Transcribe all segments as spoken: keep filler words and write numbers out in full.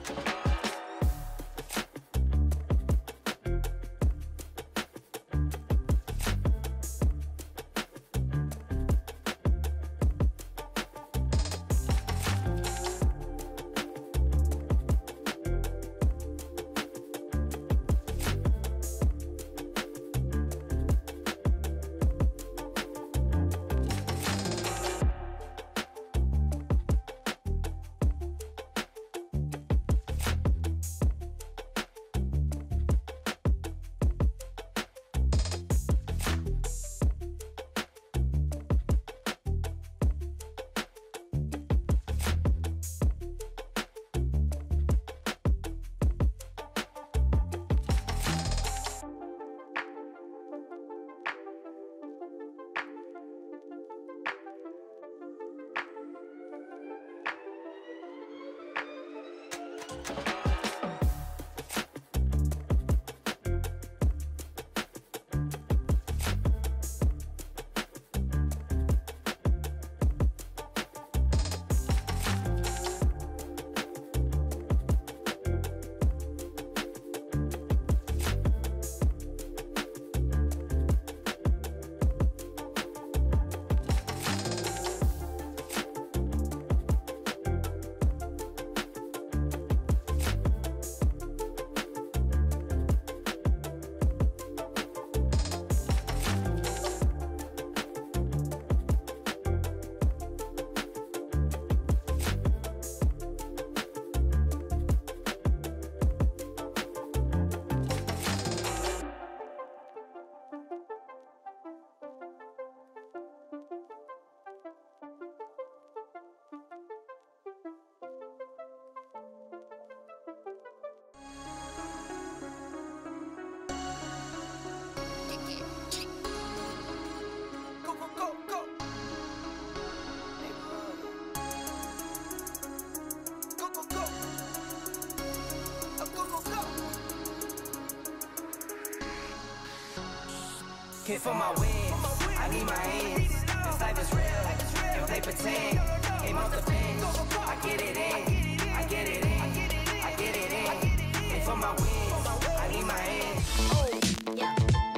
Hit for my wins, I need my ends. This life is real, if they pretend. Came off the bench, I get it in, I get it in, I get it in. Hit for my wins, I need my ends. Oh, yeah.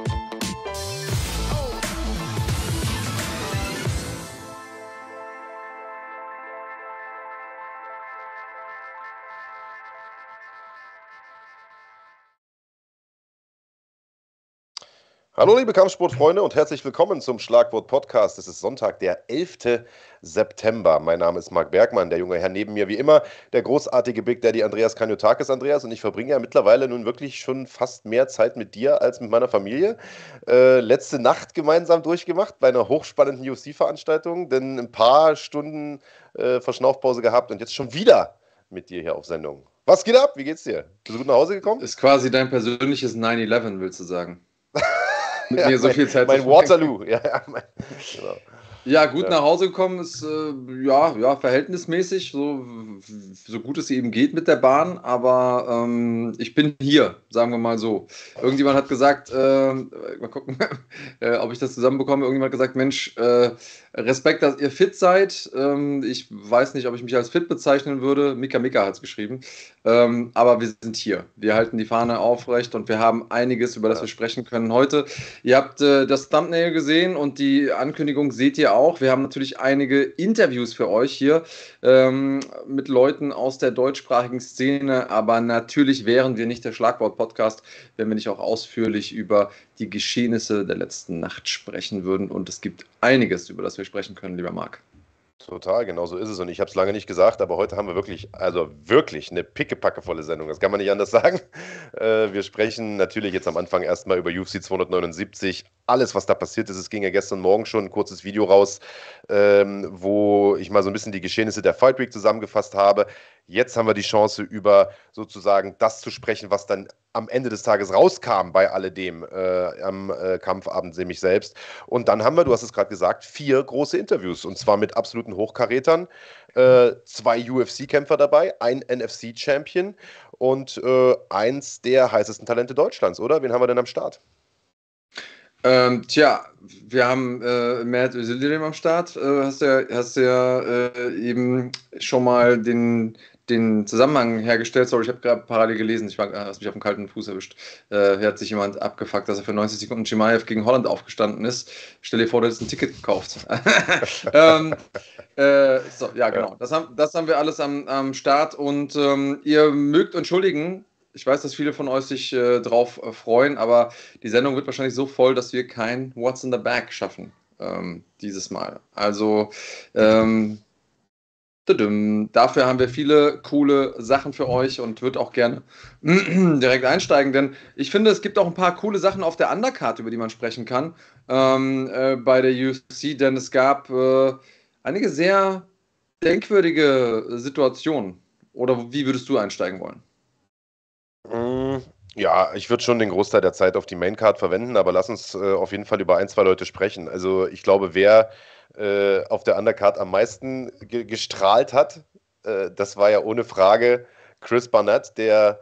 Oh. Hallo liebe Kampfsportfreunde und herzlich willkommen zum Schlagwort-Podcast. Es ist Sonntag, der elfte September. Mein Name ist Marc Bergmann, der junge Herr neben mir wie immer, der großartige Big Daddy Andreas Kanyotakis. Andreas, und ich verbringe ja mittlerweile nun wirklich schon fast mehr Zeit mit dir als mit meiner Familie. Äh, letzte Nacht gemeinsam durchgemacht bei einer hochspannenden U F C-Veranstaltung, denn ein paar Stunden äh, Verschnaufpause gehabt und jetzt schon wieder mit dir hier auf Sendung. Was geht ab? Wie geht's dir? Bist du gut nach Hause gekommen? Ist quasi dein persönliches nine eleven, willst du sagen? Mit ja, mir so mein, viel Zeit mein Waterloo. Ja, ja, mein, genau. Ja, gut Ja. nach Hause gekommen ist äh, ja, ja verhältnismäßig, so, so gut es eben geht mit der Bahn, aber ähm, ich bin hier, sagen wir mal so. Irgendjemand hat gesagt, äh, mal gucken, äh, ob ich das zusammenbekomme, irgendjemand hat gesagt, Mensch, äh, Respekt, dass ihr fit seid. Ähm, ich weiß nicht, ob ich mich als fit bezeichnen würde. Mika Mika hat es geschrieben. Ähm, aber wir sind hier. Wir halten die Fahne aufrecht und wir haben einiges, über das Ja. wir sprechen können heute. Ihr habt äh, das Thumbnail gesehen und die Ankündigung seht ihr auch. Wir haben natürlich einige Interviews für euch hier ähm, mit Leuten aus der deutschsprachigen Szene, aber natürlich wären wir nicht der Schlagwort-Podcast, wenn wir nicht auch ausführlich über die Geschehnisse der letzten Nacht sprechen würden. Und es gibt einiges, über das wir sprechen können, lieber Marc. Total, genau so ist es. Und ich habe es lange nicht gesagt, aber heute haben wir wirklich, also wirklich eine pickepackevolle Sendung. Das kann man nicht anders sagen. Äh, wir sprechen natürlich jetzt am Anfang erstmal über U F C zweihundertneunundsiebzig. Alles, was da passiert ist. Es ging ja gestern Morgen schon ein kurzes Video raus, ähm, wo ich mal so ein bisschen die Geschehnisse der Fight Week zusammengefasst habe. Jetzt haben wir die Chance, über sozusagen das zu sprechen, was dann am Ende des Tages rauskam bei alledem äh, am äh, Kampfabend Sehe mich selbst. Und dann haben wir, du hast es gerade gesagt, vier große Interviews. Und zwar mit absoluten Hochkarätern. Äh, zwei U F C-Kämpfer dabei, ein N F C-Champion und äh, eins der heißesten Talente Deutschlands, oder? Wen haben wir denn am Start? Ähm, tja, wir haben äh, Mert Özdemir am Start. Äh, hast ja, hast ja äh, eben schon mal den, den Zusammenhang hergestellt. Sorry, ich habe gerade parallel gelesen, ich war, hast mich auf dem kalten Fuß erwischt. Äh, hier hat sich jemand abgefuckt, dass er für neunzig Sekunden Chimaev gegen Holland aufgestanden ist. Stell dir vor, du hättest ein Ticket gekauft. ähm, äh, so, ja, genau. Das haben, das haben wir alles am, am Start und ähm, ihr mögt entschuldigen. Ich weiß, dass viele von euch sich äh, drauf äh, freuen, aber die Sendung wird wahrscheinlich so voll, dass wir kein What's in the Bag schaffen ähm, dieses Mal. Also ähm, dafür haben wir viele coole Sachen für euch und würde auch gerne direkt einsteigen, denn ich finde, es gibt auch ein paar coole Sachen auf der Undercard, über die man sprechen kann ähm, äh, bei der U F C, denn es gab äh, einige sehr denkwürdige Situationen. Oder wie würdest du einsteigen wollen? Ja, ich würde schon den Großteil der Zeit auf die Maincard verwenden, aber lass uns äh, auf jeden Fall über ein, zwei Leute sprechen. Also ich glaube, wer äh, auf der Undercard am meisten ge gestrahlt hat, äh, das war ja ohne Frage Chris Barnett, der,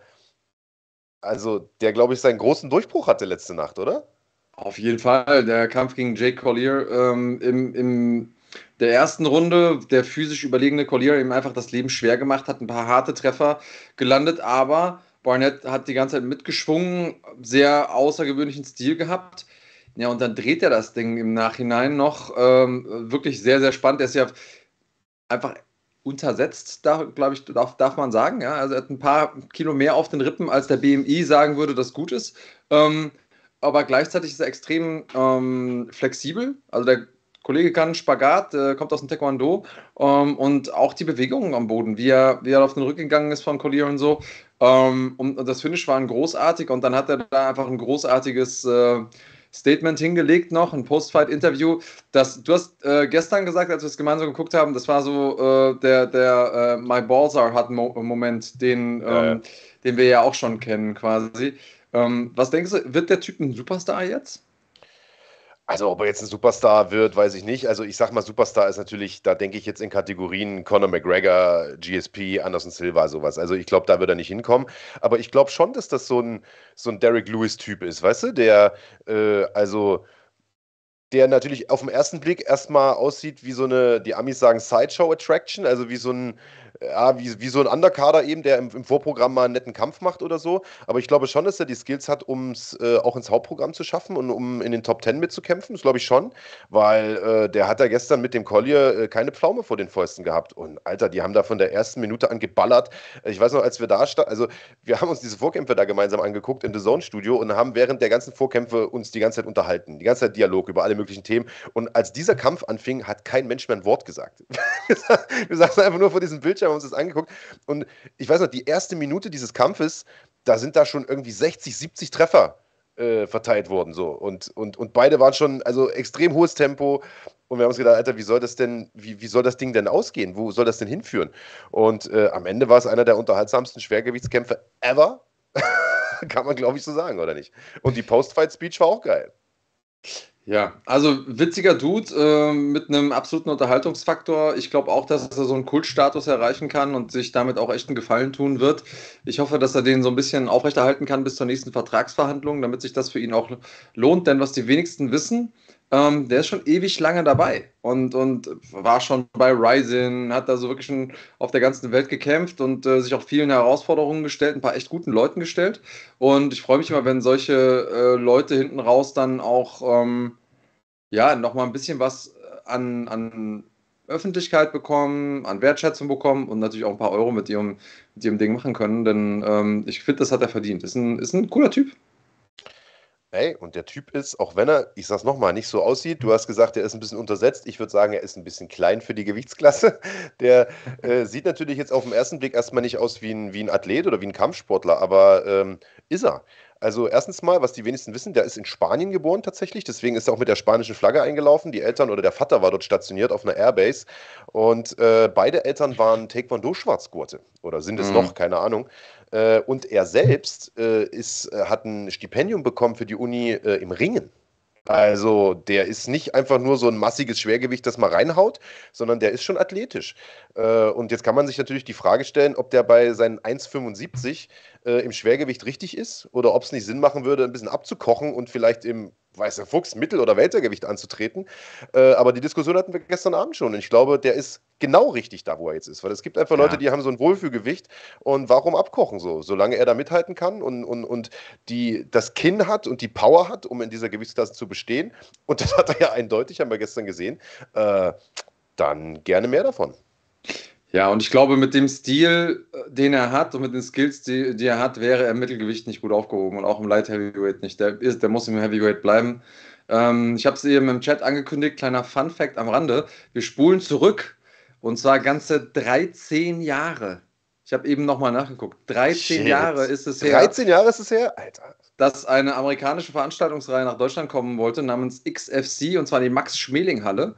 also der, glaube ich, seinen großen Durchbruch hatte letzte Nacht, oder? Auf jeden Fall. Der Kampf gegen Jake Collier ähm, im, im der ersten Runde, der physisch überlegene Collier ihm einfach das Leben schwer gemacht hat, ein paar harte Treffer gelandet, aber Barnett hat die ganze Zeit mitgeschwungen, sehr außergewöhnlichen Stil gehabt. Ja, und dann dreht er das Ding im Nachhinein noch. Ähm, wirklich sehr, sehr spannend. Er ist ja einfach untersetzt, da, glaube ich, darf, darf man sagen. Ja? Also er hat ein paar Kilo mehr auf den Rippen, als der B M I sagen würde, das gut ist. Ähm, aber gleichzeitig ist er extrem ähm, flexibel. Also der Kollege kann Spagat, äh, kommt aus dem Taekwondo ähm, und auch die Bewegungen am Boden, wie er, wie er auf den Rücken gegangen ist von Collier und so. Ähm, und, und das Finish war ein großartig und dann hat er da einfach ein großartiges äh, Statement hingelegt noch, ein Post-Fight-Interview. Das, du hast äh, gestern gesagt, als wir es gemeinsam geguckt haben, das war so äh, der, der äh, My Balls Are Hot Mo Moment, den, Ja, ja. ähm, den wir ja auch schon kennen quasi. Ähm, was denkst du, wird der Typ ein Superstar jetzt? Also, ob er jetzt ein Superstar wird, weiß ich nicht. Also, ich sag mal, Superstar ist natürlich, da denke ich jetzt in Kategorien Conor McGregor, G S P, Anderson Silva, sowas. Also, ich glaube, da wird er nicht hinkommen. Aber ich glaube schon, dass das so ein, so ein Derek Lewis-Typ ist, weißt du? Der, äh, also, der natürlich auf den ersten Blick erstmal aussieht wie so eine, die Amis sagen Sideshow-Attraction, also wie so ein, ja, wie, wie so ein Undercarder eben, der im, im Vorprogramm mal einen netten Kampf macht oder so. Aber ich glaube schon, dass er die Skills hat, um es äh, auch ins Hauptprogramm zu schaffen und um in den Top Ten mitzukämpfen. Das glaube ich schon, weil äh, der hat da gestern mit dem Collier äh, keine Pflaume vor den Fäusten gehabt. Und Alter, die haben da von der ersten Minute an geballert. Ich weiß noch, als wir da standen, also wir haben uns diese Vorkämpfe da gemeinsam angeguckt im The Zone Studio und haben während der ganzen Vorkämpfe uns die ganze Zeit unterhalten. Die ganze Zeit Dialog über alle möglichen Themen. Und als dieser Kampf anfing, hat kein Mensch mehr ein Wort gesagt. Wir saßen einfach nur vor diesem Bildschirm, haben uns das angeguckt. Und ich weiß noch, die erste Minute dieses Kampfes, da sind da schon irgendwie sechzig, siebzig Treffer äh, verteilt worden. So. Und, und, und beide waren schon, also extrem hohes Tempo. Und wir haben uns gedacht, Alter, wie soll das denn, wie, wie soll das Ding denn ausgehen? Wo soll das denn hinführen? Und äh, am Ende war es einer der unterhaltsamsten Schwergewichtskämpfe ever. Kann man, glaube ich, so sagen, oder nicht? Und die Post-Fight-Speech war auch geil. Ja, also witziger Dude äh, mit einem absoluten Unterhaltungsfaktor. Ich glaube auch, dass er so einen Kultstatus erreichen kann und sich damit auch echt einen Gefallen tun wird. Ich hoffe, dass er den so ein bisschen aufrechterhalten kann bis zur nächsten Vertragsverhandlung, damit sich das für ihn auch lohnt. Denn was die wenigsten wissen, ähm, der ist schon ewig lange dabei und, und war schon bei Ryzen, hat da so wirklich schon auf der ganzen Welt gekämpft und äh, sich auch vielen Herausforderungen gestellt, ein paar echt guten Leuten gestellt. Und ich freue mich immer, wenn solche äh, Leute hinten raus dann auch ähm, ja, nochmal ein bisschen was an, an Öffentlichkeit bekommen, an Wertschätzung bekommen und natürlich auch ein paar Euro mit ihrem, mit ihrem Ding machen können, denn ähm, ich finde, das hat er verdient. Ist ein, ist ein cooler Typ. Ey, und der Typ ist, auch wenn er, ich sag's nochmal, nicht so aussieht, du hast gesagt, er ist ein bisschen untersetzt. Ich würde sagen, er ist ein bisschen klein für die Gewichtsklasse. Der äh, sieht natürlich jetzt auf den ersten Blick erstmal nicht aus wie ein, wie ein Athlet oder wie ein Kampfsportler, aber ähm, ist er. Also erstens mal, was die wenigsten wissen, der ist in Spanien geboren tatsächlich, deswegen ist er auch mit der spanischen Flagge eingelaufen. Die Eltern oder der Vater war dort stationiert auf einer Airbase und äh, beide Eltern waren Taekwondo-Schwarzgurte oder sind es Mhm. noch, keine Ahnung. Äh, und er selbst äh, ist, äh, hat ein Stipendium bekommen für die Uni äh, im Ringen. Also der ist nicht einfach nur so ein massiges Schwergewicht, das mal reinhaut, sondern der ist schon athletisch. Äh, und jetzt kann man sich natürlich die Frage stellen, ob der bei seinen eins Komma fünfundsiebzig äh, im Schwergewicht richtig ist oder ob es nicht Sinn machen würde, ein bisschen abzukochen und vielleicht im weiß der Fuchs, Mittel- oder Weltergewicht anzutreten. Äh, aber die Diskussion hatten wir gestern Abend schon. Und ich glaube, der ist genau richtig da, wo er jetzt ist. Weil es gibt einfach Ja. Leute, die haben so ein Wohlfühlgewicht. Und warum abkochen so? Solange er da mithalten kann und, und, und die, das Kinn hat und die Power hat, um in dieser Gewichtsklasse zu bestehen. Und das hat er ja eindeutig, haben wir gestern gesehen. Äh, dann gerne mehr davon. Ja, und ich glaube, mit dem Stil, äh, den er hat und mit den Skills, die, die er hat, wäre er im Mittelgewicht nicht gut aufgehoben und auch im Light Heavyweight nicht. Der, ist, der muss im Heavyweight bleiben. Ähm, ich habe es eben im Chat angekündigt, kleiner Fun Fact am Rande. Wir spulen zurück und zwar ganze dreizehn Jahre. Ich habe eben nochmal nachgeguckt. dreizehn Shit. Jahre ist es her, dreizehn Jahre ist es her? Alter. dass eine amerikanische Veranstaltungsreihe nach Deutschland kommen wollte, namens X F C, und zwar die Max-Schmeling-Halle.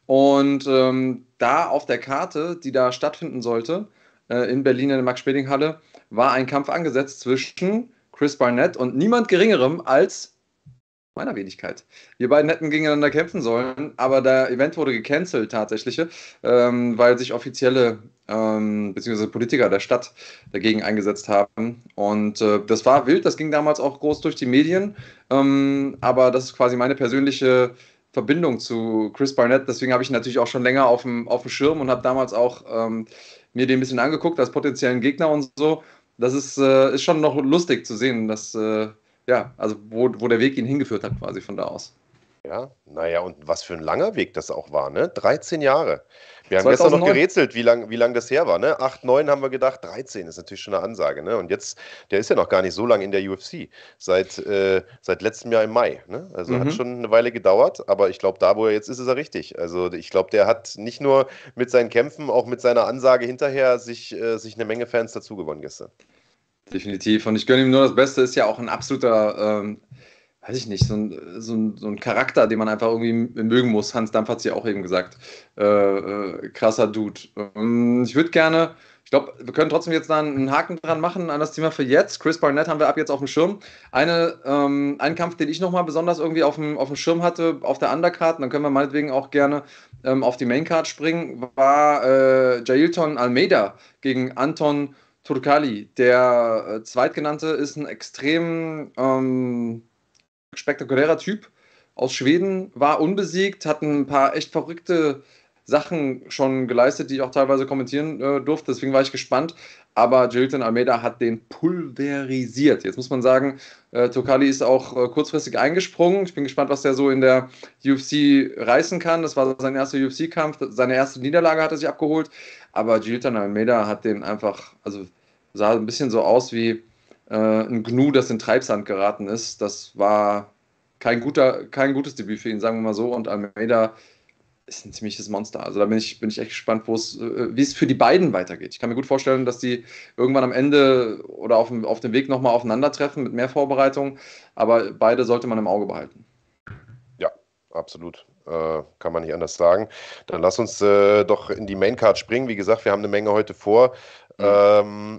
Und ähm, da auf der Karte, die da stattfinden sollte, äh, in Berlin in der Max-Schmeling-Halle, war ein Kampf angesetzt zwischen Chris Barnett und niemand Geringerem als meiner Wenigkeit. Wir beiden hätten gegeneinander kämpfen sollen, aber der Event wurde gecancelt tatsächlich, ähm, weil sich offizielle ähm, bzw. Politiker der Stadt dagegen eingesetzt haben. Und äh, das war wild, das ging damals auch groß durch die Medien, ähm, aber das ist quasi meine persönliche Verbindung zu Chris Barnett. Deswegen habe ich ihn natürlich auch schon länger auf dem, auf dem Schirm und habe damals auch ähm, mir den ein bisschen angeguckt als potenziellen Gegner und so. Das ist, äh, ist schon noch lustig zu sehen, dass, äh, ja, also wo, wo der Weg ihn hingeführt hat, quasi von da aus. Ja, naja, und was für ein langer Weg das auch war, ne? dreizehn Jahre. Wir haben gestern noch zweitausendneun. gerätselt, wie lang, wie lang das her war, ne? acht, neun haben wir gedacht, dreizehn ist natürlich schon eine Ansage, ne? Und jetzt, der ist ja noch gar nicht so lange in der U F C, seit, äh, seit letztem Jahr im Mai, ne? Also hat Mhm. schon eine Weile gedauert, aber ich glaube, da, wo er jetzt ist, ist er richtig. Also ich glaube, der hat nicht nur mit seinen Kämpfen, auch mit seiner Ansage hinterher sich, äh, sich eine Menge Fans dazu gewonnen gestern. Definitiv. Und ich gönne ihm nur das Beste, ist ja auch ein absoluter, ähm, weiß ich nicht, so ein, so, ein, so ein Charakter, den man einfach irgendwie mögen muss. Hans Dampf hat es ja auch eben gesagt. Äh, äh, krasser Dude. Ähm, ich würde gerne, ich glaube, wir können trotzdem jetzt da einen Haken dran machen an das Thema für jetzt. Chris Barnett haben wir ab jetzt auf dem Schirm. Eine, ähm, ein Kampf, den ich nochmal besonders irgendwie auf dem, auf dem Schirm hatte, auf der Undercard, und dann können wir meinetwegen auch gerne ähm, auf die Maincard springen, war äh, Jailton Almeida gegen Anton Turkali. Der äh, Zweitgenannte ist ein extrem ähm, spektakulärer Typ aus Schweden, war unbesiegt, hat ein paar echt verrückte Sachen schon geleistet, die ich auch teilweise kommentieren äh, durfte. Deswegen war ich gespannt. Aber Jailton Almeida hat den pulverisiert. Jetzt muss man sagen, äh, Turkali ist auch äh, kurzfristig eingesprungen. Ich bin gespannt, was der so in der U F C reißen kann. Das war sein erster U F C-Kampf. Seine erste Niederlage hat er sich abgeholt. Aber Jailton Almeida hat den einfach, also sah ein bisschen so aus wie äh, ein Gnu, das in Treibsand geraten ist. Das war kein, guter, kein gutes Debüt für ihn, sagen wir mal so. Und Almeida ist ein ziemliches Monster. Also da bin ich, bin ich echt gespannt, wo es, äh, wie es für die beiden weitergeht. Ich kann mir gut vorstellen, dass die irgendwann am Ende oder auf dem, auf dem Weg nochmal aufeinandertreffen mit mehr Vorbereitung. Aber beide sollte man im Auge behalten. Ja, absolut. Äh, kann man nicht anders sagen. Dann lass uns äh, doch in die Maincard springen. Wie gesagt, wir haben eine Menge heute vor. Mhm. Ähm,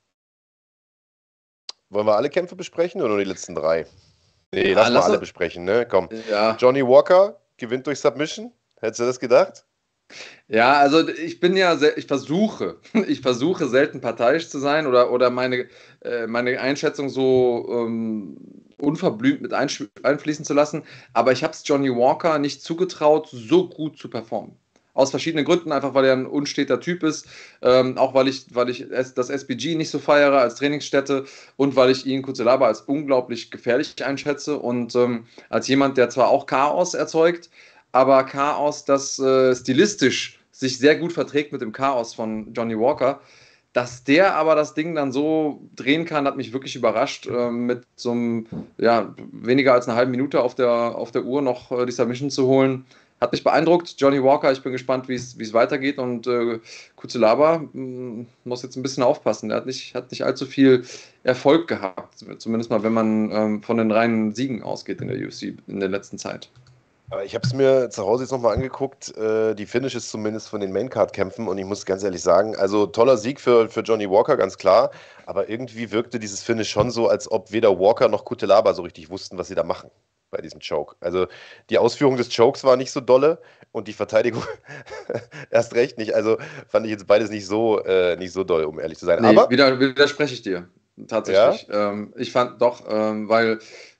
wollen wir alle Kämpfe besprechen oder nur die letzten drei? Nee, Ja, lass mal lass alle uns- besprechen, ne? Komm. Ja. Johnny Walker gewinnt durch Submission. Hättest du das gedacht? Ja, also ich bin ja, sehr, ich versuche, ich versuche selten parteiisch zu sein oder, oder meine, äh, meine Einschätzung so ähm, unverblümt mit einsch- einfließen zu lassen, aber ich habe es Johnny Walker nicht zugetraut, so gut zu performen. Aus verschiedenen Gründen, einfach weil er ein unsteter Typ ist, ähm, auch weil ich, weil ich es, das S B G nicht so feiere als Trainingsstätte und weil ich ihn Kuzelaba als unglaublich gefährlich einschätze und ähm, als jemand, der zwar auch Chaos erzeugt, aber Chaos, das äh, stilistisch sich sehr gut verträgt mit dem Chaos von Johnny Walker. Dass der aber das Ding dann so drehen kann, hat mich wirklich überrascht. Äh, mit so einem, ja, weniger als eine halbe Minute auf der, auf der Uhr noch äh, die Submission zu holen. Hat mich beeindruckt. Johnny Walker, ich bin gespannt, wie es weitergeht. Und äh, Kuzelaba mh, muss jetzt ein bisschen aufpassen. Der hat nicht, hat nicht allzu viel Erfolg gehabt. Zumindest mal, wenn man ähm, von den reinen Siegen ausgeht in der U F C in der letzten Zeit. Aber ich habe es mir zu Hause jetzt nochmal angeguckt, äh, die Finishes zumindest von den Maincard-Kämpfen und ich muss ganz ehrlich sagen, also toller Sieg für, für Johnny Walker, ganz klar, aber irgendwie wirkte dieses Finish schon so, als ob weder Walker noch Kutelaba so richtig wussten, was sie da machen bei diesem Choke. Also die Ausführung des Chokes war nicht so dolle und die Verteidigung erst recht nicht, also fand ich jetzt beides nicht so, äh, nicht so doll, um ehrlich zu sein. Nee, aber wieder, widerspreche ich dir, tatsächlich. Ja? Ähm, ich fand doch, ähm, weil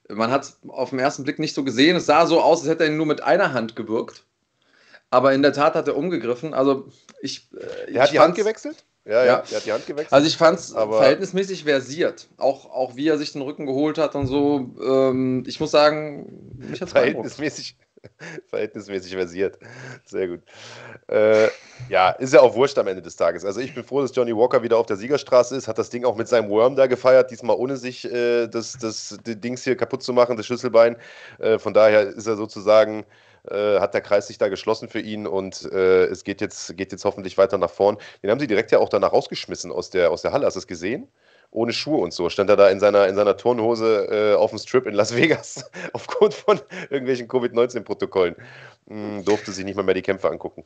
man hat es auf den ersten Blick nicht so gesehen. Es sah so aus, als hätte er ihn nur mit einer Hand gewürgt. Aber in der Tat hat er umgegriffen. Also ich, äh, Der hat ich die Hand fand's- gewechselt? Ja, ja, Ja. der hat die Hand gewechselt. Also ich fand es Aber- verhältnismäßig versiert. Auch, auch wie er sich den Rücken geholt hat und so. Ähm, ich muss sagen, mich hat es beeindruckt. Verhältnismäßig, verhältnismäßig versiert. Sehr gut. Äh, ja, ist ja auch wurscht am Ende des Tages. Also ich bin froh, dass Johnny Walker wieder auf der Siegerstraße ist, hat das Ding auch mit seinem Worm da gefeiert, diesmal ohne sich äh, das, das, die Dings hier kaputt zu machen, das Schlüsselbein. Äh, von daher ist er sozusagen, äh, hat der Kreis sich da geschlossen für ihn und äh, es geht jetzt, geht jetzt hoffentlich weiter nach vorn. Den haben sie direkt ja auch danach rausgeschmissen aus der, aus der Halle. Hast du es gesehen? Ohne Schuhe und so. Stand er da in seiner, in seiner Turnhose äh, auf dem Strip in Las Vegas aufgrund von irgendwelchen Covid neunzehn Protokollen. Hm, durfte sich nicht mal mehr die Kämpfe angucken.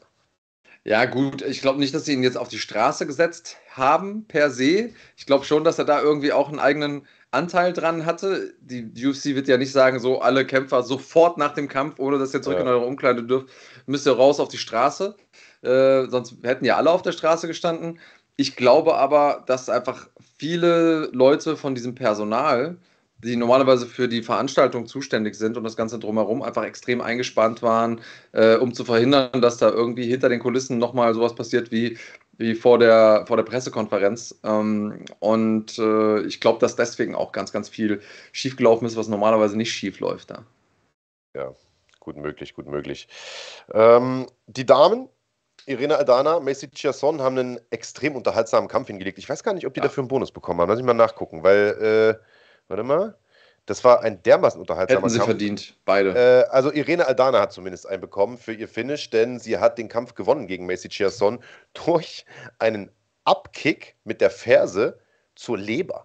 Ja, gut, ich glaube nicht, dass sie ihn jetzt auf die Straße gesetzt haben, per se. Ich glaube schon, dass er da irgendwie auch einen eigenen Anteil dran hatte. Die U F C wird ja nicht sagen, so alle Kämpfer sofort nach dem Kampf, ohne dass ihr zurück Ja. in eure Umkleide dürft, müsst ihr raus auf die Straße. Äh, sonst hätten ja alle auf der Straße gestanden. Ich glaube aber, dass einfach viele Leute von diesem Personal, die normalerweise für die Veranstaltung zuständig sind und das Ganze drumherum, einfach extrem eingespannt waren, äh, um zu verhindern, dass da irgendwie hinter den Kulissen nochmal sowas passiert wie, wie vor der, vor der Pressekonferenz. Ähm, und äh, ich glaube, dass deswegen auch ganz, ganz viel schiefgelaufen ist, was normalerweise nicht schief läuft da. Ja, gut möglich, gut möglich. Ähm, die Damen, Irene Aldana, Macy Chiasson, haben einen extrem unterhaltsamen Kampf hingelegt. Ich weiß gar nicht, ob die Ja. dafür einen Bonus bekommen haben. Lass mich mal nachgucken, weil, äh, warte mal, das war ein dermaßen unterhaltsamer Hätten sie Kampf. verdient, beide. Äh, also Irene Aldana hat zumindest einen bekommen für ihr Finish, denn sie hat den Kampf gewonnen gegen Macy Chiasson durch einen Abkick mit der Ferse zur Leber.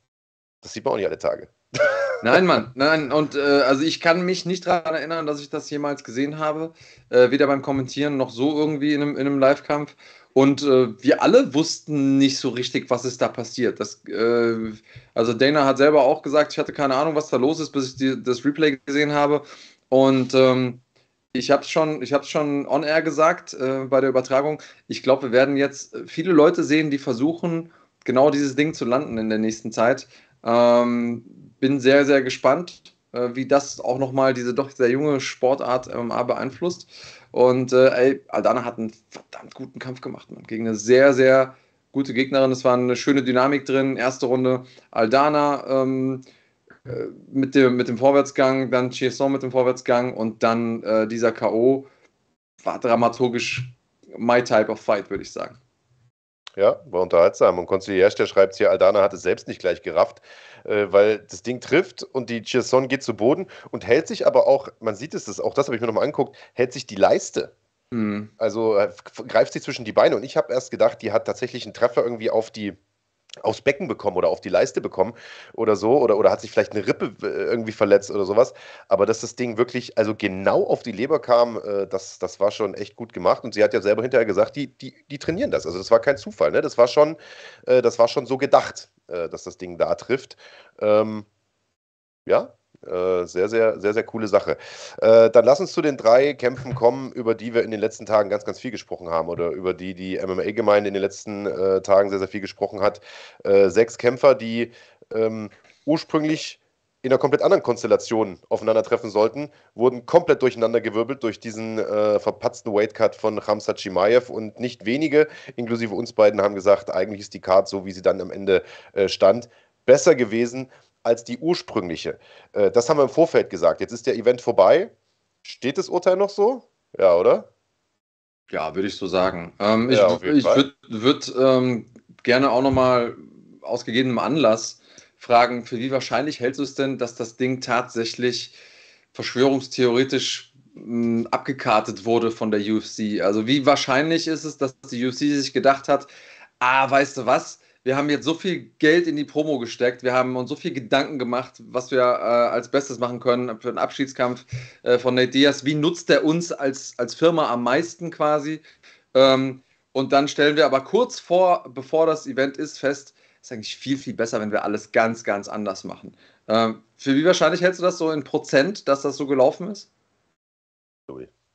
Das sieht man auch nicht alle Tage. Nein, Mann, nein, und äh, also ich kann mich nicht daran erinnern, dass ich das jemals gesehen habe, äh, weder beim Kommentieren noch so irgendwie in einem, in einem Live-Kampf. Und äh, wir alle wussten nicht so richtig, was ist da passiert. Das, äh, also Dana hat selber auch gesagt, ich hatte keine Ahnung, was da los ist, bis ich die, das Replay gesehen habe. Und ähm, ich habe es schon, ich hab's schon on-air gesagt äh, bei der Übertragung. Ich glaube, wir werden jetzt viele Leute sehen, die versuchen, genau dieses Ding zu landen in der nächsten Zeit. Ähm, bin sehr, sehr gespannt, äh, wie das auch nochmal diese doch sehr junge Sportart M M A beeinflusst. Und äh, ey, Aldana hat einen verdammt guten Kampf gemacht, Mann. Gegen eine sehr, sehr gute Gegnerin. Es war eine schöne Dynamik drin. Erste Runde Aldana ähm, äh, mit, dem, mit dem Vorwärtsgang, dann Chiasson mit dem Vorwärtsgang und dann äh, dieser K O. War dramaturgisch my type of fight, würde ich sagen. Ja, war unterhaltsam. Und Conciliers, der schreibt hier, Aldana hat es selbst nicht gleich gerafft, äh, weil das Ding trifft und die Chiasson geht zu Boden und hält sich aber auch, man sieht es, das, auch das habe ich mir nochmal angeguckt, hält sich die Leiste. Hm. Also äh, f- greift sich zwischen die Beine und ich habe erst gedacht, die hat tatsächlich einen Treffer irgendwie auf die aufs Becken bekommen oder auf die Leiste bekommen oder so oder, oder hat sich vielleicht eine Rippe äh, irgendwie verletzt oder sowas, aber dass das Ding wirklich also genau auf die Leber kam, äh, das, das war schon echt gut gemacht und sie hat ja selber hinterher gesagt, die, die, die trainieren das, also das war kein Zufall, ne? Das war schon, äh, das war schon so gedacht, äh, dass das Ding da trifft. Ähm, ja, äh, sehr, sehr, sehr, sehr coole Sache. Äh, dann lass uns zu den drei Kämpfen kommen, über die wir in den letzten Tagen ganz, ganz viel gesprochen haben oder über die die M M A-Gemeinde in den letzten äh, Tagen sehr, sehr viel gesprochen hat. Äh, sechs Kämpfer, die ähm, ursprünglich in einer komplett anderen Konstellation aufeinandertreffen sollten, wurden komplett durcheinandergewirbelt durch diesen äh, verpatzten Weightcut von Khamzat Chimaev und nicht wenige, inklusive uns beiden, haben gesagt, eigentlich ist die Card so, wie sie dann am Ende äh, stand, besser gewesen als die ursprüngliche. Äh, das haben wir im Vorfeld gesagt. Jetzt ist der Event vorbei. Steht das Urteil noch so? Ja, oder? Ja, würde ich so sagen. Ähm, ich Ja, auf jeden ich Fall. würde würd, ähm, gerne auch nochmal aus gegebenem Anlass fragen, für wie wahrscheinlich hältst du es denn, dass das Ding tatsächlich verschwörungstheoretisch mh, abgekartet wurde von der U F C? Also wie wahrscheinlich ist es, dass die U F C sich gedacht hat, ah, weißt du was, wir haben jetzt so viel Geld in die Promo gesteckt, wir haben uns so viel Gedanken gemacht, was wir äh, als Bestes machen können für den Abschiedskampf äh, von Nate Diaz. Wie nutzt er uns als, als Firma am meisten quasi? Ähm, und dann stellen wir aber kurz vor, bevor das Event ist, fest, ist eigentlich viel, viel besser, wenn wir alles ganz, ganz anders machen. Ähm, für wie wahrscheinlich hältst du das so in Prozent, dass das so gelaufen ist?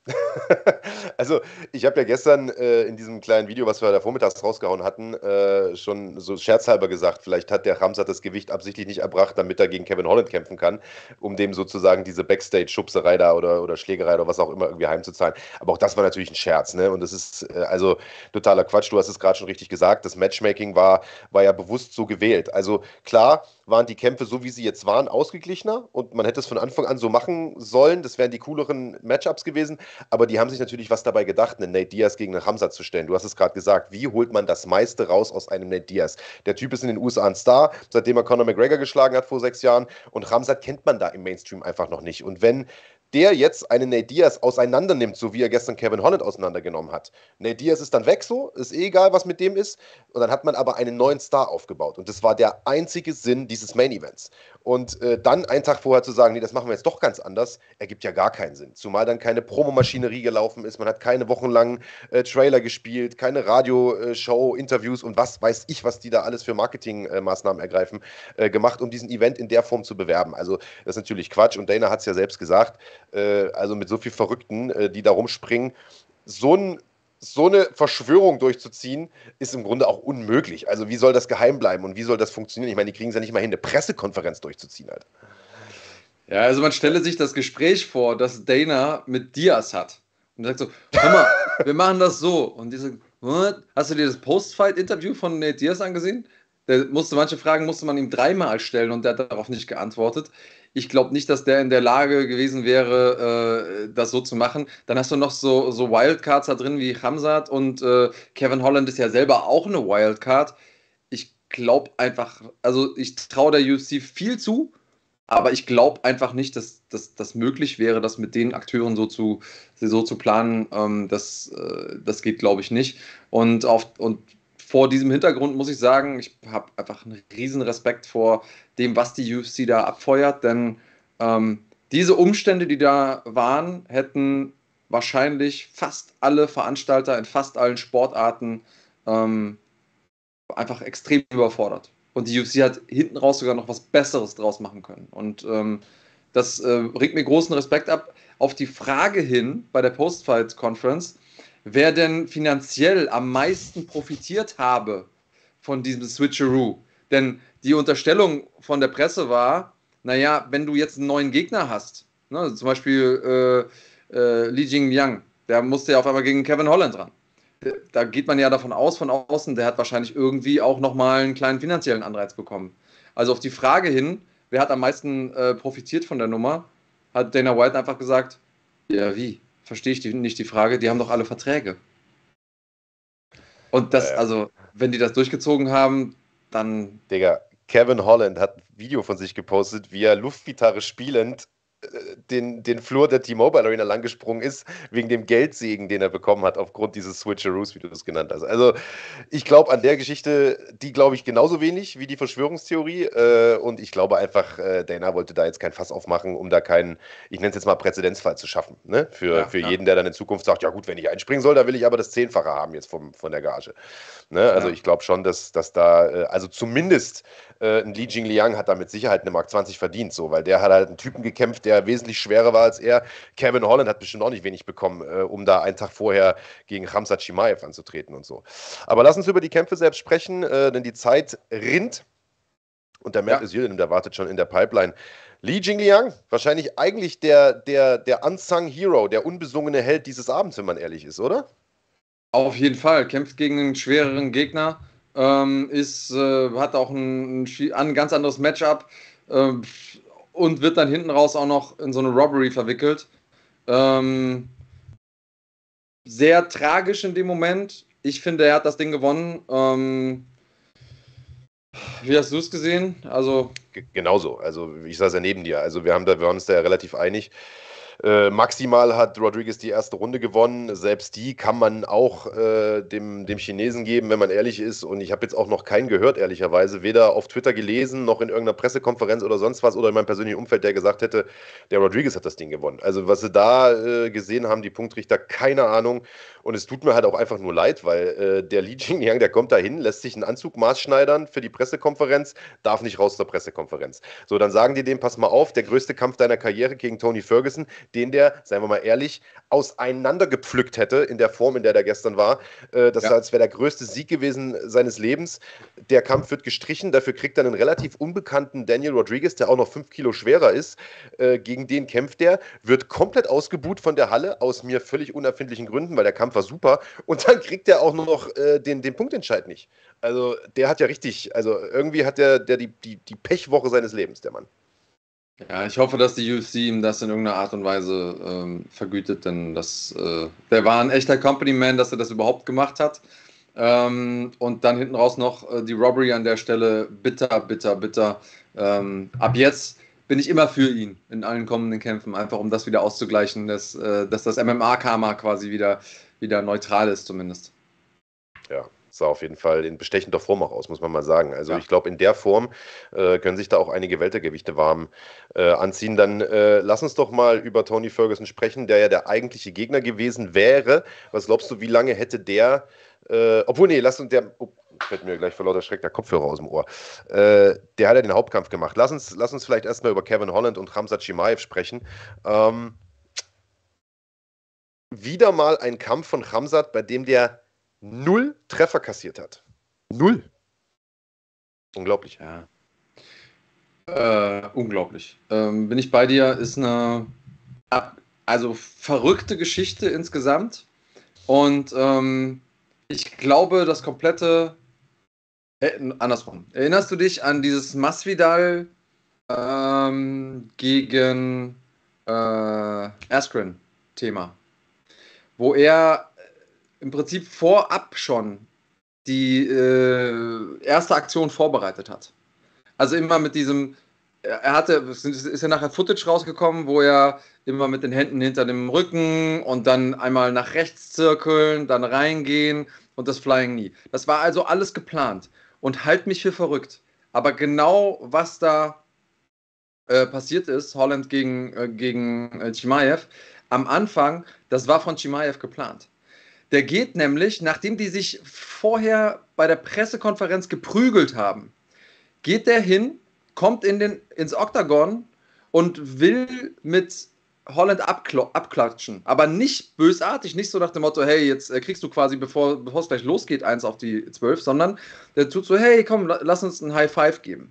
Also, ich habe ja gestern äh, in diesem kleinen Video, was wir da vormittags rausgehauen hatten, äh, schon so scherzhalber gesagt, vielleicht hat der Khamzat das Gewicht absichtlich nicht erbracht, damit er gegen Kevin Holland kämpfen kann, um dem sozusagen diese Backstage-Schubserei da oder, oder Schlägerei oder was auch immer irgendwie heimzuzahlen. Aber auch das war natürlich ein Scherz, ne? Und das ist äh, also totaler Quatsch. Du hast es gerade schon richtig gesagt. Das Matchmaking war, war ja bewusst so gewählt. Also klar waren die Kämpfe, so wie sie jetzt waren, ausgeglichener und man hätte es von Anfang an so machen sollen. Das wären die cooleren Matchups gewesen. Aber die haben sich natürlich was dabei gedacht, einen Nate Diaz gegen einen Khamzat zu stellen. Du hast es gerade gesagt, wie holt man das meiste raus aus einem Nate Diaz? Der Typ ist in den U S A ein Star, seitdem er Conor McGregor geschlagen hat vor sechs Jahren. Und Khamzat kennt man da im Mainstream einfach noch nicht. Und wenn der jetzt einen Nate Diaz auseinander nimmt, so wie er gestern Kevin Holland auseinandergenommen hat. Nate Diaz ist dann weg so, ist eh egal, was mit dem ist. Und dann hat man aber einen neuen Star aufgebaut. Und das war der einzige Sinn dieses Main Events. Und äh, dann einen Tag vorher zu sagen, nee, das machen wir jetzt doch ganz anders, ergibt ja gar keinen Sinn. Zumal dann keine Promomaschinerie gelaufen ist, man hat keine wochenlangen äh, Trailer gespielt, keine Radioshow, Interviews und was weiß ich, was die da alles für Marketingmaßnahmen äh, ergreifen, äh, gemacht, um diesen Event in der Form zu bewerben. Also das ist natürlich Quatsch und Dana hat es ja selbst gesagt, äh, also mit so viel Verrückten, äh, die da rumspringen, so ein so eine Verschwörung durchzuziehen, ist im Grunde auch unmöglich. Also wie soll das geheim bleiben und wie soll das funktionieren? Ich meine, die kriegen es ja nicht mal hin, eine Pressekonferenz durchzuziehen halt. Ja, also man stelle sich das Gespräch vor, das Dana mit Diaz hat. Und sagt so, hör mal, wir machen das so. Und die sagen, what? Hast du dir das Post-Fight-Interview von Nate Diaz angesehen? Der musste, manche Fragen musste man ihm dreimal stellen und der hat darauf nicht geantwortet. Ich glaube nicht, dass der in der Lage gewesen wäre, äh, das so zu machen. Dann hast du noch so, so Wildcards da drin wie Khamzat und äh, Kevin Holland ist ja selber auch eine Wildcard. Ich glaube einfach, also ich traue der U F C viel zu, aber ich glaube einfach nicht, dass das möglich wäre, das mit den Akteuren so zu, so zu planen. Ähm, das, äh, das geht, glaube ich, nicht. Und, auf, und vor diesem Hintergrund muss ich sagen, ich habe einfach einen riesen Respekt vor dem, was die U F C da abfeuert, denn ähm, diese Umstände, die da waren, hätten wahrscheinlich fast alle Veranstalter in fast allen Sportarten ähm, einfach extrem überfordert. Und die U F C hat hinten raus sogar noch was Besseres draus machen können. Und ähm, das äh, regt mir großen Respekt ab. Auf die Frage hin bei der Post-Fight-Conference, wer denn finanziell am meisten profitiert habe von diesem Switcheroo. Denn die Unterstellung von der Presse war, naja, wenn du jetzt einen neuen Gegner hast, ne, zum Beispiel äh, äh, Li Jingliang, der musste ja auf einmal gegen Kevin Holland ran. Da geht man ja davon aus, von außen, der hat wahrscheinlich irgendwie auch nochmal einen kleinen finanziellen Anreiz bekommen. Also auf die Frage hin, wer hat am meisten äh, profitiert von der Nummer, hat Dana White einfach gesagt, ja wie? Verstehe ich die, nicht die Frage, die haben doch alle Verträge. Und das, ja, ja. also, wenn die das durchgezogen haben, dann... Digga, Kevin Holland hat ein Video von sich gepostet, wie er Luftgitarre spielend Den, den Flur der T-Mobile Arena langgesprungen ist, wegen dem Geldsegen, den er bekommen hat, aufgrund dieses Switcheroos, wie du das genannt hast. Also ich glaube an der Geschichte, die glaube ich genauso wenig wie die Verschwörungstheorie äh, und ich glaube einfach, äh, Dana wollte da jetzt kein Fass aufmachen, um da keinen, ich nenne es jetzt mal Präzedenzfall zu schaffen, ne? Für, ja, für ja. jeden, der dann in Zukunft sagt, ja gut, wenn ich einspringen soll, da will ich aber das Zehnfache haben jetzt vom, von der Gage. Ne? Also ja. ich glaube schon, dass, dass da, äh, also zumindest äh, ein Li Jingliang hat da mit Sicherheit eine Mark zwanzig verdient, so, weil der hat halt einen Typen gekämpft, der wesentlich schwerer war als er. Kevin Holland hat bestimmt auch nicht wenig bekommen, äh, um da einen Tag vorher gegen Khamzat Chimaev anzutreten und so. Aber lass uns über die Kämpfe selbst sprechen, äh, denn die Zeit rinnt und der Matt ja. der wartet schon in der Pipeline. Li Jingliang, wahrscheinlich eigentlich der, der, der unsung Hero, der unbesungene Held dieses Abends, wenn man ehrlich ist, oder? Auf jeden Fall, kämpft gegen einen schwereren Gegner, ähm, ist, äh, hat auch ein, ein, ein ganz anderes Matchup, äh, und wird dann hinten raus auch noch in so eine Robbery verwickelt. Ähm, sehr tragisch in dem Moment. Ich finde, er hat das Ding gewonnen. Ähm, wie hast du es gesehen? Also G- genauso. Also ich saß ja neben dir. Also wir haben da, wir waren uns da ja relativ einig. Äh, maximal hat Rodriguez die erste Runde gewonnen. Selbst die kann man auch äh, dem, dem Chinesen geben, wenn man ehrlich ist. Und ich habe jetzt auch noch keinen gehört, ehrlicherweise. Weder auf Twitter gelesen, noch in irgendeiner Pressekonferenz oder sonst was oder in meinem persönlichen Umfeld, der gesagt hätte, der Rodriguez hat das Ding gewonnen. Also was sie da äh, gesehen haben, die Punktrichter, keine Ahnung. Und es tut mir halt auch einfach nur leid, weil äh, der Li Jingliang, der kommt da hin, lässt sich einen Anzug maßschneidern für die Pressekonferenz, darf nicht raus zur Pressekonferenz. So, dann sagen die dem, pass mal auf, der größte Kampf deiner Karriere gegen Tony Ferguson, den der, seien wir mal ehrlich, auseinandergepflückt hätte in der Form, in der der gestern war. Äh, das ja. wäre der größte Sieg gewesen seines Lebens. Der Kampf wird gestrichen, dafür kriegt er einen relativ unbekannten Daniel Rodriguez, der auch noch fünf Kilo schwerer ist. Äh, gegen den kämpft er, wird komplett ausgebuht von der Halle, aus mir völlig unerfindlichen Gründen, weil der Kampf war super. Und dann kriegt er auch nur noch äh, den, den Punktentscheid nicht. Also der hat ja richtig, also irgendwie hat der, der die, die, die Pechwoche seines Lebens, der Mann. Ja, ich hoffe, dass die U F C ihm das in irgendeiner Art und Weise ähm, vergütet, denn das, äh, der war ein echter Company-Man, dass er das überhaupt gemacht hat. Ähm, und dann hinten raus noch äh, die Robbery an der Stelle, bitter, bitter, bitter. Ähm, ab jetzt bin ich immer für ihn in allen kommenden Kämpfen, einfach um das wieder auszugleichen, dass, äh, dass das M M A-Karma quasi wieder, wieder neutral ist zumindest. Ja. Sah auf jeden Fall in bestechender Form auch aus, muss man mal sagen. Also ja. ich glaube, in der Form äh, können sich da auch einige Weltergewichte warm äh, anziehen. Dann äh, lass uns doch mal über Tony Ferguson sprechen, der ja der eigentliche Gegner gewesen wäre. Was glaubst du, wie lange hätte der, äh, obwohl, nee, lass uns, der, oh, fällt mir gleich vor lauter Schreck der Kopfhörer aus dem Ohr, äh, der hat ja den Hauptkampf gemacht. Lass uns, lass uns vielleicht erstmal über Kevin Holland und Khamzat Chimaev sprechen. Ähm, wieder mal ein Kampf von Khamzat, bei dem der null Treffer kassiert hat. Null. Unglaublich. Ja. Äh, unglaublich. Ähm, bin ich bei dir, ist eine also verrückte Geschichte insgesamt. Und ähm, ich glaube, das komplette äh, andersrum. Erinnerst du dich an dieses Masvidal ähm, gegen äh, Askren-Thema? Wo er im Prinzip vorab schon die äh, erste Aktion vorbereitet hat. Also immer mit diesem, er hatte, es ist ja nachher Footage rausgekommen, wo er immer mit den Händen hinter dem Rücken und dann einmal nach rechts zirkeln, dann reingehen und das Flying Knee. Das war also alles geplant und halt mich für verrückt. Aber genau was da äh, passiert ist, Holland gegen, äh, gegen äh, Chimaev, am Anfang, das war von Chimaev geplant. Der geht nämlich, nachdem die sich vorher bei der Pressekonferenz geprügelt haben, geht der hin, kommt in den, ins Oktagon und will mit Holland abkl- abklatschen. Aber nicht bösartig, nicht so nach dem Motto, hey, jetzt kriegst du quasi, bevor, bevor es gleich losgeht, eins auf die zwölf, sondern der tut so, hey, komm, lass uns ein High Five geben.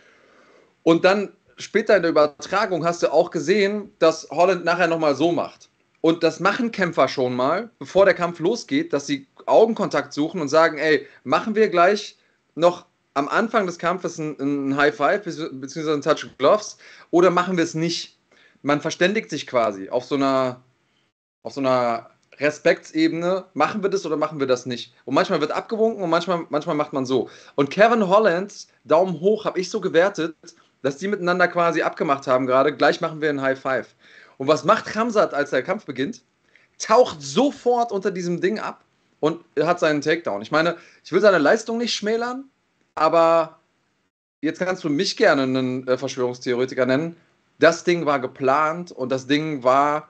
Und dann später in der Übertragung hast du auch gesehen, dass Holland nachher nochmal so macht. Und das machen Kämpfer schon mal, bevor der Kampf losgeht, dass sie Augenkontakt suchen und sagen, ey, machen wir gleich noch am Anfang des Kampfes ein, ein High Five beziehungsweise ein Touch Gloves oder machen wir es nicht? Man verständigt sich quasi auf so einer, auf so einer Respektsebene, machen wir das oder machen wir das nicht? Und manchmal wird abgewunken und manchmal, manchmal macht man so. Und Kevin Hollands Daumen hoch habe ich so gewertet, dass die miteinander quasi abgemacht haben gerade, gleich machen wir ein High Five. Und was macht Khamzat, als der Kampf beginnt? Taucht sofort unter diesem Ding ab und hat seinen Takedown. Ich meine, ich will seine Leistung nicht schmälern, aber jetzt kannst du mich gerne einen äh, Verschwörungstheoretiker nennen. Das Ding war geplant und das Ding war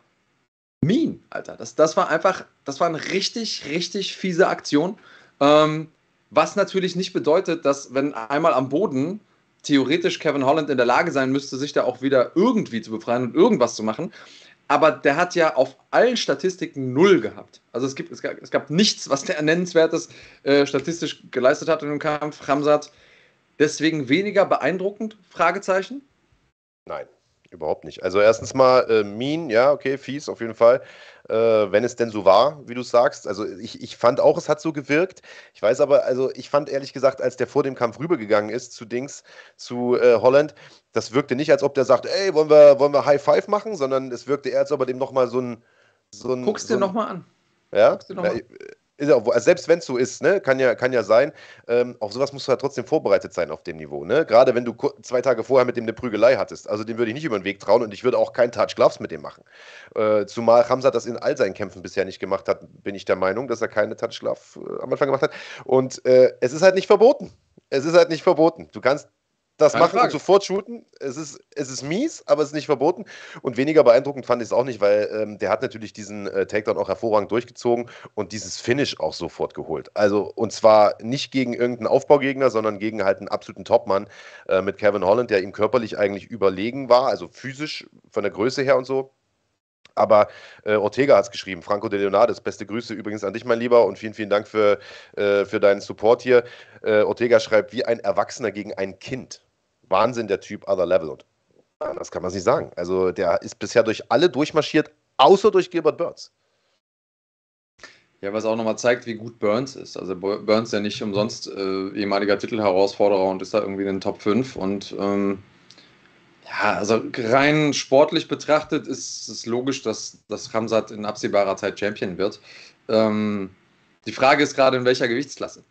mean, Alter. Das, das war einfach, das war eine richtig, richtig fiese Aktion. Ähm, was natürlich nicht bedeutet, dass wenn einmal am Boden theoretisch Kevin Holland in der Lage sein müsste, sich da auch wieder irgendwie zu befreien und irgendwas zu machen. Aber der hat ja auf allen Statistiken null gehabt. Also es, gibt, es, gab, es gab nichts, was der Nennenswertes äh, statistisch geleistet hat in dem Kampf. Khamzat deswegen weniger beeindruckend? Fragezeichen? Nein, überhaupt nicht. Also erstens mal äh, mean, ja, okay, fies auf jeden Fall. Äh, wenn es denn so war, wie du sagst. Also ich, ich fand auch, es hat so gewirkt. Ich weiß aber, also ich fand ehrlich gesagt, als der vor dem Kampf rübergegangen ist zu Dings, zu äh, Holland, das wirkte nicht, als ob der sagt, ey, wollen wir, wollen wir High Five machen, sondern es wirkte eher, als ob er dem nochmal so ein... So ein Guck's so dir nochmal an. Ja? Guck's dir noch mal. Ist ja auch, also selbst wenn es so ist, ne, kann ja, kann ja sein, ähm, auf sowas musst du ja trotzdem vorbereitet sein auf dem Niveau, ne? Gerade wenn du zwei Tage vorher mit dem eine Prügelei hattest. Also dem würde ich nicht über den Weg trauen und ich würde auch keinen Touch Gloves mit dem machen. Äh, zumal Khamzat das in all seinen Kämpfen bisher nicht gemacht hat, bin ich der Meinung, dass er keine Touch Glove äh, am Anfang gemacht hat. Und äh, es ist halt nicht verboten. Es ist halt nicht verboten. Du kannst das Keine machen Frage. und sofort shooten. Es ist, es ist mies, aber es ist nicht verboten. Und weniger beeindruckend fand ich es auch nicht, weil ähm, der hat natürlich diesen äh, Takedown auch hervorragend durchgezogen und dieses Finish auch sofort geholt. Also, und zwar nicht gegen irgendeinen Aufbaugegner, sondern gegen halt einen absoluten Topmann äh, mit Kevin Holland, der ihm körperlich eigentlich überlegen war, also physisch von der Größe her und so. Aber äh, Ortega hat es geschrieben, Franco de Leonardes, beste Grüße übrigens an dich, mein Lieber, und vielen, vielen Dank für, äh, für deinen Support hier. Äh, Ortega schreibt, wie ein Erwachsener gegen ein Kind. Wahnsinn, der Typ, other level. Und das kann man nicht sagen. Also der ist bisher durch alle durchmarschiert, außer durch Gilbert Burns. Ja, was auch nochmal zeigt, wie gut Burns ist. Also Burns ja nicht umsonst äh, ehemaliger Titelherausforderer und ist da irgendwie in den Top fünf. Und ähm, ja, also rein sportlich betrachtet ist es logisch, dass, dass Khamzat in absehbarer Zeit Champion wird. Ähm, die Frage ist gerade, in welcher Gewichtsklasse?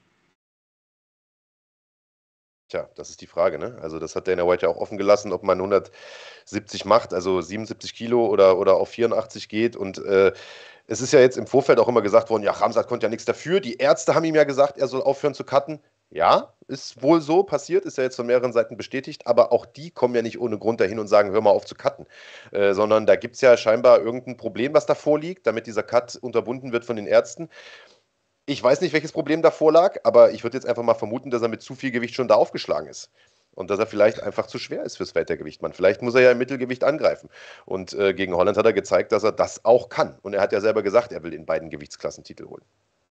Tja, das ist die Frage, ne? Also das hat Dana White ja auch offen gelassen, ob man hundertsiebzig macht, also siebenundsiebzig Kilo oder, oder auf vierundachtzig geht. Und äh, es ist ja jetzt im Vorfeld auch immer gesagt worden, ja, Khamzat konnte ja nichts dafür. Die Ärzte haben ihm ja gesagt, er soll aufhören zu cutten. Ja, ist wohl so passiert, ist ja jetzt von mehreren Seiten bestätigt, aber auch die kommen ja nicht ohne Grund dahin und sagen, hör mal auf zu cutten, äh, sondern da gibt es ja scheinbar irgendein Problem, was davor liegt, damit dieser Cut unterbunden wird von den Ärzten. Ich weiß nicht, welches Problem davor lag, aber ich würde jetzt einfach mal vermuten, dass er mit zu viel Gewicht schon da aufgeschlagen ist. Und dass er vielleicht einfach zu schwer ist fürs Weltergewicht. Vielleicht muss er ja im Mittelgewicht angreifen. Und äh, gegen Holland hat er gezeigt, dass er das auch kann. Und er hat ja selber gesagt, er will in beiden Gewichtsklassen Titel holen.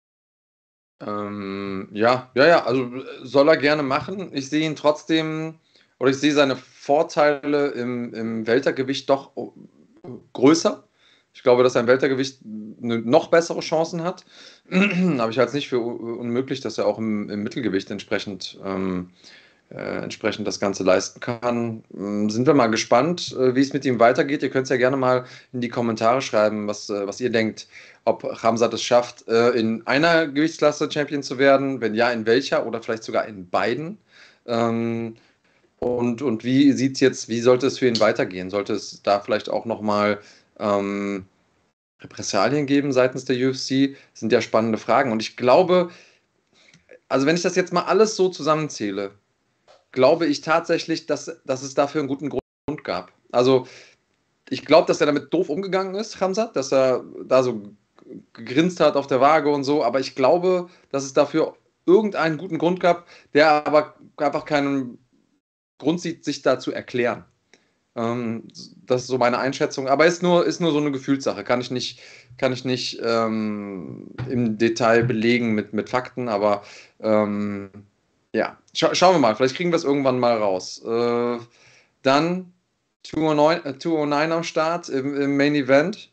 Ähm, ja, ja, ja, also soll er gerne machen. Ich sehe ihn trotzdem, oder ich sehe seine Vorteile im, im Weltergewicht doch größer. Ich glaube, dass er im Weltergewicht noch bessere Chancen hat. Aber ich halte es nicht für unmöglich, dass er auch im, im Mittelgewicht entsprechend, ähm, äh, entsprechend das Ganze leisten kann. Ähm, sind wir mal gespannt, äh, wie es mit ihm weitergeht. Ihr könnt es ja gerne mal in die Kommentare schreiben, was, äh, was ihr denkt, ob Khamzat es schafft, äh, in einer Gewichtsklasse Champion zu werden. Wenn ja, in welcher oder vielleicht sogar in beiden. Ähm, und, und wie sieht es jetzt, wie sollte es für ihn weitergehen? Sollte es da vielleicht auch nochmal ähm, Repressalien geben seitens der U F C? Das sind ja spannende Fragen. Und ich glaube, also wenn ich das jetzt mal alles so zusammenzähle, glaube ich tatsächlich, dass, dass es dafür einen guten Grund gab. Also ich glaube, dass er damit doof umgegangen ist, Khamzat, dass er da so gegrinst hat auf der Waage und so, aber ich glaube, dass es dafür irgendeinen guten Grund gab, der aber einfach keinen Grund sieht, sich da zu erklären. Ähm, das ist so meine Einschätzung, aber ist nur, ist nur so eine Gefühlssache, kann ich nicht, kann ich nicht ähm, im Detail belegen mit, mit Fakten, aber ähm, ja, Scha schauen wir mal, vielleicht kriegen wir es irgendwann mal raus. Äh, dann zweihundertneun am Start im, im Main Event.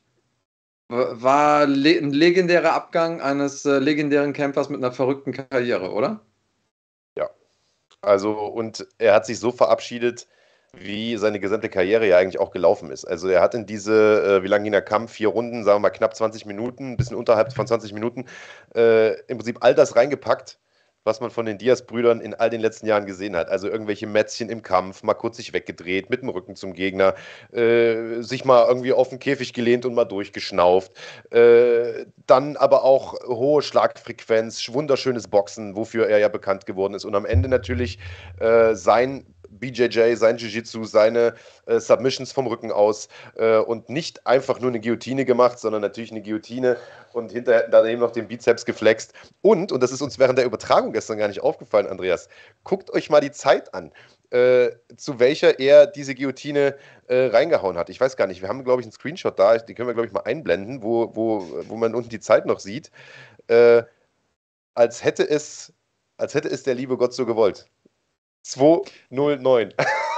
War le ein legendärer Abgang eines äh, legendären Kämpfers mit einer verrückten Karriere, oder? Ja, also und er hat sich so verabschiedet, wie seine gesamte Karriere ja eigentlich auch gelaufen ist. Also er hat in diese, äh, wie lange ging der Kampf? Vier Runden, sagen wir mal knapp zwanzig Minuten, ein bisschen unterhalb von zwanzig Minuten, äh, im Prinzip all das reingepackt, was man von den Diaz-Brüdern in all den letzten Jahren gesehen hat. Also irgendwelche Mätzchen im Kampf, mal kurz sich weggedreht, mit dem Rücken zum Gegner, äh, sich mal irgendwie auf den Käfig gelehnt und mal durchgeschnauft. Äh, dann aber auch hohe Schlagfrequenz, wunderschönes Boxen, wofür er ja bekannt geworden ist. Und am Ende natürlich äh, sein B J J, sein Jiu-Jitsu, seine äh, Submissions vom Rücken aus äh, und nicht einfach nur eine Guillotine gemacht, sondern natürlich eine Guillotine und hinterher daneben noch den Bizeps geflext. Und, und das ist uns während der Übertragung gestern gar nicht aufgefallen, Andreas, guckt euch mal die Zeit an, äh, zu welcher er diese Guillotine äh, reingehauen hat. Ich weiß gar nicht, wir haben, glaube ich, einen Screenshot da, die können wir, glaube ich, mal einblenden, wo, wo, wo man unten die Zeit noch sieht, äh, als hätte es, als hätte es der liebe Gott so gewollt. zweihundertneun.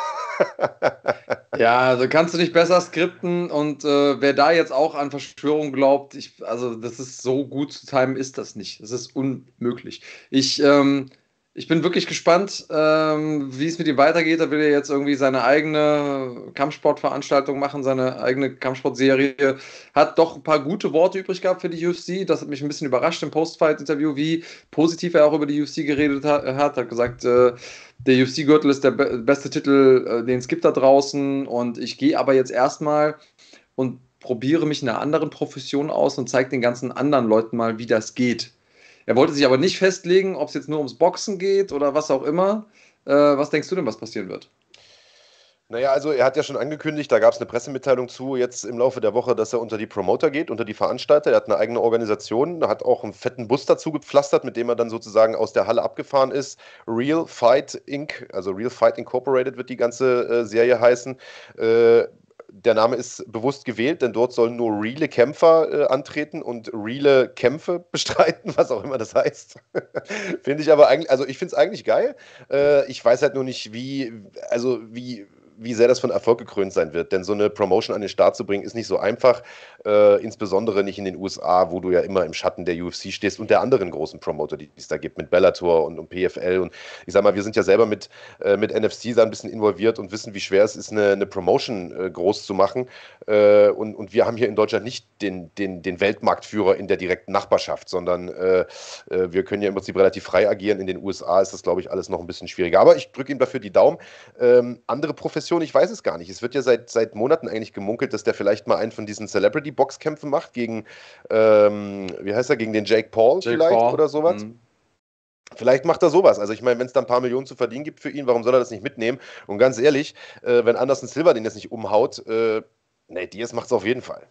Ja, also kannst du nicht besser skripten und äh, wer da jetzt auch an Verschwörung glaubt, ich, also das ist so gut zu timen, ist das nicht. Das ist unmöglich. Ich, ähm, ich bin wirklich gespannt, ähm, wie es mit ihm weitergeht. Da will er jetzt irgendwie seine eigene Kampfsportveranstaltung machen, seine eigene Kampfsportserie. Hat doch ein paar gute Worte übrig gehabt für die U F C. Das hat mich ein bisschen überrascht im Post-Fight-Interview, wie positiv er auch über die U F C geredet hat. Er hat gesagt, äh, der U F C-Gürtel ist der be beste Titel, äh, den es gibt da draußen. Und ich gehe aber jetzt erstmal und probiere mich in einer anderen Profession aus und zeige den ganzen anderen Leuten mal, wie das geht. Er wollte sich aber nicht festlegen, ob es jetzt nur ums Boxen geht oder was auch immer. Äh, was denkst du denn, was passieren wird? Naja, also er hat ja schon angekündigt, da gab es eine Pressemitteilung zu, jetzt im Laufe der Woche, dass er unter die Promoter geht, unter die Veranstalter. Er hat eine eigene Organisation, hat auch einen fetten Bus dazu gepflastert, mit dem er dann sozusagen aus der Halle abgefahren ist. Real Fight Incorporated, also Real Fight Incorporated wird die ganze äh, Serie heißen. Äh, der Name ist bewusst gewählt, denn dort sollen nur reale Kämpfer äh, antreten und reale Kämpfe bestreiten, was auch immer das heißt. Finde ich aber eigentlich, also ich finde es eigentlich geil. Äh, ich weiß halt nur nicht, wie, also wie, wie sehr das von Erfolg gekrönt sein wird. Denn so eine Promotion an den Start zu bringen, ist nicht so einfach. Äh, insbesondere nicht in den U S A, wo du ja immer im Schatten der U F C stehst und der anderen großen Promoter, die es da gibt, mit Bellator und, und P F L. Und ich sag mal, wir sind ja selber mit, äh, mit N F C da ein bisschen involviert und wissen, wie schwer es ist, eine, eine Promotion äh, groß zu machen. Äh, und, und wir haben hier in Deutschland nicht den, den, den Weltmarktführer in der direkten Nachbarschaft, sondern äh, äh, wir können ja im Prinzip relativ frei agieren. In den U S A ist das, glaube ich, alles noch ein bisschen schwieriger. Aber ich drücke ihm dafür die Daumen. Ähm, andere Professionen, ich weiß es gar nicht. Es wird ja seit, seit Monaten eigentlich gemunkelt, dass der vielleicht mal einen von diesen Celebrity-Boxkämpfen macht gegen, ähm, wie heißt er, gegen den Jake Paul Jake vielleicht Paul. oder sowas. Mhm. Vielleicht macht er sowas. Also ich meine, wenn es da ein paar Millionen zu verdienen gibt für ihn, warum soll er das nicht mitnehmen? Und ganz ehrlich, äh, wenn Anderson Silva den jetzt nicht umhaut, äh, Nate Diaz macht es auf jeden Fall.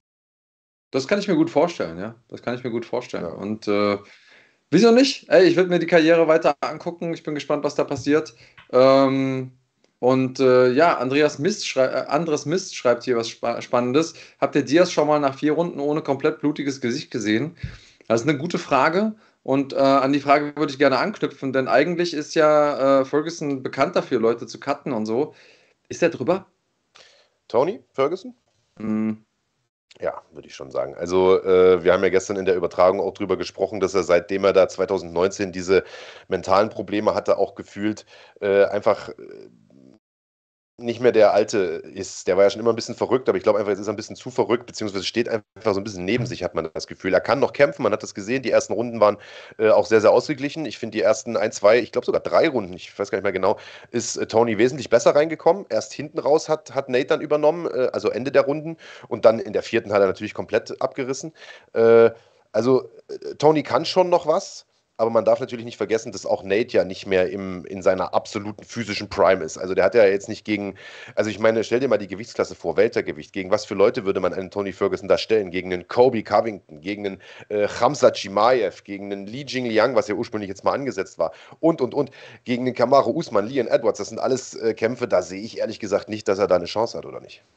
Das kann ich mir gut vorstellen, ja. Das kann ich mir gut vorstellen. Ja. Und äh, wieso nicht? Ey, ich würde mir die Karriere weiter angucken. Ich bin gespannt, was da passiert. Ähm, und äh, ja, Andreas Mist schrei äh, Andres Mist schreibt hier was Spa Spannendes. Habt ihr Diaz schon mal nach vier Runden ohne komplett blutiges Gesicht gesehen? Das ist eine gute Frage. Und äh, an die Frage würde ich gerne anknüpfen, denn eigentlich ist ja äh, Ferguson bekannt dafür, Leute zu cutten und so. Ist der drüber? Tony Ferguson? Hm. Ja, würde ich schon sagen. Also äh, wir haben ja gestern in der Übertragung auch drüber gesprochen, dass er, seitdem er da zwanzig neunzehn diese mentalen Probleme hatte, auch gefühlt äh, einfach äh, nicht mehr der Alte ist. Der war ja schon immer ein bisschen verrückt, aber ich glaube einfach, jetzt ist er ein bisschen zu verrückt, beziehungsweise steht einfach so ein bisschen neben sich, hat man das Gefühl. Er kann noch kämpfen, man hat das gesehen. Die ersten Runden waren äh, auch sehr, sehr ausgeglichen. Ich finde die ersten ein, zwei, ich glaube sogar drei Runden, ich weiß gar nicht mehr genau, ist äh, Tony wesentlich besser reingekommen. Erst hinten raus hat, hat Nate dann übernommen, äh, also Ende der Runden. Und dann in der vierten hat er natürlich komplett abgerissen. Äh, also äh, Tony kann schon noch was. Aber man darf natürlich nicht vergessen, dass auch Nate ja nicht mehr im, in seiner absoluten physischen Prime ist. Also der hat ja jetzt nicht gegen, also ich meine, stell dir mal die Gewichtsklasse vor, Weltergewicht. Gegen was für Leute würde man einen Tony Ferguson da stellen? Gegen einen Kobe Covington, gegen einen äh, Khamzat Chimaev, gegen einen Li Jingliang, was ja ursprünglich jetzt mal angesetzt war, und, und, und, gegen den Kamaru Usman, Leon Edwards. Das sind alles äh, Kämpfe, da sehe ich ehrlich gesagt nicht, dass er da eine Chance hat, oder nicht?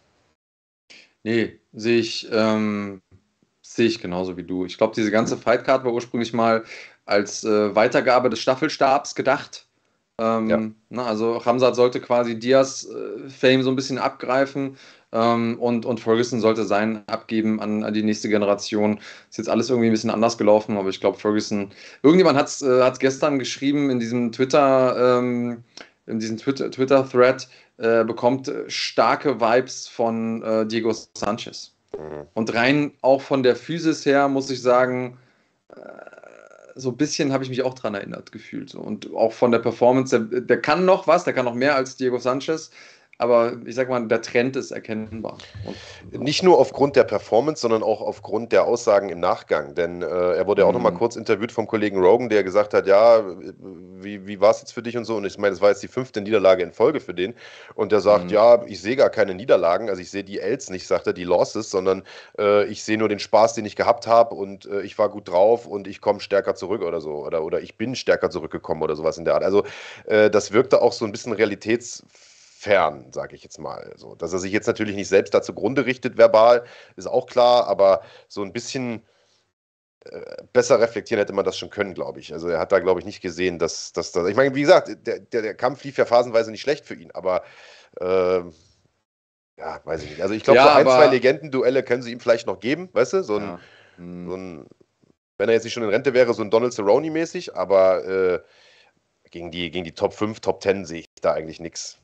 Nee, sehe ich, ähm, sehe ich genauso wie du. Ich glaube, diese ganze Fightcard war ursprünglich mal als äh, Weitergabe des Staffelstabs gedacht. Ja. Ähm, na, also Khamzat sollte quasi Diaz äh, Fame so ein bisschen abgreifen ähm, und, und Ferguson sollte sein abgeben an, an die nächste Generation. Ist jetzt alles irgendwie ein bisschen anders gelaufen, aber ich glaube, Ferguson. Irgendjemand hat es äh, hat's gestern geschrieben in diesem Twitter, ähm, in diesem Twitter, Twitter-Thread, äh, bekommt starke Vibes von äh, Diego Sanchez. Mhm. Und rein auch von der Physis her, muss ich sagen, äh, so ein bisschen habe ich mich auch dran erinnert gefühlt. So. Und auch von der Performance, der, der kann noch was, der kann noch mehr als Diego Sanchez, aber ich sag mal, der Trend ist erkennbar. Und, Nicht nur aufgrund der Performance, sondern auch aufgrund der Aussagen im Nachgang. Denn äh, er wurde ja auch noch mal Mhm. kurz interviewt vom Kollegen Rogan, der gesagt hat, ja, wie, wie war es jetzt für dich und so? Und ich meine, das war jetzt die fünfte Niederlage in Folge für den. Und der sagt, Mhm. ja, ich sehe gar keine Niederlagen, also ich sehe die Ls nicht, sagt er, die Losses, sondern äh, ich sehe nur den Spaß, den ich gehabt habe und äh, ich war gut drauf und ich komme stärker zurück oder so. Oder, oder ich bin stärker zurückgekommen oder sowas in der Art. Also äh, das wirkte auch so ein bisschen realitätsfern, sage ich jetzt mal. So, dass er sich jetzt natürlich nicht selbst da zugrunde richtet, verbal, ist auch klar, aber so ein bisschen äh, besser reflektieren hätte man das schon können, glaube ich. Also er hat da, glaube ich, nicht gesehen, dass, dass das. Ich meine, wie gesagt, der, der, der Kampf lief ja phasenweise nicht schlecht für ihn, aber äh, ja, weiß ich nicht. Also ich glaube, Ja, so ein, zwei aber Legendenduelle können sie ihm vielleicht noch geben, weißt du? So ein, ja. Mhm. so ein, wenn er jetzt nicht schon in Rente wäre, so ein Donald Cerrone-mäßig, aber äh, gegen die, gegen die Top fünf, Top zehn sehe ich da eigentlich nichts.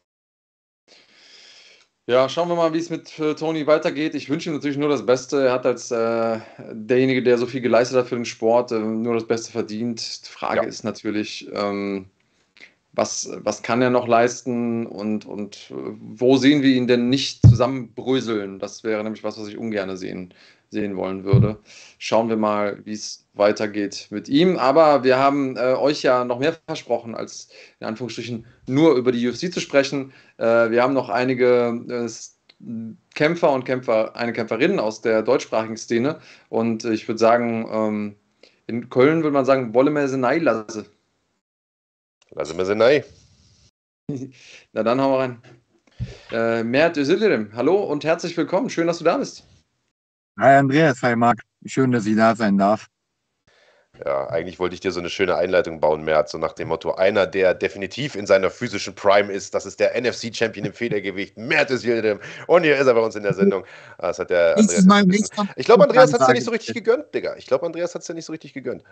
Ja, schauen wir mal, wie es mit äh, Tony weitergeht. Ich wünsche ihm natürlich nur das Beste. Er hat als äh, derjenige, der so viel geleistet hat für den Sport, äh, nur das Beste verdient. Die Frage Ja. ist natürlich, ähm, was, was kann er noch leisten und, und äh, wo sehen wir ihn denn nicht zusammenbröseln? Das wäre nämlich was, was ich ungern sehen, sehen wollen würde. Schauen wir mal, wie es weitergeht mit ihm. Aber wir haben äh, euch ja noch mehr versprochen, als in Anführungsstrichen nur über die U F C zu sprechen. Äh, wir haben noch einige äh, Kämpfer und Kämpfer, eine Kämpferin aus der deutschsprachigen Szene. Und ich würde sagen, ähm, in Köln würde man sagen, wolle mir sie lasse. Lasse mir sie nein. Na dann hauen wir rein. Äh, Mert Özildirim, hallo und herzlich willkommen. Schön, dass du da bist. Hi Andreas, hi Marc. Schön, dass ich da sein darf. Ja, eigentlich wollte ich dir so eine schöne Einleitung bauen, Mert, so nach dem Motto, einer, der definitiv in seiner physischen Prime ist, das ist der N F C-Champion im Federgewicht, Mert Özildirim. Und hier ist er bei uns in der Sendung. Das hat der Andreas Nächstes Mal jetzt nicht vergessen. Ich glaube, Andreas hat es ja nicht so richtig gegönnt, Digga. Ich glaube, Andreas hat es ja nicht so richtig gegönnt.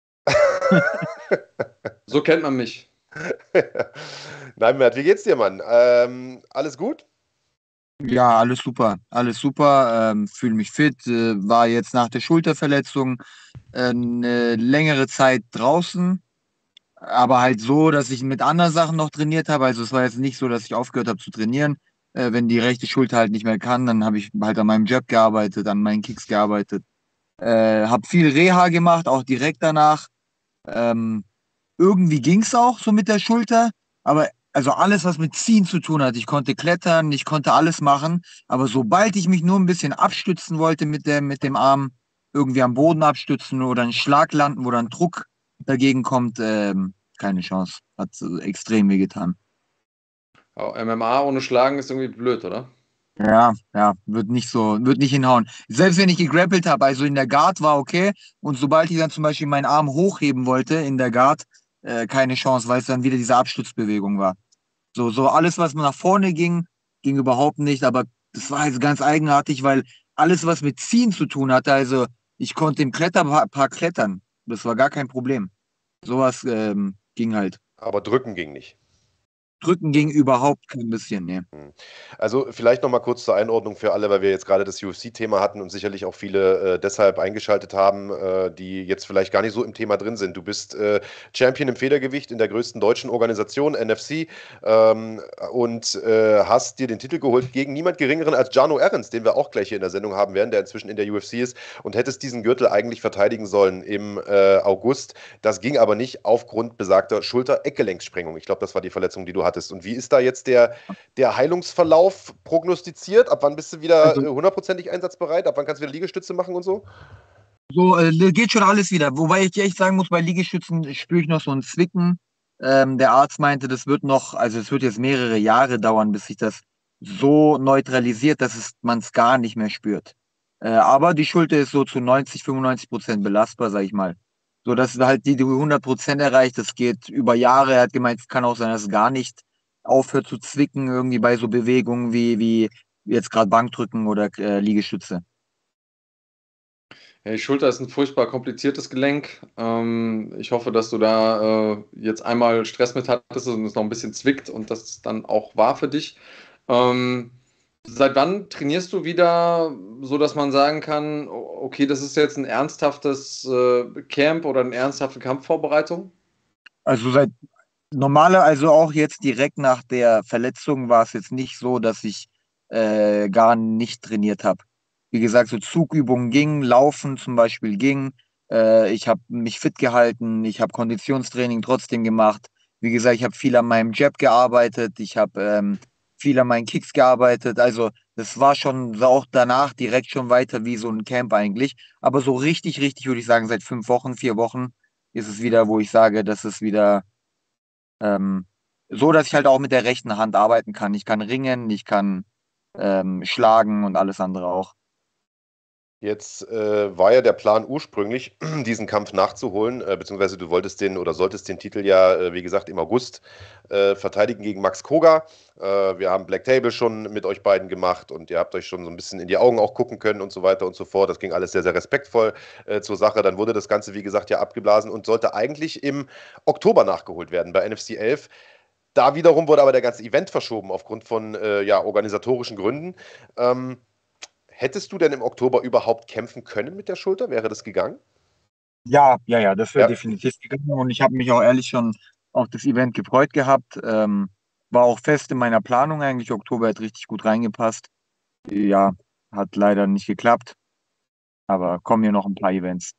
So kennt man mich. Nein, Mert, wie geht's dir, Mann? Ähm, alles gut? Ja, alles super, alles super. Ähm, fühle mich fit. Äh, war jetzt nach der Schulterverletzung äh, eine längere Zeit draußen, aber halt so, dass ich mit anderen Sachen noch trainiert habe. Also es war jetzt nicht so, dass ich aufgehört habe zu trainieren. Äh, wenn die rechte Schulter halt nicht mehr kann, dann habe ich halt an meinem Jab gearbeitet, an meinen Kicks gearbeitet. Äh, habe viel Reha gemacht, auch direkt danach. Ähm, irgendwie ging es auch so mit der Schulter, aber also alles, was mit Ziehen zu tun hat, ich konnte klettern, ich konnte alles machen, aber sobald ich mich nur ein bisschen abstützen wollte mit dem, mit dem Arm, irgendwie am Boden abstützen oder einen Schlag landen, wo dann Druck dagegen kommt, ähm, keine Chance. Hat äh, extrem wehgetan. Oh, M M A ohne Schlagen ist irgendwie blöd, oder? Ja, ja, wird nicht so, wird nicht hinhauen. Selbst wenn ich gegrappelt habe, also in der Guard war okay, und sobald ich dann zum Beispiel meinen Arm hochheben wollte in der Guard, äh, keine Chance, weil es dann wieder diese Abstutzbewegung war. So, so alles, was nach vorne ging, ging überhaupt nicht, aber das war jetzt ganz eigenartig, weil alles, was mit Ziehen zu tun hatte, also ich konnte im Kletterpark klettern. Das war gar kein Problem. Sowas ähm, ging halt. Aber drücken ging nicht. Drücken ging überhaupt kein bisschen, nee. Also vielleicht noch mal kurz zur Einordnung für alle, weil wir jetzt gerade das U F C-Thema hatten und sicherlich auch viele äh, deshalb eingeschaltet haben, äh, die jetzt vielleicht gar nicht so im Thema drin sind. Du bist äh, Champion im Federgewicht in der größten deutschen Organisation, N F C, ähm, und äh, hast dir den Titel geholt gegen niemand Geringeren als Jarno Errens, den wir auch gleich hier in der Sendung haben werden, der inzwischen in der U F C ist, und hättest diesen Gürtel eigentlich verteidigen sollen im äh, August. Das ging aber nicht aufgrund besagter Schulter-Eckgelenkssprengung. Ich glaube, das war die Verletzung, die du hattest. Und wie ist da jetzt der, der Heilungsverlauf prognostiziert? Ab wann bist du wieder Also äh, hundertprozentig einsatzbereit? Ab wann kannst du wieder Liegestütze machen und so? so äh, geht schon alles wieder. Wobei ich dir echt sagen muss, bei Liegestützen spüre ich noch so ein Zwicken. Ähm, der Arzt meinte, das wird noch, also es wird jetzt mehrere Jahre dauern, bis sich das so neutralisiert, dass man es gar nicht mehr spürt. Äh, aber die Schulter ist so zu neunzig, fünfundneunzig Prozent belastbar, sag ich mal. So dass halt die, die hundert Prozent erreicht, das geht über Jahre. Er hat gemeint, es kann auch sein, dass es gar nicht aufhört zu zwicken, irgendwie bei so Bewegungen wie, wie jetzt gerade Bankdrücken oder äh, Liegestütze. Ja, die Schulter ist ein furchtbar kompliziertes Gelenk. Ähm, ich hoffe, dass du da äh, jetzt einmal Stress mit hattest und es noch ein bisschen zwickt und das dann auch war für dich. Ähm, seit wann trainierst du wieder, so dass man sagen kann, o- okay, das ist jetzt ein ernsthaftes äh, Camp oder eine ernsthafte Kampfvorbereitung? Also seit normale, also auch jetzt direkt nach der Verletzung war es jetzt nicht so, dass ich äh, gar nicht trainiert habe. Wie gesagt, so Zugübungen ging, Laufen zum Beispiel ging. Äh, ich habe mich fit gehalten, ich habe Konditionstraining trotzdem gemacht. Wie gesagt, ich habe viel an meinem Jab gearbeitet, ich habe ähm, viel an meinen Kicks gearbeitet. Also das war schon so auch danach direkt schon weiter wie so ein Camp eigentlich. Aber so richtig, richtig würde ich sagen, seit fünf Wochen, vier Wochen ist es wieder, wo ich sage, dass es wieder ähm, so, dass ich halt auch mit der rechten Hand arbeiten kann. Ich kann ringen, ich kann ähm, schlagen und alles andere auch. Jetzt äh, war ja der Plan ursprünglich, diesen Kampf nachzuholen, äh, beziehungsweise du wolltest den oder solltest den Titel ja, äh, wie gesagt, im August äh, verteidigen gegen Max Koga. Äh, wir haben Black Table schon mit euch beiden gemacht und ihr habt euch schon so ein bisschen in die Augen auch gucken können und so weiter und so fort. Das ging alles sehr, sehr respektvoll äh, zur Sache. Dann wurde das Ganze, wie gesagt, ja abgeblasen und sollte eigentlich im Oktober nachgeholt werden bei N F C elf. Da wiederum wurde aber der ganze Event verschoben aufgrund von äh, ja, organisatorischen Gründen. Ähm, Hättest du denn im Oktober überhaupt kämpfen können mit der Schulter? Wäre das gegangen? Ja, ja, ja, das wäre Ja. definitiv gegangen und ich habe mich auch ehrlich schon auf das Event gefreut gehabt. Ähm, war auch fest in meiner Planung eigentlich. Oktober hat richtig gut reingepasst. Ja, hat leider nicht geklappt, aber kommen hier noch ein paar Events.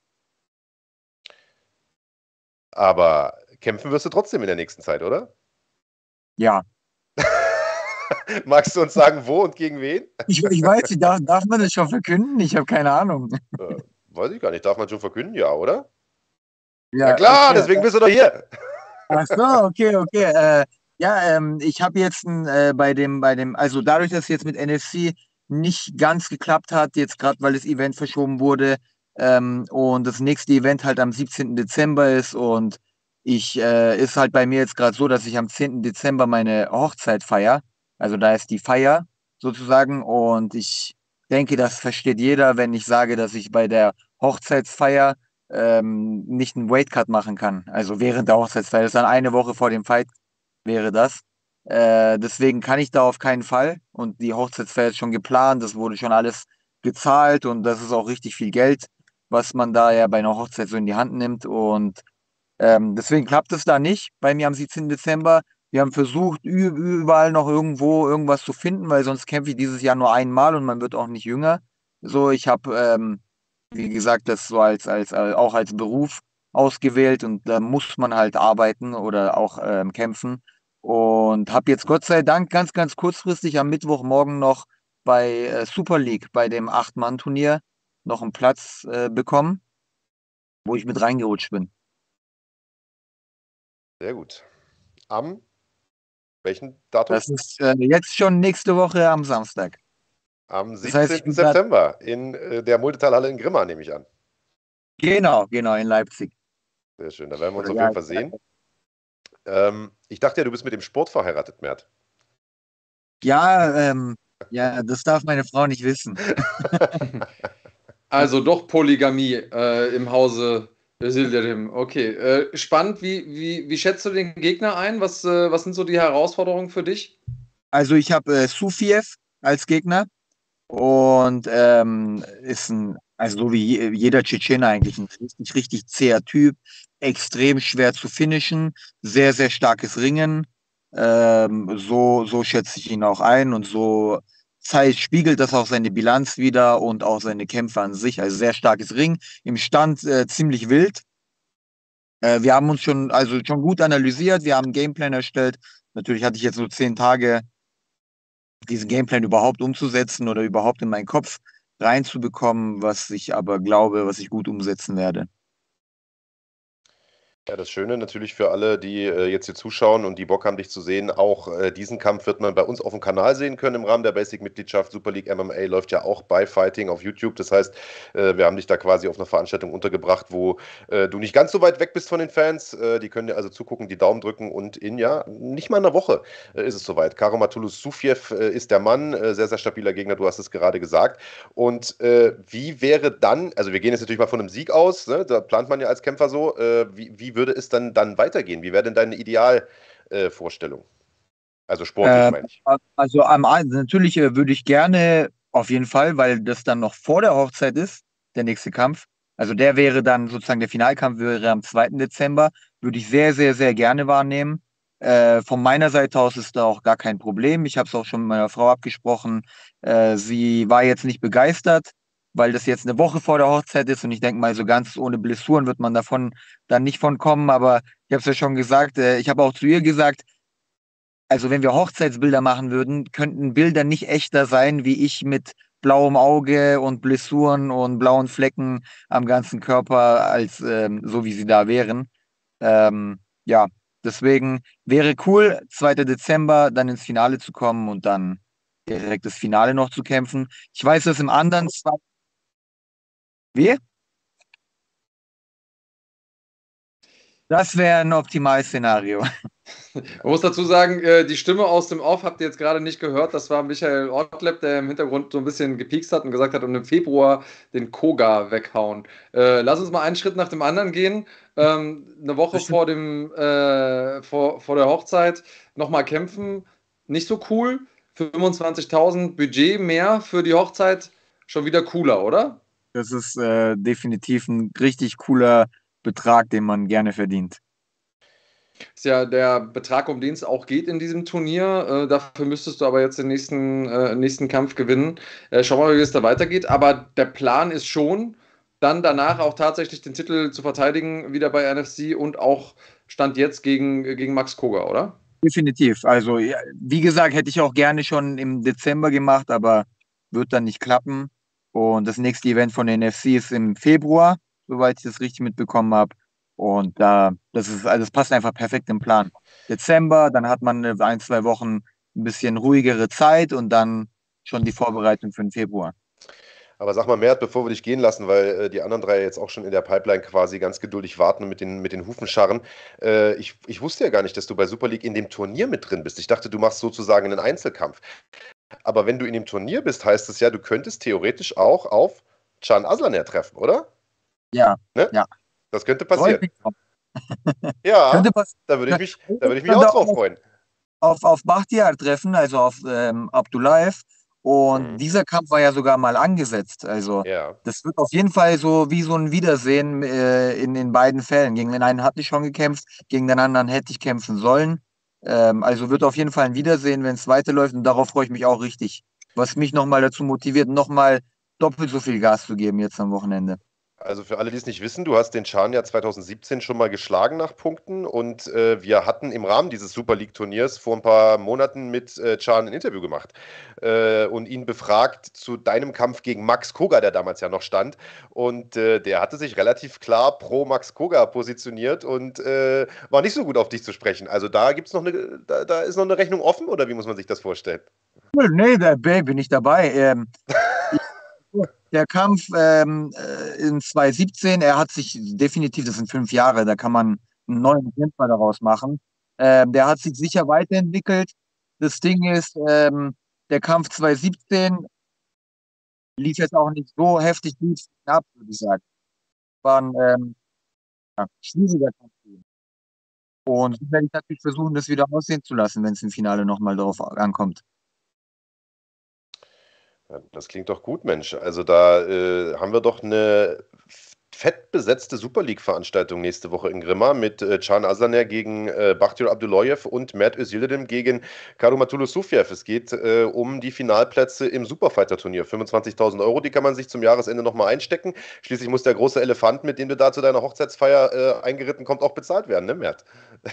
Aber kämpfen wirst du trotzdem in der nächsten Zeit, oder? Ja, Magst du uns sagen, wo und gegen wen? ich, ich weiß nicht, darf, darf man das schon verkünden? Ich habe keine Ahnung. Äh, weiß ich gar nicht. Darf man schon verkünden? Ja, oder? Ja Ja, klar, okay. deswegen bist du doch hier. Ach so, okay, okay. Äh, Ja, ähm, ich habe jetzt ein, äh, bei dem, bei dem, also dadurch, dass es jetzt mit N F C nicht ganz geklappt hat, jetzt gerade weil das Event verschoben wurde, ähm, und das nächste Event halt am siebzehnten Dezember ist und ich, äh, ist halt bei mir jetzt gerade so, dass ich am zehnten Dezember meine Hochzeit feier. Also da ist die Feier sozusagen und ich denke, das versteht jeder, wenn ich sage, dass ich bei der Hochzeitsfeier ähm, nicht einen Weightcut machen kann. Also während der Hochzeitsfeier, das ist dann eine Woche vor dem Fight wäre das. Äh, deswegen kann ich da auf keinen Fall. Und die Hochzeitsfeier ist schon geplant, das wurde schon alles gezahlt und das ist auch richtig viel Geld, was man da ja bei einer Hochzeit so in die Hand nimmt. Und ähm, deswegen klappt es da nicht bei mir am siebzehnten Dezember. Wir haben versucht, ü- überall noch irgendwo irgendwas zu finden, weil sonst kämpfe ich dieses Jahr nur einmal und man wird auch nicht jünger. So, ich habe, ähm, wie gesagt, das so als, als, äh, auch als Beruf ausgewählt und da muss man halt arbeiten oder auch ähm, kämpfen. Und habe jetzt Gott sei Dank ganz, ganz kurzfristig am Mittwochmorgen noch bei äh, Super League, bei dem Acht-Mann-Turnier, noch einen Platz äh, bekommen, wo ich mit reingerutscht bin. Sehr gut. Am welchen Datum? Das ist äh, jetzt schon nächste Woche am Samstag. Am Das heißt, ich siebzehnten bin grad, September in äh, der Multitalhalle in Grimma, nehme ich an. genau, genau, in Leipzig. Sehr schön, da werden wir uns Oder auf ja, jeden Fall sehen. Ähm, ich dachte ja, du bist mit dem Sport verheiratet, Mert. ja, ähm, ja, das darf meine Frau nicht wissen. Also doch Polygamie äh, im Hause Sildirim. Okay, äh, spannend. Wie, wie, wie schätzt du den Gegner ein? Was, äh, was sind so die Herausforderungen für dich? Also ich habe äh, Sufiev als Gegner und ähm, ist ein, also so wie je- jeder Tschetschener eigentlich, ein richtig, richtig zäher Typ, extrem schwer zu finishen, sehr, sehr starkes Ringen. Ähm, so, so schätze ich ihn auch ein und so zeigt, spiegelt das auch seine Bilanz wieder und auch seine Kämpfe an sich. Also sehr starkes Ring, im Stand äh, ziemlich wild. Äh, wir haben uns schon, also schon gut analysiert, wir haben einen Gameplan erstellt. Natürlich hatte ich jetzt nur zehn Tage, diesen Gameplan überhaupt umzusetzen oder überhaupt in meinen Kopf reinzubekommen, was ich aber glaube, was ich gut umsetzen werde. Ja, das Schöne natürlich für alle, die äh, jetzt hier zuschauen und die Bock haben, dich zu sehen, auch äh, diesen Kampf wird man bei uns auf dem Kanal sehen können im Rahmen der Basic-Mitgliedschaft. Super League M M A läuft ja auch bei Fighting auf YouTube. Das heißt, äh, wir haben dich da quasi auf einer Veranstaltung untergebracht, wo äh, du nicht ganz so weit weg bist von den Fans. Äh, die können dir also zugucken, die Daumen drücken und in ja, nicht mal einer Woche äh, ist es soweit. Karamatulus Sufiev äh, ist der Mann, äh, sehr, sehr stabiler Gegner, du hast es gerade gesagt. Und äh, wie wäre dann, also wir gehen jetzt natürlich mal von einem Sieg aus, ne? Da plant man ja als Kämpfer so, äh, wie, wie würde es dann, dann weitergehen? Wie wäre denn deine Idealvorstellung? Also sportlich Äh, meine ich. also am, natürlich äh, würde ich gerne, auf jeden Fall, weil das dann noch vor der Hochzeit ist, der nächste Kampf. Also der wäre dann sozusagen, der Finalkampf wäre am zweiten Dezember, würde ich sehr, sehr, sehr gerne wahrnehmen. Äh, von meiner Seite aus ist da auch gar kein Problem. Ich habe es auch schon mit meiner Frau abgesprochen. Äh, sie war jetzt nicht begeistert, weil das jetzt eine Woche vor der Hochzeit ist und ich denke mal, so ganz ohne Blessuren wird man davon dann nicht von kommen. Aber ich habe es ja schon gesagt, äh, ich habe auch zu ihr gesagt, also wenn wir Hochzeitsbilder machen würden, könnten Bilder nicht echter sein, wie ich mit blauem Auge und Blessuren und blauen Flecken am ganzen Körper, als ähm, so wie sie da wären. Ähm, ja, deswegen wäre cool, zweiter Dezember dann ins Finale zu kommen und dann direkt das Finale noch zu kämpfen. Ich weiß, dass im anderen zwei. Wie? Das wäre ein Optimalszenario. Man muss dazu sagen, äh, die Stimme aus dem Off habt ihr jetzt gerade nicht gehört. Das war Michael Ortleb, der im Hintergrund so ein bisschen gepiekst hat und gesagt hat, und im Februar den Koga weghauen. Äh, lass uns mal einen Schritt nach dem anderen gehen. Ähm, eine Woche Bestimmt. vor dem, äh, vor, vor der Hochzeit nochmal kämpfen. Nicht so cool. fünfundzwanzigtausend Budget mehr für die Hochzeit. Schon wieder cooler, oder? Das ist äh, definitiv ein richtig cooler Betrag, den man gerne verdient. Ist ja der Betrag, um den es auch geht in diesem Turnier. Äh, dafür müsstest du aber jetzt den nächsten, äh, nächsten Kampf gewinnen. Äh, schauen wir mal, wie es da weitergeht. Aber der Plan ist schon, dann danach auch tatsächlich den Titel zu verteidigen, wieder bei N F C und auch Stand jetzt gegen, gegen Max Koga, oder? Definitiv. Also, ja, wie gesagt, hätte ich auch gerne schon im Dezember gemacht, aber wird dann nicht klappen. Und das nächste Event von der N F C ist im Februar, soweit ich das richtig mitbekommen habe. Und da, das ist, also das passt einfach perfekt im Plan. Dezember, dann hat man eine, ein, zwei Wochen ein bisschen ruhigere Zeit und dann schon die Vorbereitung für den Februar. Aber sag mal, Mert, bevor wir dich gehen lassen, weil äh, die anderen drei jetzt auch schon in der Pipeline quasi ganz geduldig warten und mit den, mit den Hufen scharren. Äh, ich, ich wusste ja gar nicht, dass du bei Super League in dem Turnier mit drin bist. Ich dachte, du machst sozusagen einen Einzelkampf. Aber wenn du in dem Turnier bist, heißt es ja, du könntest theoretisch auch auf Can Aslaner treffen, oder? Ja, Ne? ja. Das könnte Freue passieren. ich mich drauf. Ja, Könnte passieren. da würde ich mich, da würde ich mich Könnte auch drauf auch freuen. auf, auf Bakhtiar treffen, also auf ähm, Abdullaev. Und Mhm. dieser Kampf war ja sogar mal angesetzt. Also Ja. das wird auf jeden Fall so wie so ein Wiedersehen äh, in den beiden Fällen. Gegen den einen hatte ich schon gekämpft, gegen den anderen hätte ich kämpfen sollen. Ähm, also wird auf jeden Fall ein Wiedersehen, wenn es weiterläuft. Und darauf freue ich mich auch richtig. Was mich nochmal dazu motiviert, nochmal doppelt so viel Gas zu geben jetzt am Wochenende. Also für alle, die es nicht wissen, du hast den Can ja zwanzig siebzehn schon mal geschlagen nach Punkten und äh, wir hatten im Rahmen dieses Super League-Turniers vor ein paar Monaten mit äh, Can ein Interview gemacht äh, und ihn befragt zu deinem Kampf gegen Max Koga, der damals ja noch stand, und äh, der hatte sich relativ klar pro Max Koga positioniert und äh, war nicht so gut auf dich zu sprechen. Also da gibt's noch eine, da, da ist noch eine Rechnung offen oder wie muss man sich das vorstellen? Cool, nee, da bin ich dabei. Ähm, ich, der Kampf ähm, äh, in zwanzig siebzehn, er hat sich definitiv, das sind fünf Jahre, da kann man einen neuen Kämpfer daraus machen. Ähm, der hat sich sicher weiterentwickelt. Das Ding ist, ähm, der Kampf zwanzig siebzehn lief jetzt auch nicht so heftig gut ab, würde ich sagen. War ein ähm, ja, schwieriger Kampf. Und so werde ich natürlich versuchen, das wieder aussehen zu lassen, wenn es im Finale nochmal darauf ankommt. Ja, das klingt doch gut, Mensch. Also da äh, haben wir doch eine fett besetzte Super League-Veranstaltung nächste Woche in Grimma mit äh, Can Aslaner gegen äh, Bakhtiar Abdullaev und Mert Özildirim gegen Karumatulu Sufjev. Es geht äh, um die Finalplätze im Superfighter-Turnier. fünfundzwanzigtausend Euro, die kann man sich zum Jahresende nochmal einstecken. Schließlich muss der große Elefant, mit dem du da zu deiner Hochzeitsfeier äh, eingeritten kommt, auch bezahlt werden, ne, Mert?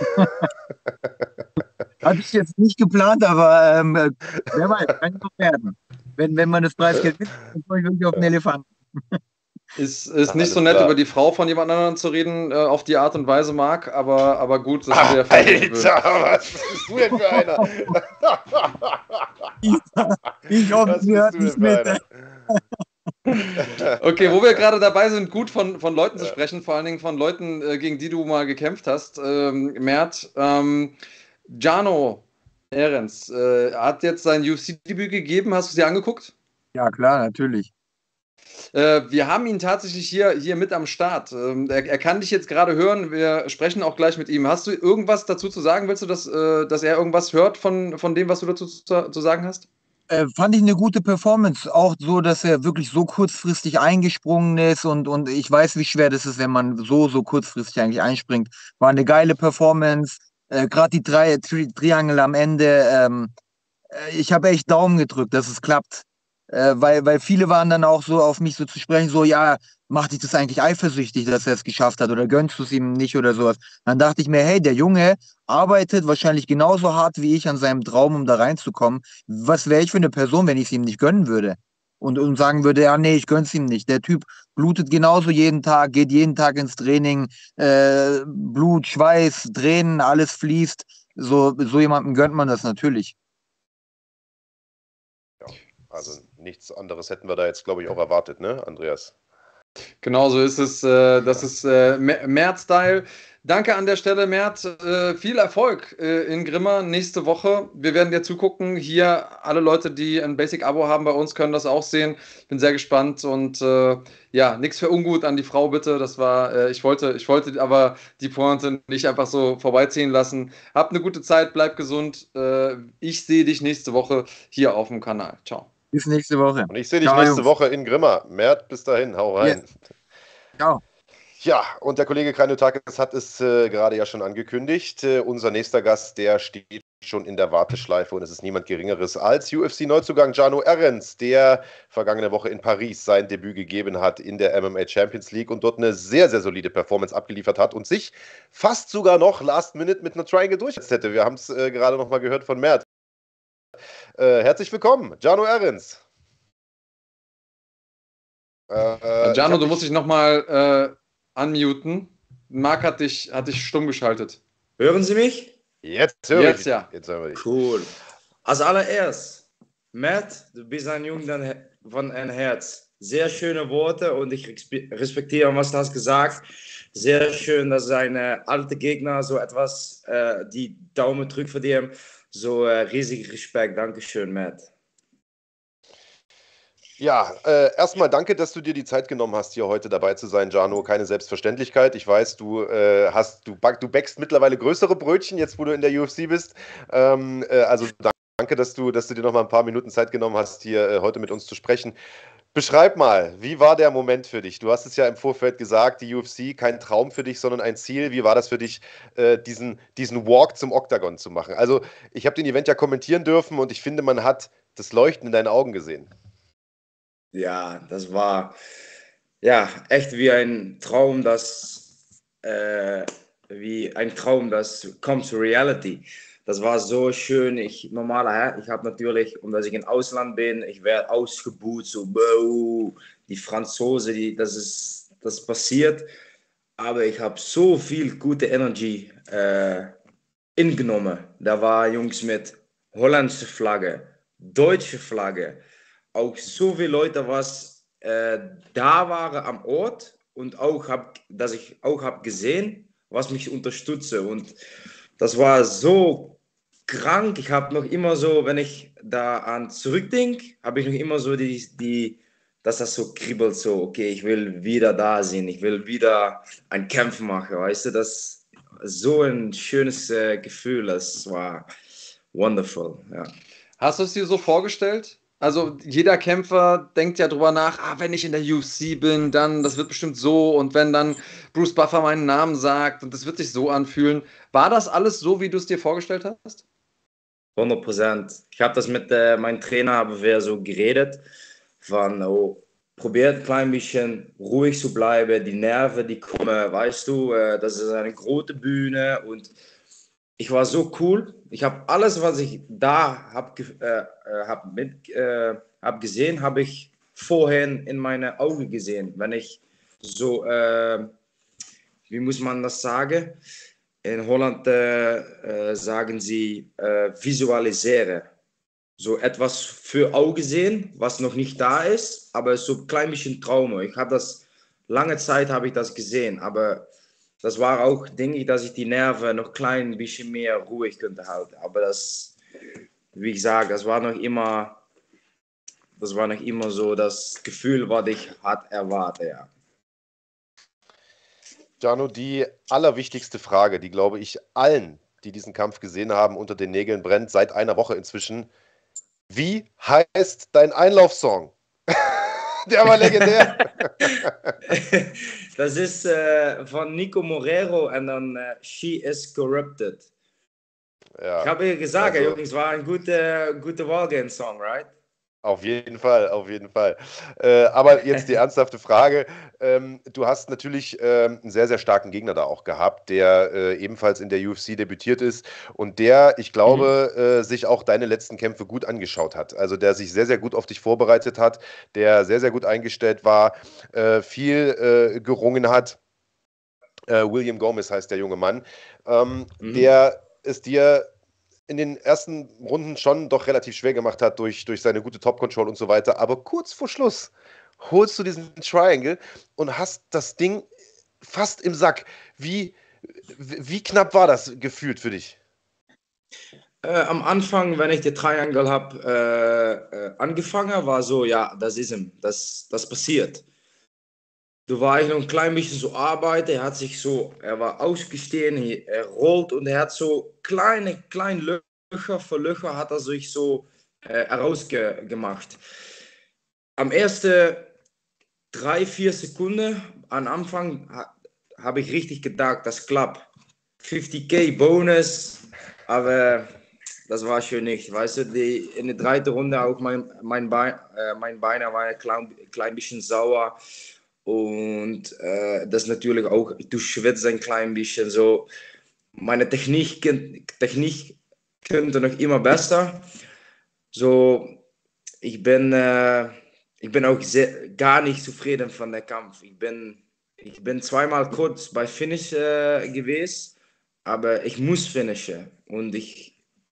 Hatte ich jetzt nicht geplant, aber ähm, äh, wer weiß, kann noch werden. Wenn, wenn man das Preisgeld mit, dann freue ich wirklich auf den Elefanten. Ist, ist Ach, nicht alles so nett, klar. über die Frau von jemand anderem zu reden, äh, auf die Art und Weise, Marc, aber, aber gut, das sind wir ja von dir gewöhnt. Alter, was bist du denn für einer? Ich hoffe, Was sie bist hört du denn nicht für mit. einer? Okay, wo wir gerade dabei sind, gut von, von Leuten zu sprechen, vor allen Dingen von Leuten, äh, gegen die du mal gekämpft hast. Ähm, Mert, ähm, Jano Ehrens äh, hat jetzt sein U F C-Debüt gegeben. Hast du sie angeguckt? Ja, klar, natürlich. Äh, wir haben ihn tatsächlich hier, hier mit am Start. Ähm, er, er kann dich jetzt gerade hören. Wir sprechen auch gleich mit ihm. Hast du irgendwas dazu zu sagen? Willst du, dass, äh, dass er irgendwas hört von, von dem, was du dazu zu, zu sagen hast? Äh, fand ich eine gute Performance. Auch so, dass er wirklich so kurzfristig eingesprungen ist und, und ich weiß, wie schwer das ist, wenn man so, so kurzfristig eigentlich einspringt. War eine geile Performance. Äh, Gerade die drei Tri Triangel am Ende. Ähm, äh, ich habe echt Daumen gedrückt, dass es klappt. Äh, weil, weil viele waren dann auch so auf mich so zu sprechen, so, ja, macht dich das eigentlich eifersüchtig, dass er es geschafft hat oder gönnst du es ihm nicht oder sowas. Dann dachte ich mir, hey, der Junge arbeitet wahrscheinlich genauso hart wie ich an seinem Traum, um da reinzukommen. Was wäre ich für eine Person, wenn ich es ihm nicht gönnen würde? Und, und sagen würde, ja, nee, ich gönn's ihm nicht. Der Typ blutet genauso jeden Tag, geht jeden Tag ins Training, äh, Blut, Schweiß, Tränen, alles fließt. So, so jemandem gönnt man das natürlich. Also nichts anderes hätten wir da jetzt, glaube ich, auch erwartet, ne, Andreas? Genau so ist es. Äh, das ist äh, Mert-Style. Danke an der Stelle, Mert. Äh, viel Erfolg äh, in Grimma nächste Woche. Wir werden dir zugucken. Hier alle Leute, die ein Basic-Abo haben bei uns, können das auch sehen. Bin sehr gespannt und äh, ja, nichts für ungut an die Frau bitte. Das war, äh, ich wollte, ich wollte aber die Pointe nicht einfach so vorbeiziehen lassen. Habt eine gute Zeit, bleib gesund. Äh, ich sehe dich nächste Woche hier auf dem Kanal. Ciao. Bis nächste Woche. Und ich sehe dich Ciao, nächste Jungs. Woche in Grimma. Mert, bis dahin, hau rein. Yes. Ciao. Ja, und der Kollege Krainotakis hat es äh, gerade ja schon angekündigt. Äh, unser nächster Gast, der steht schon in der Warteschleife und es ist niemand Geringeres als U F C-Neuzugang Jano Ehrens, der vergangene Woche in Paris sein Debüt gegeben hat in der M M A Champions League und dort eine sehr, sehr solide Performance abgeliefert hat und sich fast sogar noch Last Minute mit einer Triangle durchgesetzt hätte. Wir haben es äh, gerade noch mal gehört von Mert. Äh, herzlich willkommen, Jano Ehrens. Äh, Jano, du musst dich nochmal äh, unmuten. Marc hat dich, hat dich stumm geschaltet. Hören Sie mich? Jetzt höre Jetzt ich. ja. Jetzt hören wir dich. Cool. Als allererst, Matt, du bist ein Junge von ein Herz. Sehr schöne Worte und ich respektiere, was du hast gesagt. Sehr schön, dass seine alte Gegner so etwas, äh, die Daumen drückt für dir. So äh, riesig Respekt. Dankeschön, Matt. Ja, äh, erstmal danke, dass du dir die Zeit genommen hast, hier heute dabei zu sein, Jano. Keine Selbstverständlichkeit. Ich weiß, du äh, hast, du, back, du backst mittlerweile größere Brötchen, jetzt wo du in der U F C bist. Ähm, äh, also danke, dass du, dass du dir noch mal ein paar Minuten Zeit genommen hast, hier äh, heute mit uns zu sprechen. Beschreib mal, wie war der Moment für dich? Du hast es ja im Vorfeld gesagt, die U F C, kein Traum für dich, sondern ein Ziel. Wie war das für dich, äh, diesen, diesen Walk zum Oktagon zu machen? Also, ich habe den Event ja kommentieren dürfen und ich finde, man hat das Leuchten in deinen Augen gesehen. Ja, das war ja echt wie ein Traum, das äh, wie ein Traum, das kommt zur Reality. Das war so schön. Ich normaler, ich habe natürlich, omdat ich im Ausland bin, ich werde ausgebuht, so wow, die Franzosen, die, das ist, das passiert. Aber ich habe so viel gute Energie äh, ingenommen. Da war Jungs mit holländische Flagge, deutsche Flagge, auch so viele Leute, was äh, da waren am Ort und auch hab, dass ich auch habe gesehen, was mich unterstütze. Und das war so krank. Ich habe noch immer so, wenn ich da an zurückdenke, habe ich noch immer so die, die, dass das so kribbelt, so, okay, ich will wieder da sein, ich will wieder einen Kampf machen, weißt du, das ist so ein schönes äh, Gefühl, das war wonderful, ja. Hast du es dir so vorgestellt? Also jeder Kämpfer denkt ja drüber nach, ah, wenn ich in der U F C bin, dann, das wird bestimmt so und wenn dann Bruce Buffer meinen Namen sagt und das wird sich so anfühlen. War das alles so, wie du es dir vorgestellt hast? hundert Prozent. Ich habe das mit äh, meinem Trainer, haben wir so geredet, von, oh, probiert ein klein bisschen ruhig zu bleiben, die Nerven, die kommen, weißt du, äh, das ist eine große Bühne und ich war so cool. Ich habe alles, was ich da habe äh, hab mit, äh, hab gesehen, habe ich vorhin in meine Augen gesehen. Wenn ich so, äh, wie muss man das sagen? In Holland äh, äh, sagen sie äh, visualisieren. So etwas für Augen sehen, was noch nicht da ist, aber so ein klein bisschen Traum. Ich habe das, lange Zeit habe ich das gesehen, aber das war auch, denke ich, dass ich die Nerven noch klein bisschen mehr ruhig könnte halten. Aber das, wie ich sage, das war noch immer, das war noch immer so das Gefühl, was ich hat erwartet, ja. Jano, die allerwichtigste Frage, die, glaube ich, allen, die diesen Kampf gesehen haben, unter den Nägeln brennt, seit einer Woche inzwischen. Wie heißt dein Einlaufsong? Der war legendär. Das ist äh, von Nico Morero und dann äh, She is Corrupted. Ja, ich habe ja gesagt, also, es war ein guter, guter Wargame-Song, right? Auf jeden Fall, auf jeden Fall. Äh, aber jetzt die ernsthafte Frage. Ähm, du hast natürlich ähm, einen sehr, sehr starken Gegner da auch gehabt, der äh, ebenfalls in der U F C debütiert ist und der, ich glaube, mhm. äh, sich auch deine letzten Kämpfe gut angeschaut hat. Also der sich sehr, sehr gut auf dich vorbereitet hat, der sehr, sehr gut eingestellt war, äh, viel äh, gerungen hat. Äh, William Gomez heißt der junge Mann, ähm, mhm. der es dir in den ersten Runden schon doch relativ schwer gemacht hat durch, durch seine gute Top-Control und so weiter. Aber kurz vor Schluss holst du diesen Triangle und hast das Ding fast im Sack. Wie, wie knapp war das gefühlt für dich? Äh, am Anfang, wenn ich den Triangle habe äh, äh, angefangen, war so, ja, das ist ihm, das, das passiert. Du war ich noch ein klein bisschen so arbeiten, er hat sich so, er war ausgestehen, er rollt und er hat so kleine, kleine Löcher für Löcher hat er sich so äh, herausgemacht. Am ersten drei, vier Sekunden am Anfang ha, habe ich richtig gedacht, das klappt. fünfzig K Bonus, aber das war schön nicht. Weißt du, die, in der dritten Runde auch mein, mein, Bein, äh, mein Bein war ein klein, klein bisschen sauer. Und äh, das natürlich auch, du schwitzt ein klein bisschen so. Meine Technik, Technik könnte noch immer besser. So, ich bin, äh, ich bin auch sehr, gar nicht zufrieden von der Kampf. Ich bin ich bin zweimal kurz bei Finish äh, gewesen, aber ich muss finishen. Und ich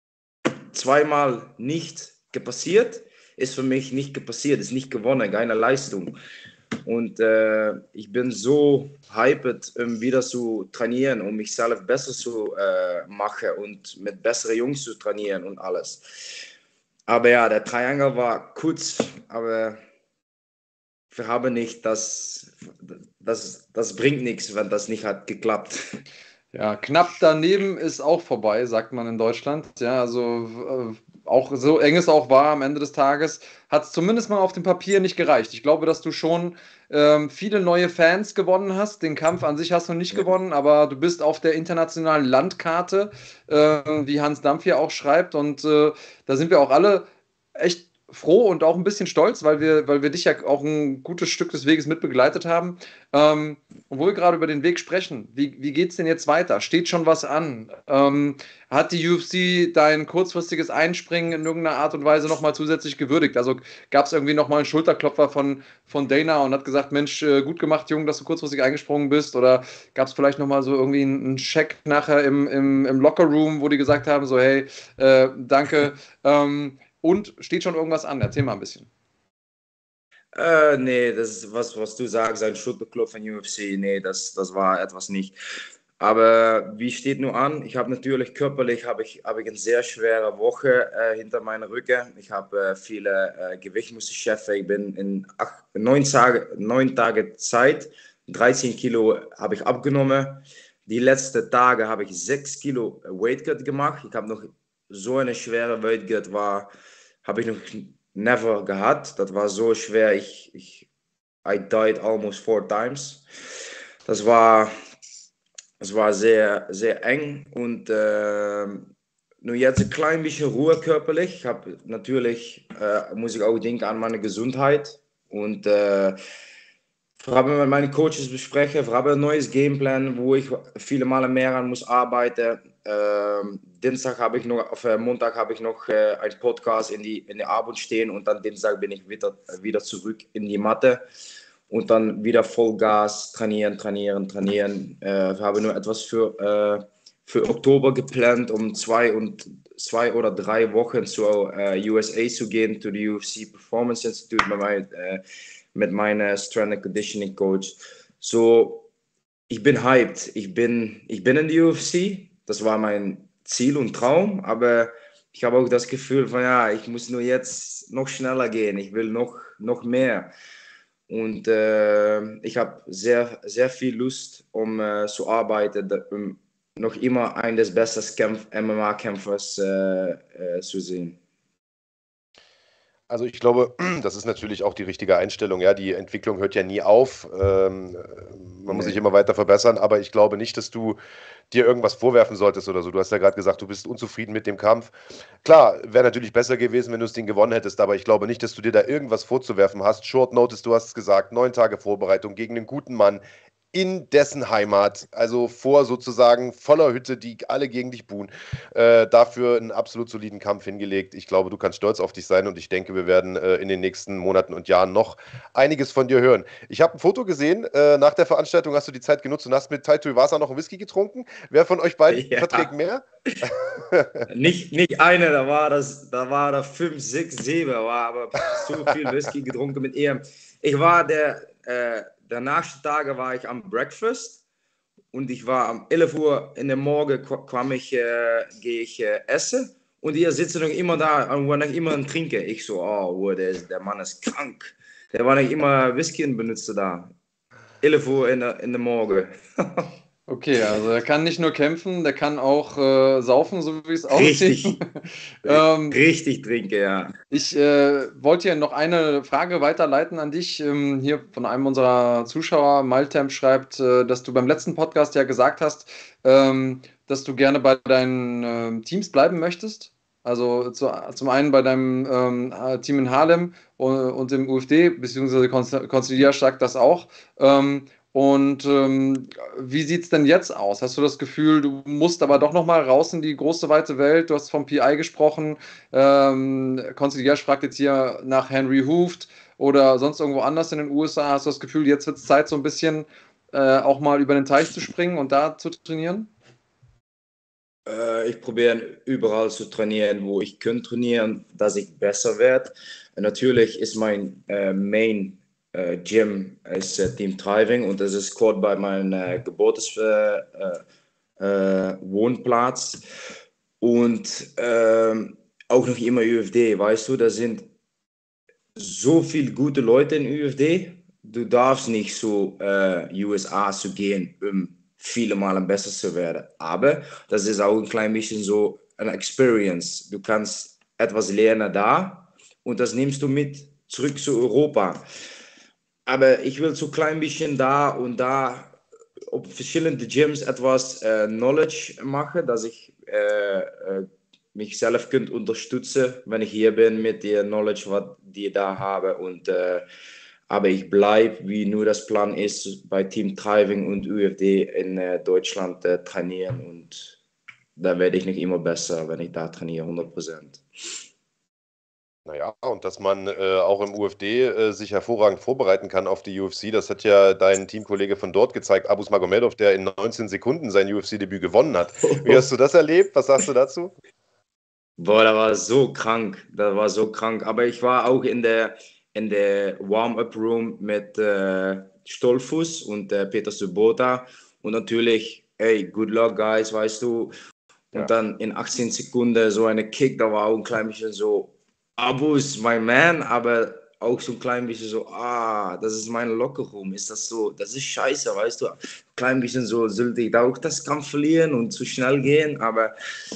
zweimal nicht gepassiert, ist für mich nicht gepassiert, ist nicht gewonnen, keine Leistung. Und äh, ich bin so hyped, um wieder zu trainieren, um mich selbst besser zu äh, machen und mit besseren Jungs zu trainieren und alles. Aber ja, der Triangle war kurz, aber wir haben nicht, das, das, das bringt nichts, wenn das nicht hat geklappt. Ja, knapp daneben ist auch vorbei, sagt man in Deutschland. Ja, also äh, auch so eng es auch war am Ende des Tages, hat es zumindest mal auf dem Papier nicht gereicht. Ich glaube, dass du schon ähm, viele neue Fans gewonnen hast. Den Kampf an sich hast du nicht gewonnen, aber du bist auf der internationalen Landkarte, äh, wie Hans Dampf hier auch schreibt. Und äh, da sind wir auch alle echt froh und auch ein bisschen stolz, weil wir, weil wir dich ja auch ein gutes Stück des Weges mitbegleitet haben. Ähm, und wo wir gerade über den Weg sprechen, wie, wie geht es denn jetzt weiter? Steht schon was an? Ähm, hat die U F C dein kurzfristiges Einspringen in irgendeiner Art und Weise nochmal zusätzlich gewürdigt? Also gab es irgendwie nochmal einen Schulterklopfer von, von Dana und hat gesagt, Mensch, äh, gut gemacht, Junge, dass du kurzfristig eingesprungen bist? Oder gab es vielleicht nochmal so irgendwie einen Check nachher im, im, im Lockerroom, wo die gesagt haben, so hey, äh, danke, ähm, und steht schon irgendwas an? Erzähl mal ein bisschen. Äh, nee, das ist was, was du sagst, ein Schulterklopf von U F C. Nee, das, das war etwas nicht. Aber wie steht nur an? Ich habe natürlich körperlich habe ich, habe ich eine sehr schwere Woche äh, hinter meiner Rücken. Ich habe äh, viele äh, Gewicht musste schaffen. Ich bin in acht, neun, Tage, neun Tage Zeit, dreizehn Kilo habe ich abgenommen. Die letzten Tage habe ich sechs Kilo Weight Cut gemacht. Ich habe noch so eine schwere Weight Cut war, habe ich noch never gehabt. Das war so schwer. Ich, ich I died almost four times. Das war, das war sehr, sehr eng und äh, nur jetzt ein klein bisschen Ruhe körperlich. Ich habe natürlich, äh, muss ich auch denken an meine Gesundheit und äh, wir haben mit meinen Coaches besprechen, wir haben ein neues Gameplan, wo ich viele Male mehr an muss arbeiten. Ähm, Dienstag habe ich noch, auf äh, Montag habe ich noch äh, einen Podcast in die in der Abend stehen und dann Dienstag bin ich wieder, wieder zurück in die Matte und dann wieder Vollgas trainieren, trainieren, trainieren. Äh, wir haben nur etwas für, äh, für Oktober geplant, um zwei und zwei oder drei Wochen zur äh, U S A zu gehen, zu der U F C Performance Institute mit meinem äh, mit meinem Strength and Conditioning Coach. So, ich bin hyped. Ich bin, ich bin in die U F C. Das war mein Ziel und Traum. Aber ich habe auch das Gefühl von, ja, ich muss nur jetzt noch schneller gehen. Ich will noch, noch mehr. Und äh, ich habe sehr, sehr viel Lust, um äh, zu arbeiten, um noch immer einen des besten M M A-Kämpfers äh, äh, zu sehen. Also ich glaube, das ist natürlich auch die richtige Einstellung. Ja, die Entwicklung hört ja nie auf. Ähm, man muss Nee. sich immer weiter verbessern, aber ich glaube nicht, dass du dir irgendwas vorwerfen solltest oder so. Du hast ja gerade gesagt, du bist unzufrieden mit dem Kampf. Klar, wäre natürlich besser gewesen, wenn du das Ding gewonnen hättest, aber ich glaube nicht, dass du dir da irgendwas vorzuwerfen hast. Short Notice, du hast es gesagt, neun Tage Vorbereitung gegen einen guten Mann in dessen Heimat, also vor sozusagen voller Hütte, die alle gegen dich buhen, äh, dafür einen absolut soliden Kampf hingelegt. Ich glaube, du kannst stolz auf dich sein und ich denke, wir werden äh, in den nächsten Monaten und Jahren noch einiges von dir hören. Ich habe ein Foto gesehen, äh, nach der Veranstaltung hast du die Zeit genutzt und hast mit Tai Tuivasa noch einen Whisky getrunken. Wer von euch beiden Ja. verträgt mehr? Nicht, nicht eine, da war das, da war da fünf, sechs, sieben, war aber so viel Whisky getrunken mit ihm. Ich war der, äh, der nächste Tage war ich am Breakfast und ich war um elf Uhr in der Morgen kam ich, äh, gehe ich äh, essen und ihr sitzt noch immer da und war noch immer ein Trinken. Ich so, oh, der, ist, der Mann ist krank. Der war noch immer Whisky und benutzte da. elf Uhr in der, in der Morgen. Okay, also er kann nicht nur kämpfen, der kann auch äh, saufen, so wie es Richtig. aussieht. ähm, Richtig trinken, ja. Ich äh, wollte hier noch eine Frage weiterleiten an dich. Ähm, hier von einem unserer Zuschauer, Maltemp, schreibt, äh, dass du beim letzten Podcast ja gesagt hast, ähm, dass du gerne bei deinen ähm, Teams bleiben möchtest. Also zu, zum einen bei deinem ähm, Team in Haarlem und, und im U F D, beziehungsweise Consilia sagt das auch. Ähm, und ähm, wie sieht es denn jetzt aus? Hast du das Gefühl, du musst aber doch noch mal raus in die große, weite Welt? Du hast vom P I gesprochen. Ähm, Consigliere fragt jetzt hier nach Henry Hooft oder sonst irgendwo anders in den U S A. Hast du das Gefühl, jetzt wird es Zeit, so ein bisschen äh, auch mal über den Teich zu springen und da zu trainieren? Äh, ich probiere überall zu trainieren, wo ich kann trainieren, dass ich besser werde. Natürlich ist mein äh, Main äh, Gym ist, äh, Team Thriving und das ist kurz bei meinem äh, Geburtes äh, äh, Wohnplatz und ähm, auch noch immer U F D, weißt du, da sind so viele gute Leute in U F D, du darfst nicht so äh, U S A zu gehen, um viele Male besser zu werden. Aber das ist auch ein klein bisschen so eine Experience. Du kannst etwas lernen da und das nimmst du mit zurück zu Europa. Aber ich will so ein klein bisschen da und da auf verschiedene Gyms etwas äh, Knowledge machen, dass ich äh, äh, mich selbst könnt unterstützen, wenn ich hier bin mit der Knowledge, was die da haben. Und, äh, aber ich bleibe, wie nur das Plan ist, bei Team Thriving und U F D in äh, Deutschland äh, trainieren. Und da werde ich nicht immer besser, wenn ich da trainiere, hundert Prozent. Naja, und dass man äh, auch im U F D äh, sich hervorragend vorbereiten kann auf die U F C, das hat ja dein Teamkollege von dort gezeigt, Abus Magomedov, der in neunzehn Sekunden sein U F C-Debüt gewonnen hat. Wie hast du das erlebt? Was sagst du dazu? Boah, das war so krank, das war so krank. Aber ich war auch in der, in der Warm-Up-Room mit äh, Stolfuss und äh, Peter Subota und natürlich, hey, good luck, guys, weißt du. Und ja. Dann in achtzehn Sekunden so eine Kick, da war auch ein klein bisschen so, Abus, my man, aber auch so ein klein bisschen so, ah, das ist mein Lockerroom, ist das so, das ist scheiße, weißt du, ein klein bisschen so, sollte ich da auch das Kampf verlieren und zu schnell gehen, aber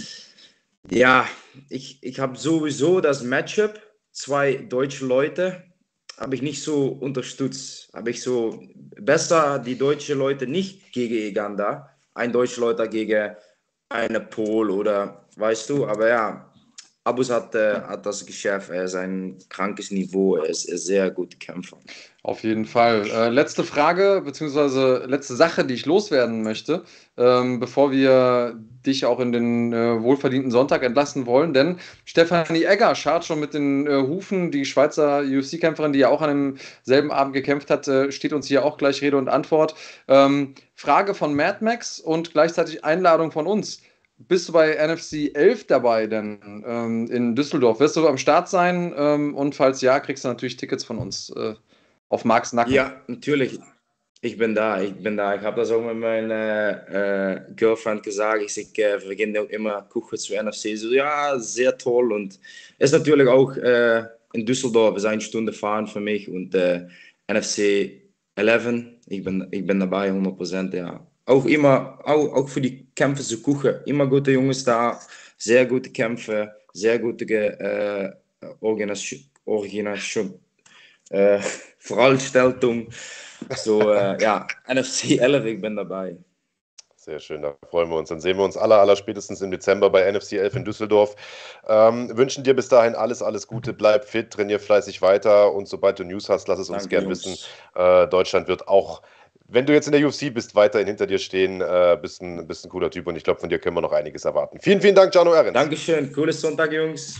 ja, ich, ich habe sowieso das Matchup, zwei deutsche Leute, habe ich nicht so unterstützt, habe ich so, besser die deutschen Leute nicht gegen Uganda, ein deutscher Leute gegen eine Pol oder, weißt du, aber ja, Abus hat, äh, hat das geschafft, er ist ein krankes Niveau, er ist ein sehr guter Kämpfer. Auf jeden Fall. Äh, letzte Frage, beziehungsweise letzte Sache, die ich loswerden möchte, ähm, bevor wir dich auch in den äh, wohlverdienten Sonntag entlassen wollen, denn Stefanie Egger schart schon mit den äh, Hufen, die Schweizer U F C-Kämpferin, die ja auch an demselben Abend gekämpft hat, äh, steht uns hier auch gleich Rede und Antwort. Ähm, Frage von Mad Max und gleichzeitig Einladung von uns. Bist du bei N F C elf dabei denn ähm, in Düsseldorf? Wirst du am Start sein? Ähm, und falls ja, kriegst du natürlich Tickets von uns äh, auf Marks Nacken. Ja, natürlich. Ich bin da. Ich bin da. Ich habe das auch mit meiner äh, Girlfriend gesagt. Ich sage, äh, wir gehen immer gucken zu N F C. So, ja, sehr toll. Und es ist natürlich auch äh, in Düsseldorf, ist eine Stunde fahren für mich. Und äh, N F C elf, ich bin, ich bin dabei, hundert Prozent, ja. Auch immer, auch, auch für die Kämpfe zu gucken. Immer gute Jungs da, sehr gute Kämpfe, sehr gute äh, Organisation, Organisation äh, Veranstaltung. So, äh, ja, N F C elf, ich bin dabei. Sehr schön, da freuen wir uns. Dann sehen wir uns aller, aller spätestens im Dezember bei N F C elf in Düsseldorf. Ähm, wünschen dir bis dahin alles, alles Gute. Bleib fit, trainier fleißig weiter und sobald du News hast, lass es uns Danke, gern Jungs. wissen. Äh, Deutschland wird auch, wenn du jetzt in der U F C bist, weiterhin hinter dir stehen. Äh, bist, ein, bist ein cooler Typ und ich glaube, von dir können wir noch einiges erwarten. Vielen, vielen Dank, Jano Ehrens. Dankeschön, cooles Sonntag, Jungs.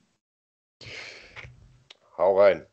Hau rein.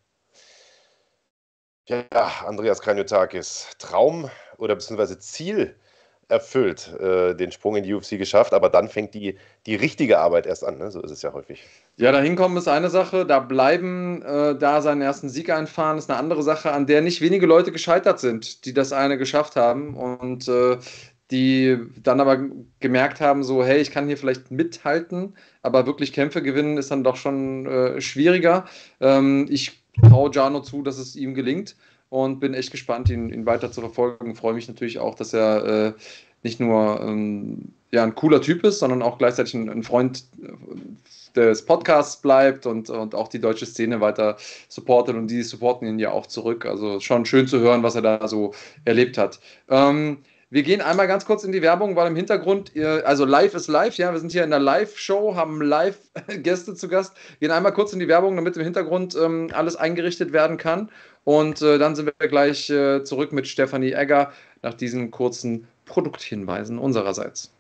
Ja, Andreas Kranjotakis, Traum oder beziehungsweise Ziel erfüllt, äh, den Sprung in die U F C geschafft, aber dann fängt die, die richtige Arbeit erst an, ne? So ist es ja häufig. Ja, da hinkommen ist eine Sache, da bleiben, äh, da seinen ersten Sieg einfahren, ist eine andere Sache, an der nicht wenige Leute gescheitert sind, die das eine geschafft haben und äh, die dann aber gemerkt haben, so, hey, ich kann hier vielleicht mithalten, aber wirklich Kämpfe gewinnen ist dann doch schon äh, schwieriger. Ähm, ich traue Jano zu, dass es ihm gelingt und bin echt gespannt, ihn, ihn weiter zu verfolgen. Freue mich natürlich auch, dass er äh, nicht nur ähm, ja, ein cooler Typ ist, sondern auch gleichzeitig ein, ein Freund des Podcasts bleibt und, und auch die deutsche Szene weiter supportet und die supporten ihn ja auch zurück. Also schon schön zu hören, was er da so erlebt hat. Ähm, wir gehen einmal ganz kurz in die Werbung, weil im Hintergrund, also live ist live, ja, wir sind hier in der Live-Show, haben Live-Gäste zu Gast, gehen einmal kurz in die Werbung, damit im Hintergrund ähm, alles eingerichtet werden kann und äh, dann sind wir gleich äh, zurück mit Stefanie Egger nach diesen kurzen Produkthinweisen unsererseits.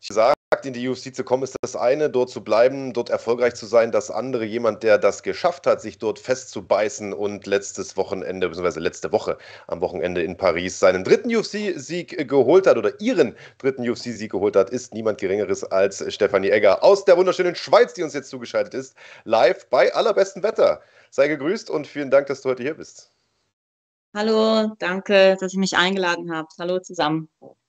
gesagt, in die U F C zu kommen, ist das eine, dort zu bleiben, dort erfolgreich zu sein. Das andere, jemand, der das geschafft hat, sich dort festzubeißen und letztes Wochenende, beziehungsweise letzte Woche am Wochenende in Paris seinen dritten U F C-Sieg geholt hat oder ihren dritten U F C-Sieg geholt hat, ist niemand Geringeres als Stefanie Egger aus der wunderschönen Schweiz, die uns jetzt zugeschaltet ist, live bei allerbestem Wetter. Sei gegrüßt und vielen Dank, dass du heute hier bist. Hallo, danke, dass ihr mich eingeladen habt. Hallo zusammen.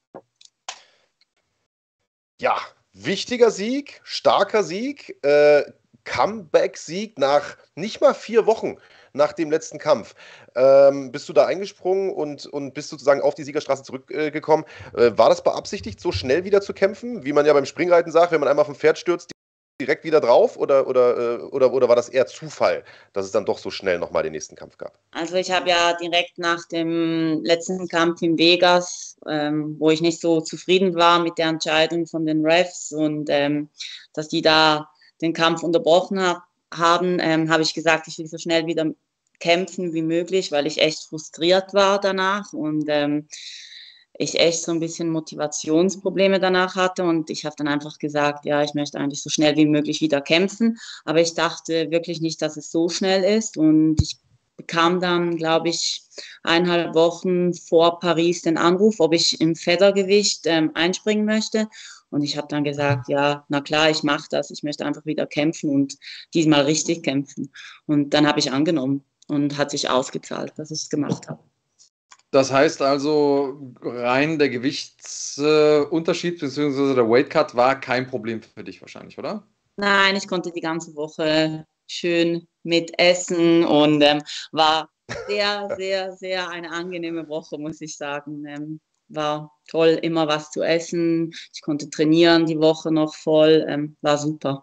Ja, wichtiger Sieg, starker Sieg, äh, Comeback-Sieg nach nicht mal vier Wochen nach dem letzten Kampf. Ähm, bist du da eingesprungen und, und bist sozusagen auf die Siegerstraße zurückgekommen? Äh, war das beabsichtigt, so schnell wieder zu kämpfen? Wie man ja beim Springreiten sagt, wenn man einmal vom Pferd stürzt, direkt wieder drauf? Oder, oder, oder, oder war das eher Zufall, dass es dann doch so schnell nochmal den nächsten Kampf gab? Also ich habe ja direkt nach dem letzten Kampf in Vegas, ähm, wo ich nicht so zufrieden war mit der Entscheidung von den Refs und ähm, dass die da den Kampf unterbrochen ha- haben, ähm, habe ich gesagt, ich will so schnell wieder kämpfen wie möglich, weil ich echt frustriert war danach und ähm, ich echt so ein bisschen Motivationsprobleme danach hatte und ich habe dann einfach gesagt, ja, ich möchte eigentlich so schnell wie möglich wieder kämpfen, aber ich dachte wirklich nicht, dass es so schnell ist und ich bekam dann, glaube ich, eineinhalb Wochen vor Paris den Anruf, ob ich im Feathergewicht ähm, einspringen möchte und ich habe dann gesagt, ja, na klar, ich mache das, ich möchte einfach wieder kämpfen und diesmal richtig kämpfen und dann habe ich angenommen und hat sich ausgezahlt, dass ich es gemacht habe. Das heißt also, rein der Gewichtsunterschied äh, bzw. der Weightcut war kein Problem für dich wahrscheinlich, oder? Nein, ich konnte die ganze Woche schön mit essen und ähm, war sehr, sehr, sehr eine angenehme Woche, muss ich sagen. Ähm, war toll, immer was zu essen. Ich konnte trainieren die Woche noch voll. Ähm, war super.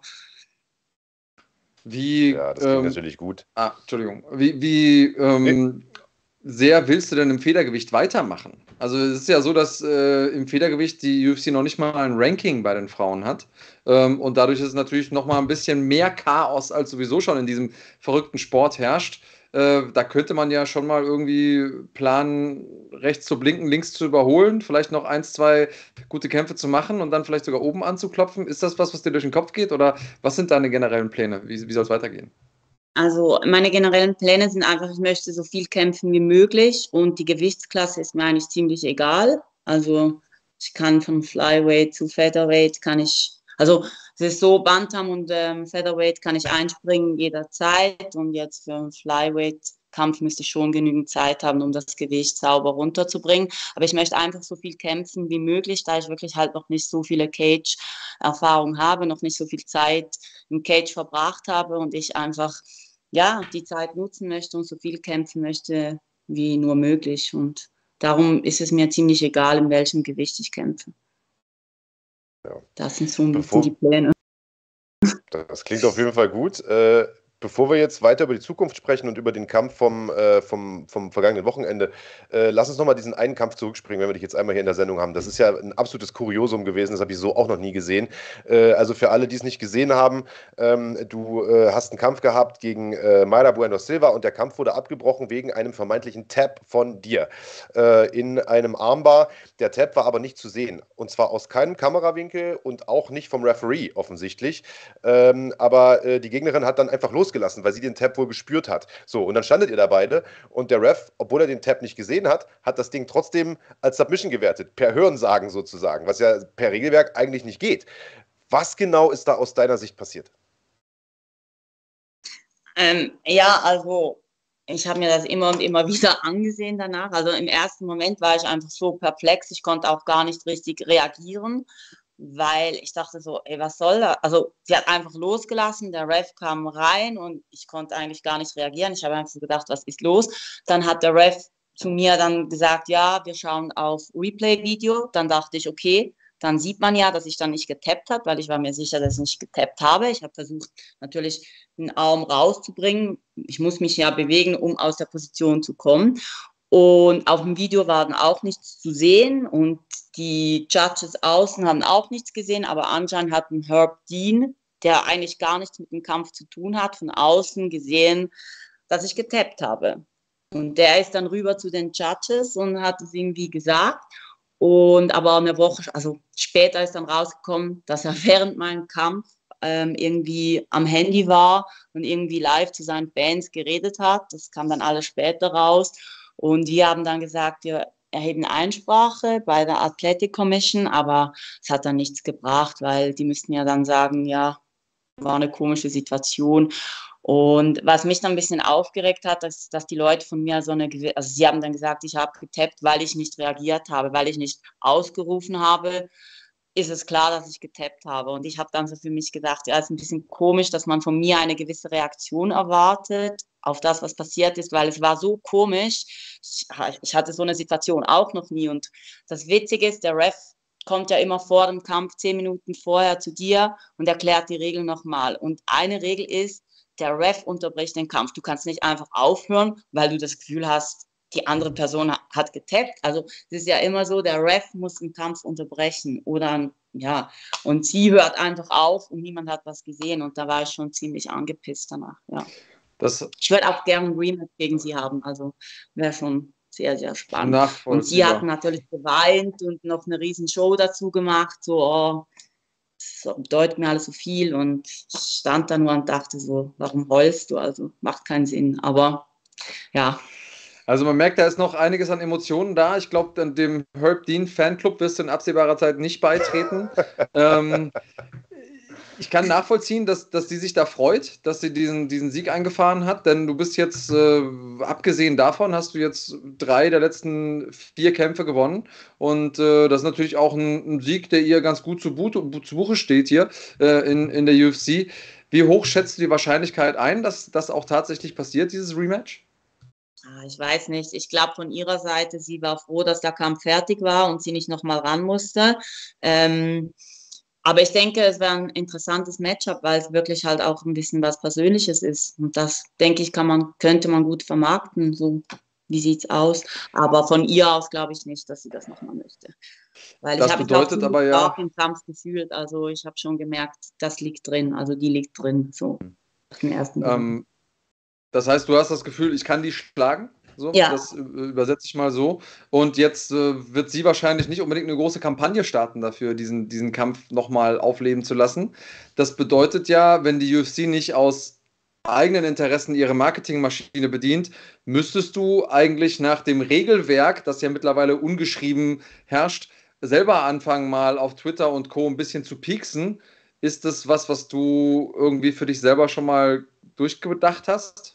Wie, Ja, das klingt ähm, natürlich gut. ah, Entschuldigung. Wie, wie ähm, sehr willst du denn im Federgewicht weitermachen? Also es ist ja so, dass äh, im Federgewicht die U F C noch nicht mal ein Ranking bei den Frauen hat. Ähm, und dadurch ist es natürlich noch mal ein bisschen mehr Chaos, als sowieso schon in diesem verrückten Sport herrscht. Äh, da könnte man ja schon mal irgendwie planen, rechts zu blinken, links zu überholen, vielleicht noch eins, zwei gute Kämpfe zu machen und dann vielleicht sogar oben anzuklopfen. Ist das was, was dir durch den Kopf geht? Oder was sind deine generellen Pläne? Wie, wie soll es weitergehen? Also meine generellen Pläne sind einfach, ich möchte so viel kämpfen wie möglich und die Gewichtsklasse ist mir eigentlich ziemlich egal. Also ich kann von Flyweight zu Featherweight kann ich, also es ist so, Bantam und ähm, Featherweight kann ich einspringen jederzeit und jetzt für einen Flyweight-Kampf müsste ich schon genügend Zeit haben, um das Gewicht sauber runterzubringen. Aber ich möchte einfach so viel kämpfen wie möglich, da ich wirklich halt noch nicht so viele Cage-Erfahrungen habe, noch nicht so viel Zeit im Cage verbracht habe und ich einfach ja, die Zeit nutzen möchte und so viel kämpfen möchte wie nur möglich. Und darum ist es mir ziemlich egal, in welchem Gewicht ich kämpfe. Ja. Das sind so ein Bevor, bisschen die Pläne. Das klingt auf jeden Fall gut. Äh, bevor wir jetzt weiter über die Zukunft sprechen und über den Kampf vom, äh, vom, vom vergangenen Wochenende, äh, lass uns nochmal diesen einen Kampf zurückspringen, wenn wir dich jetzt einmal hier in der Sendung haben. Das ist ja ein absolutes Kuriosum gewesen, das habe ich so auch noch nie gesehen. Äh, also für alle, die es nicht gesehen haben, ähm, du äh, hast einen Kampf gehabt gegen äh, Mayra Bueno Silva und der Kampf wurde abgebrochen wegen einem vermeintlichen Tap von dir äh, in einem Armbar. Der Tap war aber nicht zu sehen und zwar aus keinem Kamerawinkel und auch nicht vom Referee offensichtlich. Ähm, aber äh, die Gegnerin hat dann einfach losgelassen, weil sie den Tap wohl gespürt hat. So, und dann standet ihr da beide und der Ref, obwohl er den Tap nicht gesehen hat, hat das Ding trotzdem als Submission gewertet, per Hörensagen sozusagen, was ja per Regelwerk eigentlich nicht geht. Was genau ist da aus deiner Sicht passiert? Ähm, ja, also ich habe mir das immer und immer wieder angesehen danach. Also im ersten Moment war ich einfach so perplex, ich konnte auch gar nicht richtig reagieren, weil ich dachte so, ey, was soll das? Also sie hat einfach losgelassen, der Ref kam rein und ich konnte eigentlich gar nicht reagieren. Ich habe einfach so gedacht, was ist los? Dann hat der Ref zu mir dann gesagt, ja, wir schauen auf Replay-Video. Dann dachte ich, okay, dann sieht man ja, dass ich dann nicht getappt habe, weil ich war mir sicher, dass ich nicht getappt habe. Ich habe versucht, natürlich den Arm rauszubringen. Ich muss mich ja bewegen, um aus der Position zu kommen. Und auf dem Video war dann auch nichts zu sehen und die Judges außen haben auch nichts gesehen, aber anscheinend hat ein Herb Dean, der eigentlich gar nichts mit dem Kampf zu tun hat, von außen gesehen, dass ich getappt habe. Und der ist dann rüber zu den Judges und hat es irgendwie gesagt. Und aber eine Woche, also später ist dann rausgekommen, dass er während meinem Kampf ähm, irgendwie am Handy war und irgendwie live zu seinen Fans geredet hat. Das kam dann alles später raus. Und die haben dann gesagt, wir erheben Einsprache bei der Athletic Commission, aber es hat dann nichts gebracht, weil die müssten ja dann sagen, ja, war eine komische Situation. Und was mich dann ein bisschen aufgeregt hat, ist, dass die Leute von mir so eine, also sie haben dann gesagt, ich habe getappt, weil ich nicht reagiert habe, weil ich nicht ausgerufen habe, ist es klar, dass ich getappt habe. Und ich habe dann so für mich gedacht, ja, es ist ein bisschen komisch, dass man von mir eine gewisse Reaktion erwartet auf das, was passiert ist, weil es war so komisch. Ich, ich hatte so eine Situation auch noch nie. Und das Witzige ist, der Ref kommt ja immer vor dem Kampf zehn Minuten vorher zu dir und erklärt die Regeln nochmal. Und eine Regel ist, der Ref unterbricht den Kampf. Du kannst nicht einfach aufhören, weil du das Gefühl hast, die andere Person hat getappt. Also es ist ja immer so, der Ref muss den Kampf unterbrechen oder ja, und sie hört einfach auf und niemand hat was gesehen und da war ich schon ziemlich angepisst danach, ja. Das ich würde auch gerne ein Rematch gegen sie haben, also wäre schon sehr, sehr spannend. Und sie hat natürlich geweint und noch eine riesen Show dazu gemacht, so, oh, das bedeutet mir alles so viel und ich stand da nur und dachte so, warum heulst du, also macht keinen Sinn, aber ja. Also man merkt, da ist noch einiges an Emotionen da. Ich glaube, dem Herb Dean Fanclub wirst du in absehbarer Zeit nicht beitreten. ähm, ich kann nachvollziehen, dass, dass sie sich da freut, dass sie diesen, diesen Sieg eingefahren hat, denn du bist jetzt, äh, abgesehen davon, hast du jetzt drei der letzten vier Kämpfe gewonnen und äh, das ist natürlich auch ein, ein Sieg, der ihr ganz gut zu, Buche, zu Buche steht hier äh, in, in der U F C. Wie hoch schätzt du die Wahrscheinlichkeit ein, dass das auch tatsächlich passiert, dieses Rematch? Ich weiß nicht. Ich glaube von ihrer Seite, sie war froh, dass der Kampf fertig war und sie nicht nochmal ran musste. Ähm, aber ich denke, es wäre ein interessantes Matchup, weil es wirklich halt auch ein bisschen was Persönliches ist. Und das, denke ich, kann man, könnte man gut vermarkten. So, wie sieht's aus? Aber von ihr aus glaube ich nicht, dass sie das nochmal möchte. Weil das ich habe bedeutet aber ja auch im Kampf gefühlt. Also ich habe schon gemerkt, das liegt drin. Also die liegt drin. So im ersten ähm, Das heißt, du hast das Gefühl, ich kann die schlagen? So, ja. Das äh, übersetze ich mal so. Und jetzt äh, wird sie wahrscheinlich nicht unbedingt eine große Kampagne starten dafür, diesen, diesen Kampf nochmal aufleben zu lassen. Das bedeutet ja, wenn die U F C nicht aus eigenen Interessen ihre Marketingmaschine bedient, müsstest du eigentlich nach dem Regelwerk, das ja mittlerweile ungeschrieben herrscht, selber anfangen, mal auf Twitter und Co. ein bisschen zu pieksen. Ist das was, was du irgendwie für dich selber schon mal durchgedacht hast?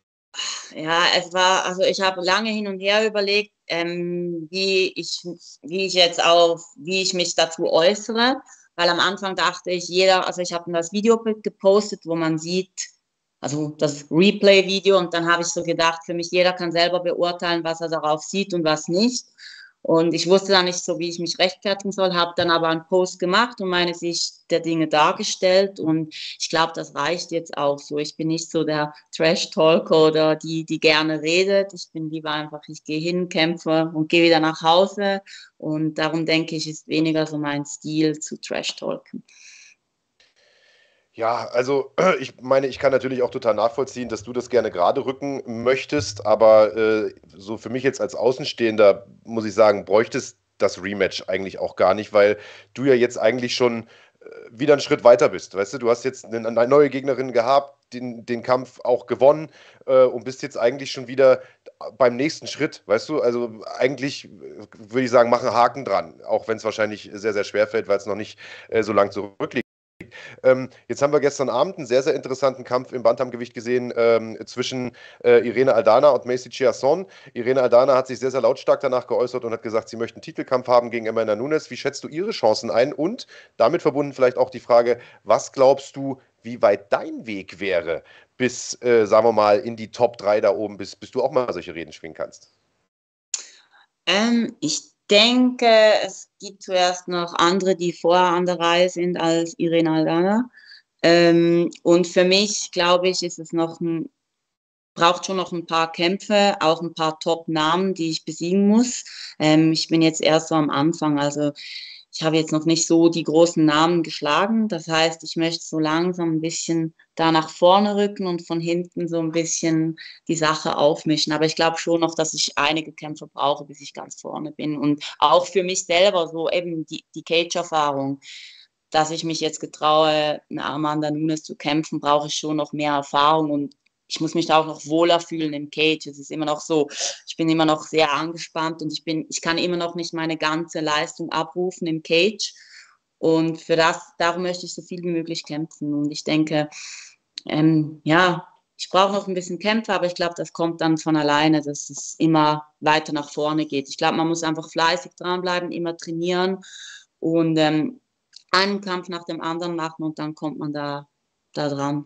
Ja, es war, also ich habe lange hin und her überlegt, ähm, wie ich, wie ich jetzt auf, wie ich mich dazu äußere, weil am Anfang dachte ich, jeder, also ich habe das Video gepostet, wo man sieht, also das Replay-Video und dann habe ich so gedacht, für mich jeder kann selber beurteilen, was er darauf sieht und was nicht. Und ich wusste dann nicht so, wie ich mich rechtfertigen soll, habe dann aber einen Post gemacht und meine Sicht der Dinge dargestellt und ich glaube, das reicht jetzt auch so. Ich bin nicht so der Trash-Talker oder die, die gerne redet. Ich bin lieber einfach, ich gehe hin, kämpfe und gehe wieder nach Hause und darum denke ich, ist weniger so mein Stil zu Trash-Talken. Ja, also ich meine, ich kann natürlich auch total nachvollziehen, dass du das gerne gerade rücken möchtest, aber äh, so für mich jetzt als Außenstehender muss ich sagen, bräuchtest das Rematch eigentlich auch gar nicht, weil du ja jetzt eigentlich schon äh, wieder einen Schritt weiter bist. Weißt du, du hast jetzt eine, eine neue Gegnerin gehabt, den, den Kampf auch gewonnen äh, und bist jetzt eigentlich schon wieder beim nächsten Schritt, weißt du? Also eigentlich äh, würde ich sagen, mach einen Haken dran, auch wenn es wahrscheinlich sehr, sehr schwer fällt, weil es noch nicht äh, so lang zurückliegt. Ähm, jetzt haben wir gestern Abend einen sehr, sehr interessanten Kampf im Bantamgewicht gesehen ähm, zwischen äh, Irene Aldana und Macy Chiasson. Irene Aldana hat sich sehr, sehr lautstark danach geäußert und hat gesagt, sie möchte einen Titelkampf haben gegen Amanda Nunes. Wie schätzt du ihre Chancen ein? Und damit verbunden vielleicht auch die Frage, was glaubst du, wie weit dein Weg wäre, bis, äh, sagen wir mal, in die Top drei da oben, bis, bis du auch mal solche Reden schwingen kannst? Ähm, ich denke, es gibt zuerst noch andere, die vorher an der Reihe sind als Irene Aldana. Ähm, und für mich, glaube ich, ist es noch ein, braucht schon noch ein paar Kämpfe, auch ein paar Top-Namen, die ich besiegen muss. Ähm, ich bin jetzt erst so am Anfang, also ich habe jetzt noch nicht so die großen Namen geschlagen. Das heißt, ich möchte so langsam ein bisschen da nach vorne rücken und von hinten so ein bisschen die Sache aufmischen. Aber ich glaube schon noch, dass ich einige Kämpfe brauche, bis ich ganz vorne bin. Und auch für mich selber so eben die, die Cage-Erfahrung, dass ich mich jetzt getraue, eine Amanda Nunes zu kämpfen, brauche ich schon noch mehr Erfahrung und ich muss mich da auch noch wohler fühlen im Cage. Es ist immer noch so, ich bin immer noch sehr angespannt und ich bin, ich kann immer noch nicht meine ganze Leistung abrufen im Cage. Und für das, darum möchte ich so viel wie möglich kämpfen. Und ich denke, ähm, ja, ich brauche noch ein bisschen Kämpfe, aber ich glaube, das kommt dann von alleine, dass es immer weiter nach vorne geht. Ich glaube, man muss einfach fleißig dranbleiben, immer trainieren und ähm, einen Kampf nach dem anderen machen und dann kommt man da, da dran.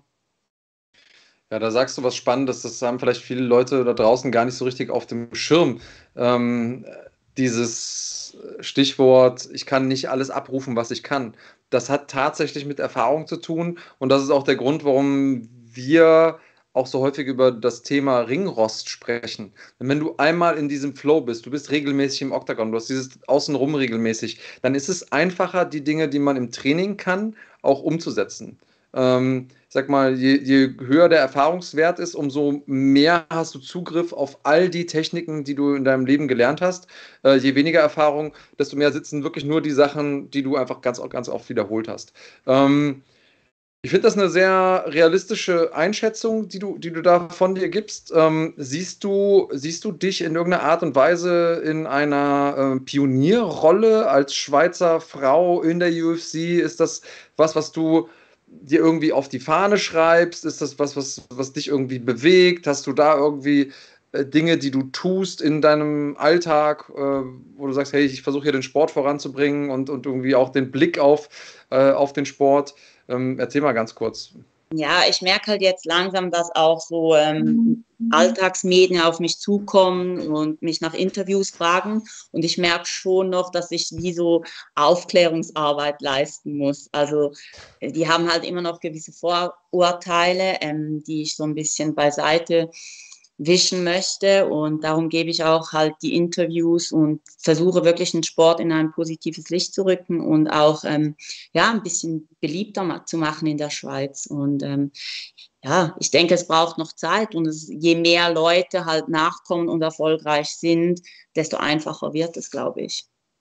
Ja, da sagst du was Spannendes, das haben vielleicht viele Leute da draußen gar nicht so richtig auf dem Schirm. Ähm, dieses Stichwort, ich kann nicht alles abrufen, was ich kann. Das hat tatsächlich mit Erfahrung zu tun und das ist auch der Grund, warum wir auch so häufig über das Thema Ringrost sprechen. Und wenn du einmal in diesem Flow bist, du bist regelmäßig im Oktagon, du hast dieses Außenrum regelmäßig, dann ist es einfacher, die Dinge, die man im Training kann, auch umzusetzen. Ähm, ich sag mal, je, je höher der Erfahrungswert ist, umso mehr hast du Zugriff auf all die Techniken, die du in deinem Leben gelernt hast. Äh, je weniger Erfahrung, desto mehr sitzen wirklich nur die Sachen, die du einfach ganz, ganz oft wiederholt hast. Ähm, ich finde das eine sehr realistische Einschätzung, die du, die du da von dir gibst. Ähm, siehst du, siehst du dich in irgendeiner Art und Weise in einer äh, Pionierrolle als Schweizer Frau in der U F C? Ist das was, was du dir irgendwie auf die Fahne schreibst? Ist das was, was, was dich irgendwie bewegt? Hast du da irgendwie äh, Dinge, die du tust in deinem Alltag, äh, wo du sagst, hey, ich versuche hier den Sport voranzubringen und, und irgendwie auch den Blick auf, äh, auf den Sport? Ähm, erzähl mal ganz kurz. Ja, ich merke halt jetzt langsam, dass auch so ähm, Alltagsmedien auf mich zukommen und mich nach Interviews fragen. Und ich merke schon noch, dass ich wie so Aufklärungsarbeit leisten muss. Also die haben halt immer noch gewisse Vorurteile, ähm, die ich so ein bisschen beiseite wischen möchte und darum gebe ich auch halt die Interviews und versuche wirklich den Sport in ein positives Licht zu rücken und auch ähm, ja, ein bisschen beliebter zu machen in der Schweiz und ähm, ja, ich denke, es braucht noch Zeit und es, je mehr Leute halt nachkommen und erfolgreich sind, desto einfacher wird es, glaube ich.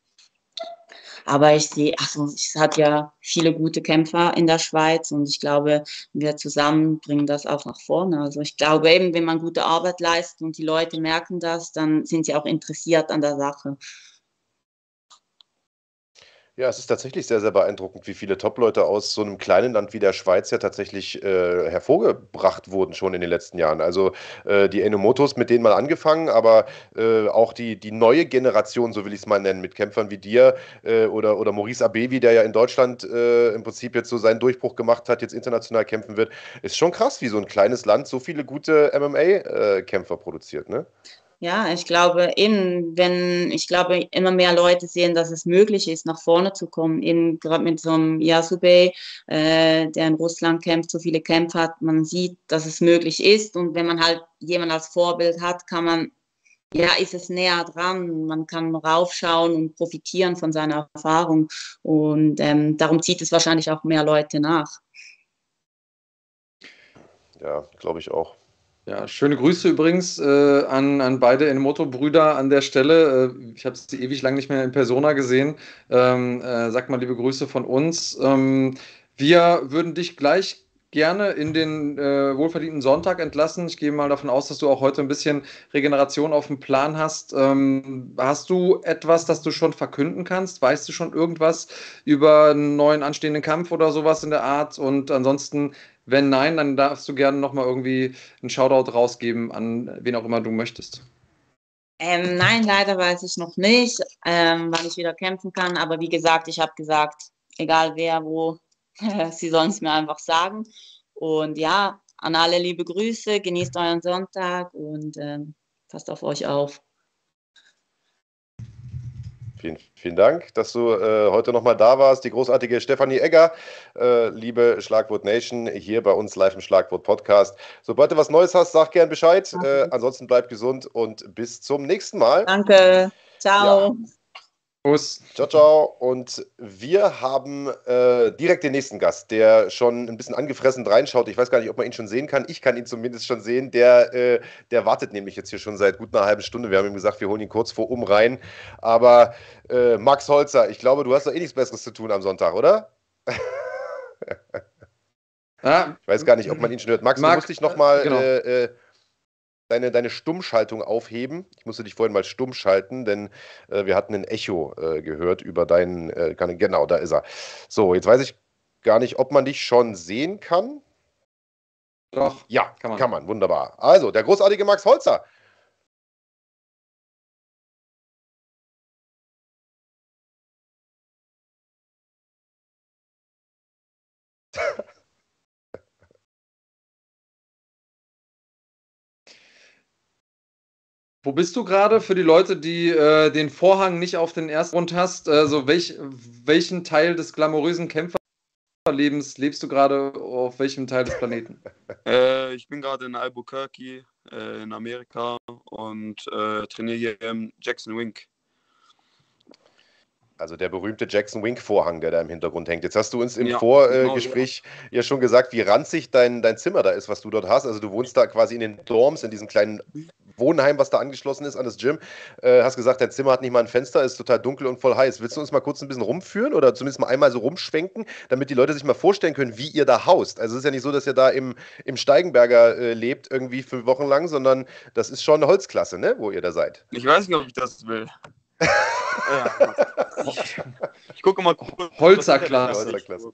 Aber ich sehe, also es hat ja viele gute Kämpfer in der Schweiz und ich glaube, wir zusammen bringen das auch nach vorne. Also ich glaube eben, wenn man gute Arbeit leistet und die Leute merken das, dann sind sie auch interessiert an der Sache. Ja, es ist tatsächlich sehr, sehr beeindruckend, wie viele Top-Leute aus so einem kleinen Land wie der Schweiz ja tatsächlich äh, hervorgebracht wurden schon in den letzten Jahren. Also äh, die Enomotos, mit denen mal angefangen, aber äh, auch die, die neue Generation, so will ich es mal nennen, mit Kämpfern wie dir äh, oder, oder Maurice Abevi, der ja in Deutschland äh, im Prinzip jetzt so seinen Durchbruch gemacht hat, jetzt international kämpfen wird, ist schon krass, wie so ein kleines Land so viele gute M M A-Kämpfer produziert, ne? Ja, ich glaube, eben, wenn, ich glaube, immer mehr Leute sehen, dass es möglich ist, nach vorne zu kommen. Eben gerade mit so einem Yasubey, äh, der in Russland kämpft, so viele Kämpfe hat, man sieht, dass es möglich ist. Und wenn man halt jemanden als Vorbild hat, kann man, ja, ist es näher dran. Man kann raufschauen und profitieren von seiner Erfahrung. Und ähm, darum zieht es wahrscheinlich auch mehr Leute nach. Ja, glaube ich auch. Ja, schöne Grüße übrigens äh, an, an beide Enomoto-Brüder an der Stelle. Äh, ich habe sie ewig lang nicht mehr in Persona gesehen. Ähm, äh, sag mal liebe Grüße von uns. Ähm, wir würden dich gleich gerne in den äh, wohlverdienten Sonntag entlassen. Ich gehe mal davon aus, dass du auch heute ein bisschen Regeneration auf dem Plan hast. Ähm, hast du etwas, das du schon verkünden kannst? Weißt du schon irgendwas über einen neuen anstehenden Kampf oder sowas in der Art? Und ansonsten, wenn nein, dann darfst du gerne nochmal irgendwie einen Shoutout rausgeben an wen auch immer du möchtest. Ähm, nein, leider weiß ich noch nicht, ähm, wann ich wieder kämpfen kann. Aber wie gesagt, ich habe gesagt, egal wer, wo, sie sollen es mir einfach sagen. Und ja, an alle liebe Grüße, genießt euren Sonntag und ähm, passt auf euch auf. Vielen, vielen Dank, dass du äh, heute nochmal da warst. Die großartige Stefanie Egger, äh, liebe Schlagwort Nation, hier bei uns live im Schlagwort Podcast. Sobald du was Neues hast, sag gern Bescheid. Äh, ansonsten bleib gesund und bis zum nächsten Mal. Danke. Ciao. Ja. Prost. Ciao, ciao. Und wir haben äh, direkt den nächsten Gast, der schon ein bisschen angefressen reinschaut. Ich weiß gar nicht, ob man ihn schon sehen kann. Ich kann ihn zumindest schon sehen. Der, äh, der wartet nämlich jetzt hier schon seit gut einer halben Stunde. Wir haben ihm gesagt, wir holen ihn kurz vor um rein. Aber äh, Max Holzer, ich glaube, du hast doch eh nichts Besseres zu tun am Sonntag, oder? Ja, Ich weiß gar nicht, ob man ihn schon hört. Max, Marc, du musst dich nochmal genau. äh, äh, deine, deine Stummschaltung aufheben. Ich musste dich vorhin mal stumm schalten, denn äh, wir hatten ein Echo äh, gehört über deinen. Äh, kann- genau, da ist er. So, jetzt weiß ich gar nicht, ob man dich schon sehen kann. Doch, Ja, kann man. kann man. Wunderbar. Also, der großartige Max Holzer. Wo bist du gerade für die Leute, die äh, den Vorhang nicht auf den ersten Grund hast? Also welch, welchen Teil des glamourösen Kämpferlebens lebst du gerade auf welchem Teil des Planeten? Äh, ich bin gerade in Albuquerque äh, in Amerika und äh, trainiere hier im Jackson Wink. Also der berühmte Jackson Wink-Vorhang, der da im Hintergrund hängt. Jetzt hast du uns im Ja, Vorgespräch ja schon gesagt, wie ranzig dein, dein Zimmer da ist, was du dort hast. Also du wohnst da quasi in den Dorms, in diesem kleinen Wohnheim, was da angeschlossen ist an das Gym. Äh, hast gesagt, dein Zimmer hat nicht mal ein Fenster, ist total dunkel und voll heiß. Willst du uns mal kurz ein bisschen rumführen oder zumindest mal einmal so rumschwenken, damit die Leute sich mal vorstellen können, wie ihr da haust? Also es ist ja nicht so, dass ihr da im, im Steigenberger äh, lebt, irgendwie fünf Wochen lang, sondern das ist schon eine Holzklasse, ne, wo ihr da seid. Ich weiß nicht, ob ich das will. ja. ich, ich gucke mal kurz. Holzerklasse. Holzerklasse.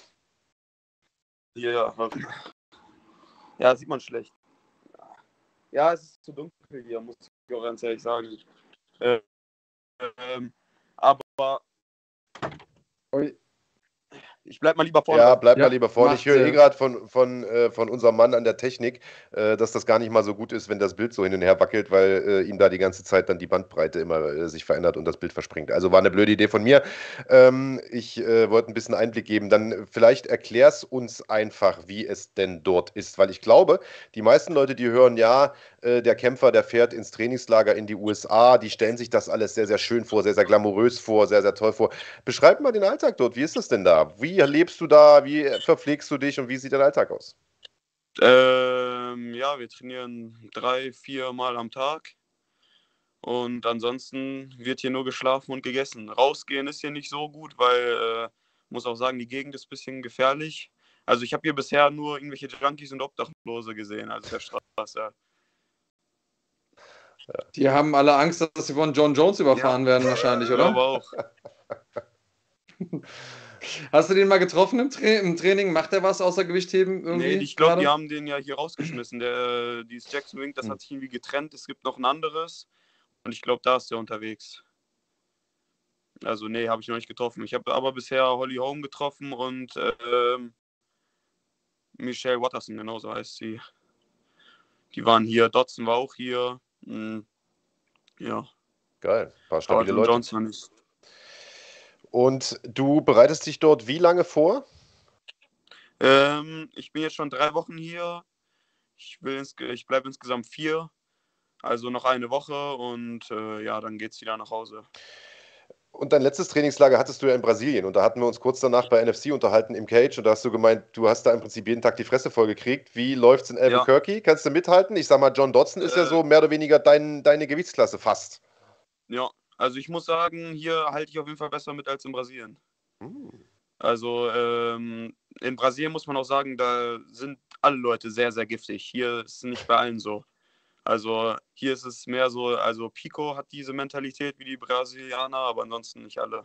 Ja, ja, sieht man schlecht. Ja, es ist zu dunkel hier, muss ich auch ganz ehrlich sagen. Äh, ähm, aber Ui. ich bleib mal lieber vorne. Ja, bleib Ja, mal lieber vorne. macht Ich höre eh Sinn. gerade von, von, äh, von unserem Mann an der Technik, äh, dass das gar nicht mal so gut ist, wenn das Bild so hin und her wackelt, weil äh, ihm da die ganze Zeit dann die Bandbreite immer äh, sich verändert und das Bild verspringt. Also war eine blöde Idee von mir. Ähm, ich äh, wollte ein bisschen Einblick geben. Dann vielleicht erklär's uns einfach, wie es denn dort ist, weil ich glaube, die meisten Leute, die hören, ja, äh, der Kämpfer, der fährt ins Trainingslager in die U S A, die stellen sich das alles sehr, sehr schön vor, sehr, sehr glamourös vor, sehr, sehr toll vor. Beschreib mal den Alltag dort. Wie ist das denn da? Wie lebst du da? Wie verpflegst du dich und wie sieht dein Alltag aus? Ähm, ja, wir trainieren drei, vier Mal am Tag. Und ansonsten wird hier nur geschlafen und gegessen. Rausgehen ist hier nicht so gut, weil, äh, muss auch sagen, die Gegend ist ein bisschen gefährlich. Also ich habe hier bisher nur irgendwelche Junkies und Obdachlose gesehen, also der Straße. Die haben alle Angst, dass sie von John Jones überfahren Ja. werden wahrscheinlich, Ich oder? glaube auch. Hast du den mal getroffen im, Tra im Training? Macht er was außer Gewichtheben irgendwie? Nee, ich glaube, gerade? die haben den ja hier rausgeschmissen. Der, dieses Jackson Wink, das Hm. hat sich irgendwie getrennt. Es gibt noch ein anderes. Und ich glaube, da ist der unterwegs. Also, nee, habe ich noch nicht getroffen. Ich habe aber bisher Holly Holm getroffen und ähm, Michelle Watterson, genau so heißt sie. Die waren hier. Dodson war auch hier. Hm, ja, Geil, ein paar aber stabile John Leute. Jones noch nicht. Und du bereitest dich dort wie lange vor? Ähm, ich bin jetzt schon drei Wochen hier. Ich, will ins, ich bleibe insgesamt vier. Also noch eine Woche und äh, ja, dann geht's wieder nach Hause. Und dein letztes Trainingslager hattest du ja in Brasilien und da hatten wir uns kurz danach bei N F C unterhalten im Cage und da hast du gemeint, du hast da im Prinzip jeden Tag die Fresse voll gekriegt. Wie läuft's in Albuquerque? Ja. Kannst du mithalten? Ich sag mal, John Dodson ist Äh, ja so mehr oder weniger dein, deine Gewichtsklasse fast. Ja, also ich muss sagen, hier halte ich auf jeden Fall besser mit als in Brasilien. Hm. Also ähm, in Brasilien muss man auch sagen, da sind alle Leute sehr, sehr giftig. Hier ist es nicht bei allen so. Also hier ist es mehr so, also Pico hat diese Mentalität wie die Brasilianer, aber ansonsten nicht alle.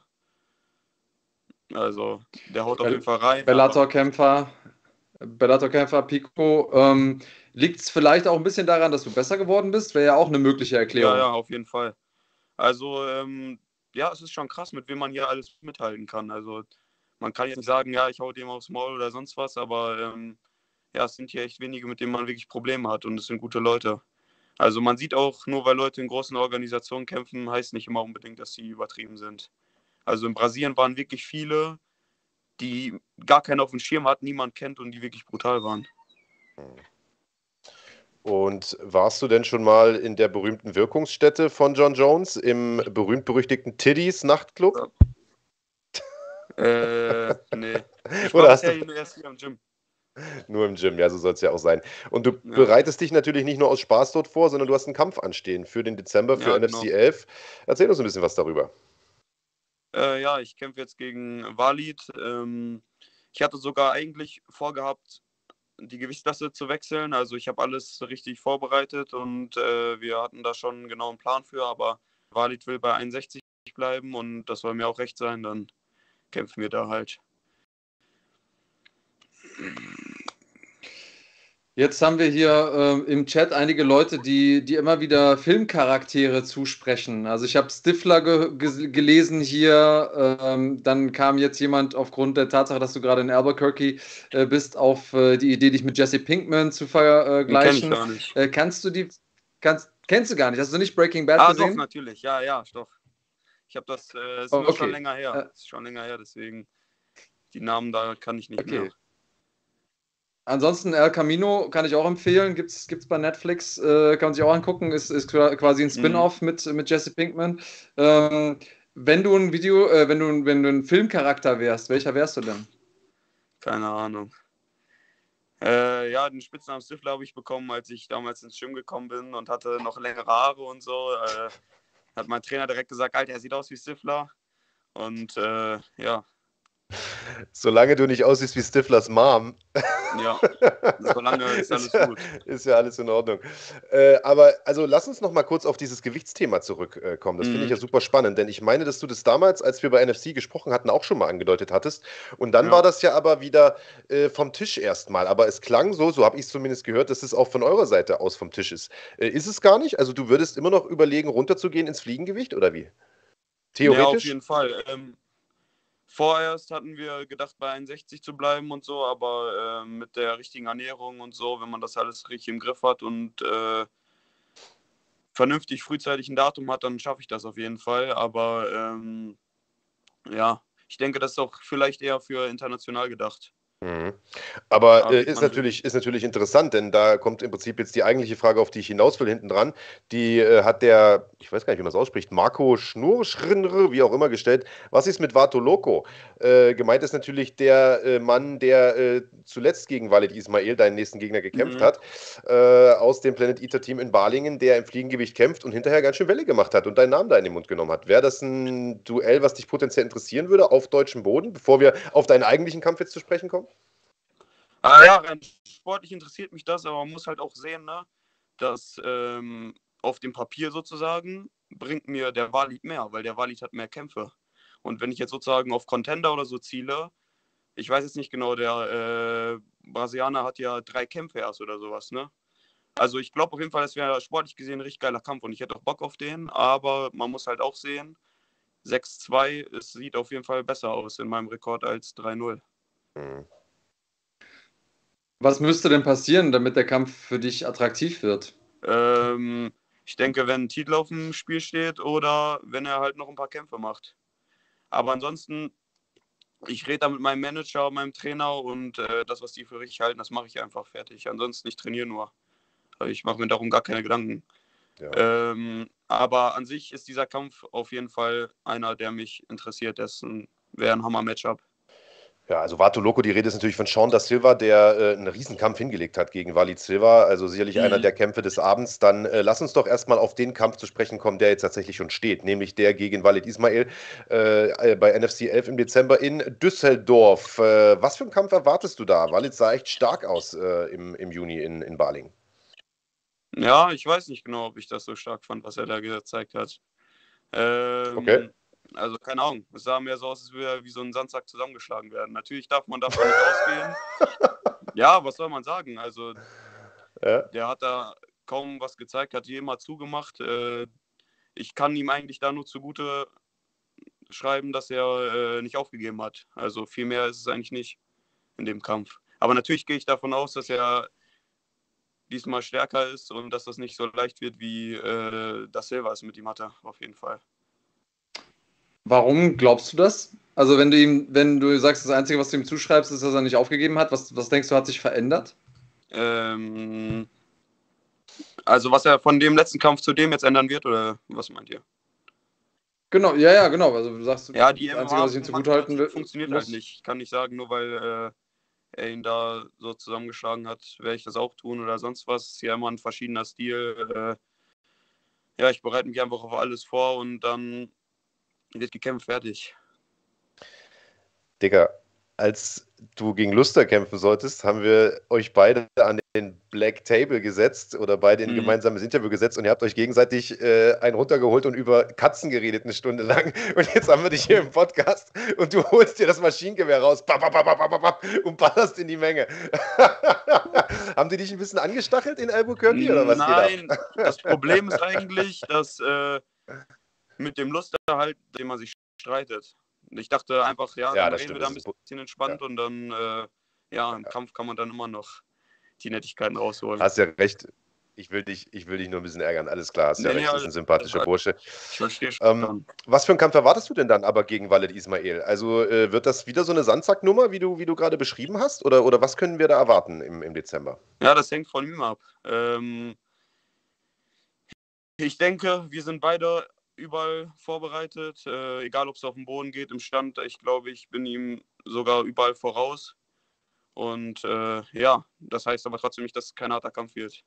Also der haut auf jeden Fall rein. Bellator-Kämpfer, Bellator-Kämpfer Pico. Ähm, Liegt es vielleicht auch ein bisschen daran, dass du besser geworden bist? Wäre ja auch eine mögliche Erklärung. Ja, ja, auf jeden Fall. Also ähm, ja, es ist schon krass, mit wem man hier alles mithalten kann. Also man kann jetzt nicht sagen, ja, ich hau dem aufs Maul oder sonst was, aber ähm, ja, es sind hier echt wenige, mit denen man wirklich Probleme hat und es sind gute Leute. Also man sieht auch, nur weil Leute in großen Organisationen kämpfen, heißt nicht immer unbedingt, dass sie übertrieben sind. Also in Brasilien waren wirklich viele, die gar keinen auf dem Schirm hatten, niemand kennt und die wirklich brutal waren. Und warst du denn schon mal in der berühmten Wirkungsstätte von Jon Jones, im berühmt-berüchtigten Tiddies Nachtclub? Äh, nee. Ich Oder war hast du bisher erst hier im Gym. nur im Gym? Ja, so soll es ja auch sein. Und du Ja. bereitest dich natürlich nicht nur aus Spaß dort vor, sondern du hast einen Kampf anstehen für den Dezember, für Ja, N F C genau. elf. Erzähl uns ein bisschen was darüber. Äh, ja, ich kämpfe jetzt gegen Walid. Ähm, ich hatte sogar eigentlich vorgehabt, die Gewichtsklasse zu wechseln. Also ich habe alles richtig vorbereitet und äh, wir hatten da schon einen genauen Plan für, aber Walid will bei einundsechzig bleiben und das soll mir auch recht sein, dann kämpfen wir da halt. Jetzt haben wir hier ähm, im Chat einige Leute, die, die immer wieder Filmcharaktere zusprechen. Also ich habe Stifler ge ge gelesen hier, ähm, dann kam jetzt jemand aufgrund der Tatsache, dass du gerade in Albuquerque äh, bist, auf äh, die Idee, dich mit Jesse Pinkman zu Den kenne ich vergleichen. gar nicht. Äh, kannst du die, kannst, kennst du gar nicht? Hast du nicht Breaking Bad Ah, gesehen? doch, natürlich. Ja, ja, doch. Ich habe das, äh, ist Oh, nur okay. schon länger her. Äh, Ist schon länger her, deswegen die Namen da kann ich nicht okay. mehr. Ansonsten El Camino kann ich auch empfehlen, gibt es bei Netflix, äh, kann man sich auch angucken, ist, ist quasi ein Spin-off Mhm. mit, mit Jesse Pinkman. Ähm, wenn du ein Video, äh, wenn du, wenn du ein Filmcharakter wärst, welcher wärst du denn? Keine Ahnung. Äh, ja, den Spitznamen Stifler habe ich bekommen, als ich damals ins Gym gekommen bin und hatte noch längere Haare und so. Äh, hat mein Trainer direkt gesagt, Alter, er sieht aus wie Stifler. Und äh, ja, Solange du nicht aussiehst wie Stiflers Mom, ja, solange ist alles ist ja, gut. ist ja alles in Ordnung. Äh, aber also lass uns noch mal kurz auf dieses Gewichtsthema zurückkommen. Das finde ich Mhm. ja super spannend, denn ich meine, dass du das damals, als wir bei N F C gesprochen hatten, auch schon mal angedeutet hattest. Und dann Ja. war das ja aber wieder äh, vom Tisch erstmal. Aber es klang so, so habe ich es zumindest gehört, dass es auch von eurer Seite aus vom Tisch ist. Äh, ist es gar nicht? Also du würdest immer noch überlegen, runterzugehen ins Fliegengewicht oder wie? Ja, auf Theoretisch? jeden Fall. Ähm, vorerst hatten wir gedacht, bei einundsechzig zu bleiben und so, aber äh, mit der richtigen Ernährung und so, wenn man das alles richtig im Griff hat und äh, vernünftig frühzeitig ein Datum hat, dann schaffe ich das auf jeden Fall. Aber ähm, ja, ich denke, das ist auch vielleicht eher für international gedacht. Mhm. Aber Da äh, wird ist man natürlich, ist natürlich interessant, denn da kommt im Prinzip jetzt die eigentliche Frage, auf die ich hinaus will, hinten dran. Die äh, hat der, ich weiß gar nicht, wie man es ausspricht, Marco Schnurschrinr, wie auch immer, gestellt. Was ist mit Vato Loco? Äh, gemeint ist natürlich der äh, Mann, der äh, zuletzt gegen Walid Ismail, deinen nächsten Gegner, gekämpft Mhm. hat, äh, aus dem Planet Eater Team in Balingen, der im Fliegengewicht kämpft und hinterher ganz schön Welle gemacht hat und deinen Namen da in den Mund genommen hat. Wäre das ein Duell, was dich potenziell interessieren würde auf deutschem Boden, bevor wir auf deinen eigentlichen Kampf jetzt zu sprechen kommen? Ah ja, rein sportlich interessiert mich das, aber man muss halt auch sehen, ne, dass ähm, auf dem Papier sozusagen bringt mir der Walid mehr, weil der Walid hat mehr Kämpfe. Und wenn ich jetzt sozusagen auf Contender oder so ziele, ich weiß jetzt nicht genau, der äh, Brasilianer hat ja drei Kämpfe erst oder sowas, ne? Also ich glaube auf jeden Fall, das wäre sportlich gesehen ein richtig geiler Kampf und ich hätte auch Bock auf den, aber man muss halt auch sehen, sechs zwei, es sieht auf jeden Fall besser aus in meinem Rekord als drei null. Mhm. Was müsste denn passieren, damit der Kampf für dich attraktiv wird? Ähm, ich denke, wenn ein Titel auf dem Spiel steht oder wenn er halt noch ein paar Kämpfe macht. Aber ansonsten, ich rede da mit meinem Manager, meinem Trainer und äh, das, was die für richtig halten, das mache ich einfach fertig. Ansonsten, ich trainiere nur. Also ich mache mir darum gar keine Gedanken. Ja. Ähm, aber an sich ist dieser Kampf auf jeden Fall einer, der mich interessiert. Das wäre ein Hammer-Matchup. Ja, also Vato Loco, die Rede ist natürlich von Sean da Silva, der äh, einen Riesenkampf hingelegt hat gegen Walid Silva, also sicherlich einer Mhm. der Kämpfe des Abends. Dann äh, lass uns doch erstmal auf den Kampf zu sprechen kommen, der jetzt tatsächlich schon steht, nämlich der gegen Walid Ismail äh, bei N F C elf im Dezember in Düsseldorf. Äh, was für einen Kampf erwartest du da? Walid sah echt stark aus äh, im, im Juni in, in Balingen. Ja, ich weiß nicht genau, ob ich das so stark fand, was er da gezeigt hat. Ähm, Okay. Also keine Ahnung, es sah mehr so aus, als würde er wie so ein Sandsack zusammengeschlagen werden. Natürlich darf man davon nicht ausgehen. Ja, was soll man sagen? Also Ja. der hat da kaum was gezeigt, hat jedem mal zugemacht. Äh, ich kann ihm eigentlich da nur zugute schreiben, dass er äh, nicht aufgegeben hat. Also viel mehr ist es eigentlich nicht in dem Kampf. Aber natürlich gehe ich davon aus, dass er diesmal stärker ist und dass das nicht so leicht wird, wie äh, das Silva es mit ihm hatte, auf jeden Fall. Warum glaubst du das? Also wenn du ihm, wenn du sagst, das Einzige, was du ihm zuschreibst, ist, dass er nicht aufgegeben hat, was, was denkst du, hat sich verändert? Ähm, Also was er von dem letzten Kampf zu dem jetzt ändern wird, oder was meint ihr? Genau, ja, ja, genau. Also du sagst, Ja, die das Einzige, was ich ihm zugutehalten will, funktioniert muss. halt nicht. Ich kann nicht sagen, nur weil äh, er ihn da so zusammengeschlagen hat, werde ich das auch tun oder sonst was. Ist ja immer ein verschiedener Stil. Äh, ja, ich bereite mich einfach auf alles vor und dann wird gekämpft, fertig. Digga, als du gegen Luster kämpfen solltest, haben wir euch beide an den Black Table gesetzt oder beide in ein Mhm. gemeinsames Interview gesetzt und ihr habt euch gegenseitig äh, einen runtergeholt und über Katzen geredet eine Stunde lang. Und jetzt haben wir dich hier im Podcast und du holst dir das Maschinengewehr raus bap, bap, bap, bap, bap, bap, und ballerst in die Menge. Haben die dich ein bisschen angestachelt in Albuquerque oder was Nein, geht ab? das Problem ist eigentlich, dass äh, mit dem Luster halt, dem man sich streitet. Und ich dachte einfach, ja, Ja, dann das reden stimmt, wir da ein das ist- bisschen entspannt und dann, äh, ja, im Kampf kann man dann immer noch die Nettigkeiten rausholen. Hast ja recht. Ich will dich, ich will dich nur ein bisschen ärgern. Alles klar, hast ja Nee, nee, recht. Ist alles- ein sympathischer alles- Bursche. Ich verstehe schon. Ähm, was für einen Kampf erwartest du denn dann aber gegen Walid Ismail? Also äh, wird das wieder so eine Sandsacknummer, wie du, wie du gerade beschrieben hast? Oder, oder was können wir da erwarten im, im Dezember? Ja, das hängt von ihm ab. Ähm, ich denke, wir sind beide überall vorbereitet, äh, egal ob es auf dem Boden geht, im Stand. Ich glaube, ich bin ihm sogar überall voraus. Und äh, ja, das heißt aber trotzdem nicht, dass es kein harter Kampf wird.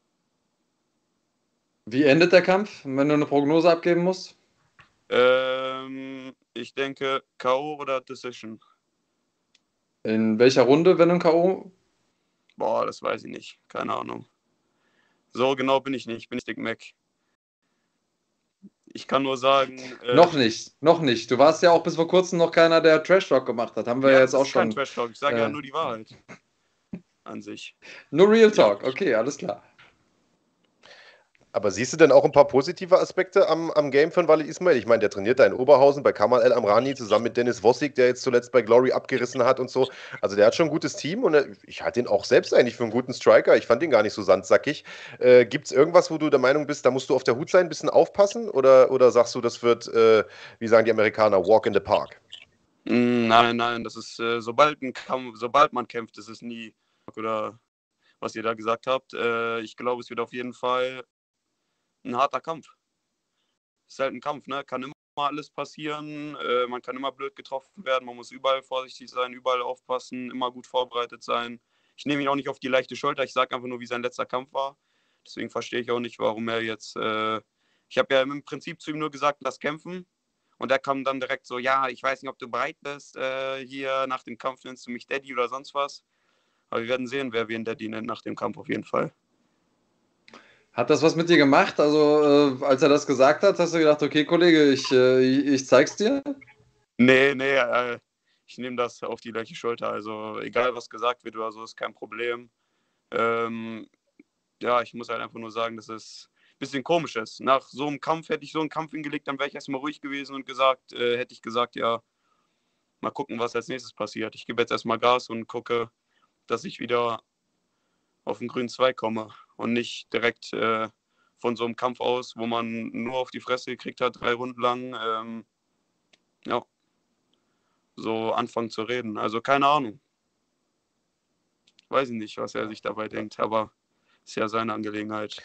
Wie endet der Kampf, wenn du eine Prognose abgeben musst? Ähm, ich denke K O oder Decision. In welcher Runde, wenn du ein K O? Boah, das weiß ich nicht. Keine Ahnung. So genau bin ich nicht. Ich bin nicht Dick Mac. Ich kann nur sagen. Äh, Noch nicht, noch nicht. Du warst ja auch bis vor kurzem noch keiner, der Trash Talk gemacht hat. Haben wir ja, jetzt das auch ist kein schon. Trash Talk. Ich sage äh, ja nur die Wahrheit. An sich. Nur Real Talk, okay, alles klar. Aber siehst du denn auch ein paar positive Aspekte am, am Game von Walid Ismail? Ich meine, der trainiert da in Oberhausen bei Kamal El Amrani zusammen mit Dennis Wossig, der jetzt zuletzt bei Glory abgerissen hat und so. Also der hat schon ein gutes Team und er, ich halte ihn auch selbst eigentlich für einen guten Striker. Ich fand ihn gar nicht so sandsackig. Äh, Gibt es irgendwas, wo du der Meinung bist, da musst du auf der Hut sein, ein bisschen aufpassen? Oder, oder sagst du, das wird, äh, wie sagen die Amerikaner, walk in the park? Mm, Nein, nein, das ist, äh, sobald, ein Kampf, sobald man kämpft, ist es nie, oder was ihr da gesagt habt. Äh, ich glaube, es wird auf jeden Fall ein harter Kampf. Es ist halt ein Kampf, ne? Kann immer alles passieren, äh, man kann immer blöd getroffen werden, man muss überall vorsichtig sein, überall aufpassen, immer gut vorbereitet sein. Ich nehme ihn auch nicht auf die leichte Schulter, ich sage einfach nur, wie sein letzter Kampf war. Deswegen verstehe ich auch nicht, warum er jetzt, äh, ich habe ja im Prinzip zu ihm nur gesagt, lass kämpfen. Und er kam dann direkt so, ja, ich weiß nicht, ob du bereit bist, äh, hier nach dem Kampf nennst du mich Daddy oder sonst was. Aber wir werden sehen, wer wen Daddy nennt nach dem Kampf auf jeden Fall. Hat das was mit dir gemacht? Also, äh, als er das gesagt hat, hast du gedacht, okay, Kollege, ich, äh, ich zeig's dir? Nee, nee, äh, ich nehme das auf die gleiche Schulter. Also egal, was gesagt wird oder so, ist kein Problem. Ähm, ja, ich muss halt einfach nur sagen, dass es ein bisschen komisch ist. Nach so einem Kampf, hätte ich so einen Kampf hingelegt, dann wäre ich erstmal ruhig gewesen und gesagt, äh, hätte ich gesagt, ja, mal gucken, was als nächstes passiert. Ich gebe jetzt erstmal Gas und gucke, dass ich wieder auf den grünen Zweig komme und nicht direkt äh, von so einem Kampf aus, wo man nur auf die Fresse gekriegt hat, drei Runden lang, ähm, ja, so anfangen zu reden. Also keine Ahnung. Weiß ich nicht, was er sich dabei denkt, aber ist ja seine Angelegenheit.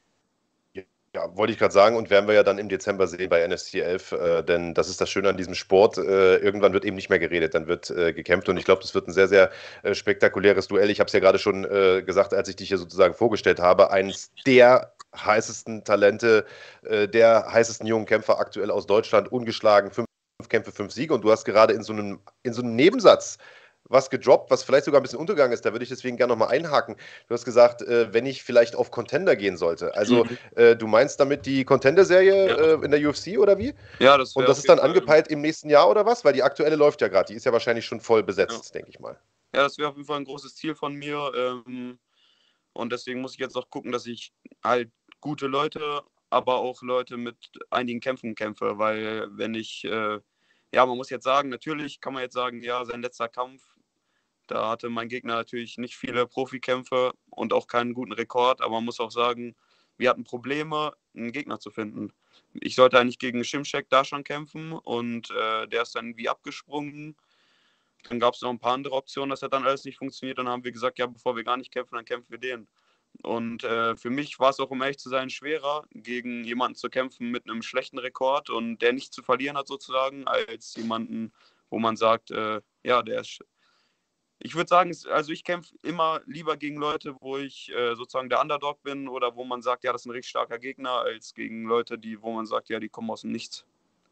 Ja, wollte ich gerade sagen, und werden wir ja dann im Dezember sehen bei N S T elf, äh, denn das ist das Schöne an diesem Sport. Äh, irgendwann wird eben nicht mehr geredet, dann wird äh, gekämpft und ich glaube, das wird ein sehr, sehr äh, spektakuläres Duell. Ich habe es ja gerade schon äh, gesagt, als ich dich hier sozusagen vorgestellt habe, eines der heißesten Talente, äh, der heißesten jungen Kämpfer aktuell aus Deutschland, ungeschlagen, fünf Kämpfe, fünf Siege und du hast gerade in so einem, in so einem Nebensatz was gedroppt, was vielleicht sogar ein bisschen untergegangen ist. Da würde ich deswegen gerne nochmal einhaken. Du hast gesagt, äh, wenn ich vielleicht auf Contender gehen sollte. Also Mhm. äh, du meinst damit die Contender-Serie Ja. äh, in der U F C oder wie? Ja, das Und wäre das auf ist dann jeden Fall- angepeilt im nächsten Jahr oder was? Weil die aktuelle läuft ja gerade. Die ist ja wahrscheinlich schon voll besetzt, denke ich mal. Ja, das wäre auf jeden Fall ein großes Ziel von mir. Ähm, und deswegen muss ich jetzt auch gucken, dass ich halt gute Leute, aber auch Leute mit einigen Kämpfen kämpfe. Weil wenn ich, äh, ja, man muss jetzt sagen, natürlich kann man jetzt sagen, ja, sein letzter Kampf, da hatte mein Gegner natürlich nicht viele Profikämpfe und auch keinen guten Rekord. Aber man muss auch sagen, wir hatten Probleme, einen Gegner zu finden. Ich sollte eigentlich gegen Shimshek da schon kämpfen und äh, der ist dann wie abgesprungen. Dann gab es noch ein paar andere Optionen, das hat dann alles nicht funktioniert. Dann haben wir gesagt, ja, bevor wir gar nicht kämpfen, dann kämpfen wir den. Und äh, für mich war es auch, um ehrlich zu sein, schwerer, gegen jemanden zu kämpfen mit einem schlechten Rekord und der nicht zu verlieren hat sozusagen, als jemanden, wo man sagt, äh, ja, der ist... Ich würde sagen, also ich kämpfe immer lieber gegen Leute, wo ich äh, sozusagen der Underdog bin oder wo man sagt, ja, das ist ein richtig starker Gegner, als gegen Leute, die, wo man sagt, ja, die kommen aus dem Nichts.